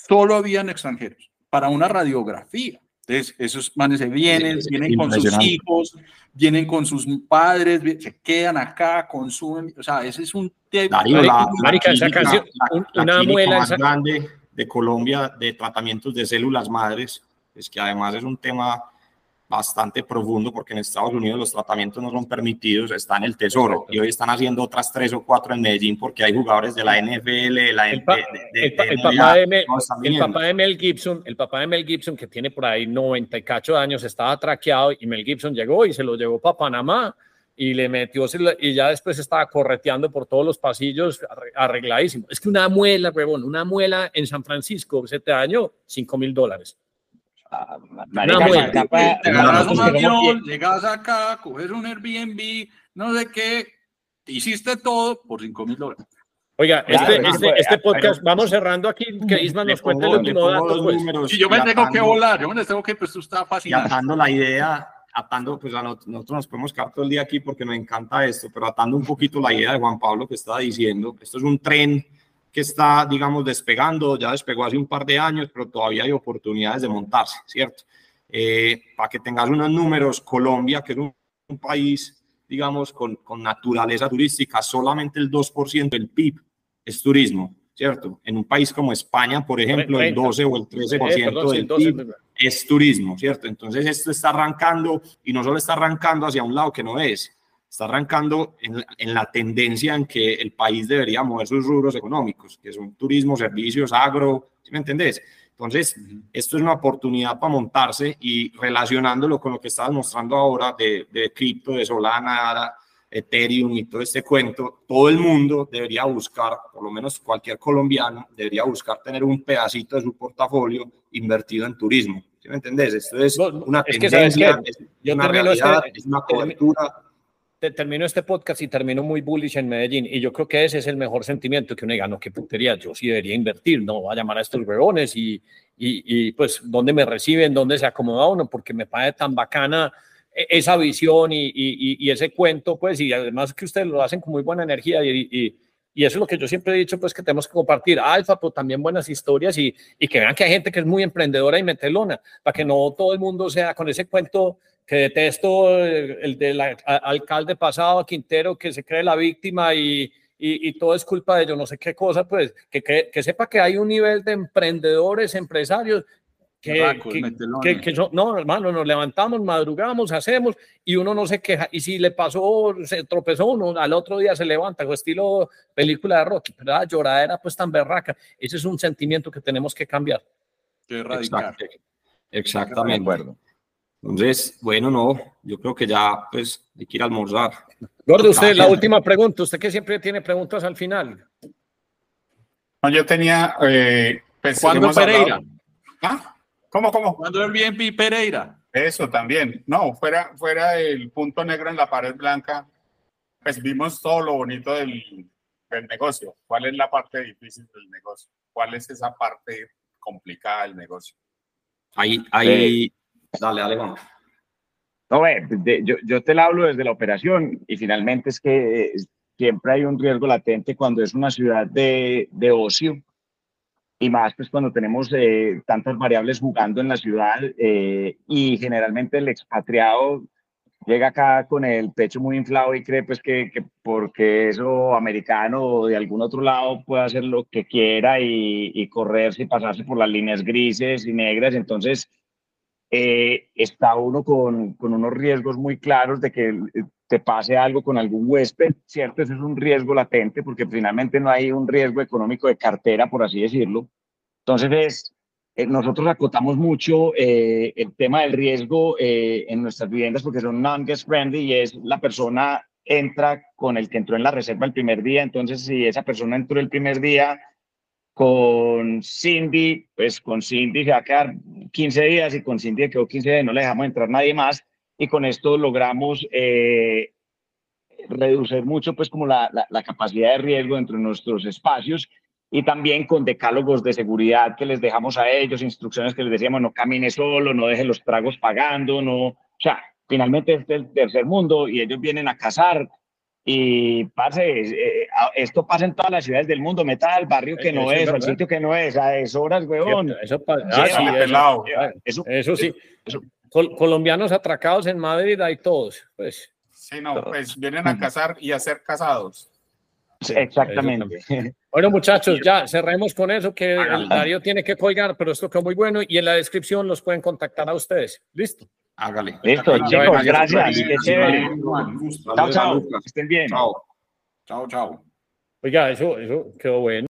para una radiografía. Entonces, esos manes se vienen con sus hijos, vienen con sus padres, se quedan acá, consumen. O sea, ese es un tema. Marica, esa canción, una muela más grande de Colombia de tratamientos de células madres, es que además es un tema bastante profundo, porque en Estados Unidos los tratamientos no son permitidos, está en el Tesoro, y hoy están haciendo otras 3 o 4 en Medellín porque hay jugadores de la NFL, el papá de Mel Gibson, que tiene por ahí 90 y cacho de años, estaba traqueado y Mel Gibson llegó y se lo llevó para Panamá y le metió, y ya después estaba correteando por todos los pasillos arregladísimo. Es que una muela, huevón, una muela en San Francisco se te dañó $5,000. Agarras un avión, llegas acá, coges un Airbnb, no sé qué, hiciste todo por $5,000. Oiga, este podcast, vamos cerrando aquí, que Isma nos cuente el último dato. Pues. Y yo me tengo que volar, pues tú estás fascinado. Y atando la idea, pues nosotros nos podemos quedar todo el día aquí porque nos encanta esto, pero atando un poquito la idea de Juan Pablo que estaba diciendo, esto es un tren que está, digamos, despegando, ya despegó hace un par de años, pero todavía hay oportunidades de montarse, ¿cierto? Para que tengas unos números, Colombia, que es un país, digamos, con naturaleza turística, solamente el 2% del PIB es turismo, ¿cierto? En un país como España, por ejemplo, el 12 o el 13% del PIB es turismo, ¿cierto? Entonces esto está arrancando, y no solo está arrancando hacia un lado que no es, está arrancando en la tendencia en que el país debería mover sus rubros económicos, que son turismo, servicios, agro, ¿sí me entendés? Entonces, esto es una oportunidad para montarse, y relacionándolo con lo que estabas mostrando ahora de cripto, de Solana, Ethereum y todo este cuento, todo el mundo debería buscar, por lo menos cualquier colombiano, debería buscar tener un pedacito de su portafolio invertido en turismo. ¿Sí me entendés? Esto es una es que, ¿sabes tendencia, qué? es Yo una termino realidad, es una cobertura. termino este podcast y termino muy bullish en Medellín, y yo creo que ese es el mejor sentimiento, que uno diga, no, qué putería, yo sí debería invertir, no voy a llamar a estos huevones y pues dónde me reciben, dónde se acomoda uno, porque me parece tan bacana esa visión y ese cuento, pues, y además que ustedes lo hacen con muy buena energía y eso es lo que yo siempre he dicho, pues, que tenemos que compartir Alfa, pero también buenas historias y que vean que hay gente que es muy emprendedora y metelona, para que no todo el mundo sea con ese cuento que detesto, el del alcalde pasado, Quintero, que se cree la víctima y todo es culpa de yo no sé qué cosa, pues, que sepa que hay un nivel de emprendedores, empresarios, no, hermano, nos levantamos, madrugamos, hacemos y uno no se queja. Y si le pasó, se tropezó uno, al otro día se levanta, estilo película de Rocky, pero la lloradera pues tan berraca. Ese es un sentimiento que tenemos que cambiar. Exactamente. Entonces, bueno, no, yo creo que ya pues hay que ir a almorzar. Gordo, usted, la última pregunta, usted que siempre tiene preguntas al final. No, yo tenía... pues, ¿cuándo Pereira? ¿Ah? ¿Cómo? ¿Cuándo Airbnb Pereira? Eso también. No, fuera del punto negro en la pared blanca, pues vimos todo lo bonito del negocio. ¿Cuál es la parte difícil del negocio? ¿Cuál es esa parte complicada del negocio? Ahí dale, vamos. No, yo te la hablo desde la operación y finalmente es que siempre hay un riesgo latente cuando es una ciudad de ocio. Y más pues cuando tenemos tantas variables jugando en la ciudad y generalmente el expatriado llega acá con el pecho muy inflado y cree pues que porque eso americano o de algún otro lado puede hacer lo que quiera y correrse y pasarse por las líneas grises y negras. Entonces está uno con unos riesgos muy claros de que te pase algo con algún huésped, ¿cierto? Eso es un riesgo latente porque finalmente no hay un riesgo económico de cartera, por así decirlo. Entonces, nosotros acotamos mucho el tema del riesgo en nuestras viviendas porque son non-guest friendly y es la persona entra con el que entró en la reserva el primer día. Entonces, si esa persona entró el primer día con Cindy, pues con Cindy se va a quedar 15 días y con Cindy quedó 15 días y no le dejamos entrar nadie más. Y con esto logramos reducir mucho pues como la capacidad de riesgo dentro de nuestros espacios y también con decálogos de seguridad que les dejamos a ellos, instrucciones que les decíamos, no camine solo, no deje los tragos pagando, no, o sea, finalmente es el tercer mundo y ellos vienen a cazar y esto pasa en todas las ciudades del mundo, meta al barrio que no es, al sitio que no es, a deshoras, huevón. Eso sí. Colombianos atracados en Madrid hay todos, pues. Sí, no, pues vienen a cazar y a ser casados. Sí, exactamente. Bueno, muchachos, ya cerremos con eso, que el Darío tiene que colgar, pero esto quedó muy bueno y en la descripción los pueden contactar a ustedes. ¿Listo? Hágale. Listo, chicos, gracias. Qué chévere. Chao. Estén bien. Chao. Oiga, eso quedó bueno.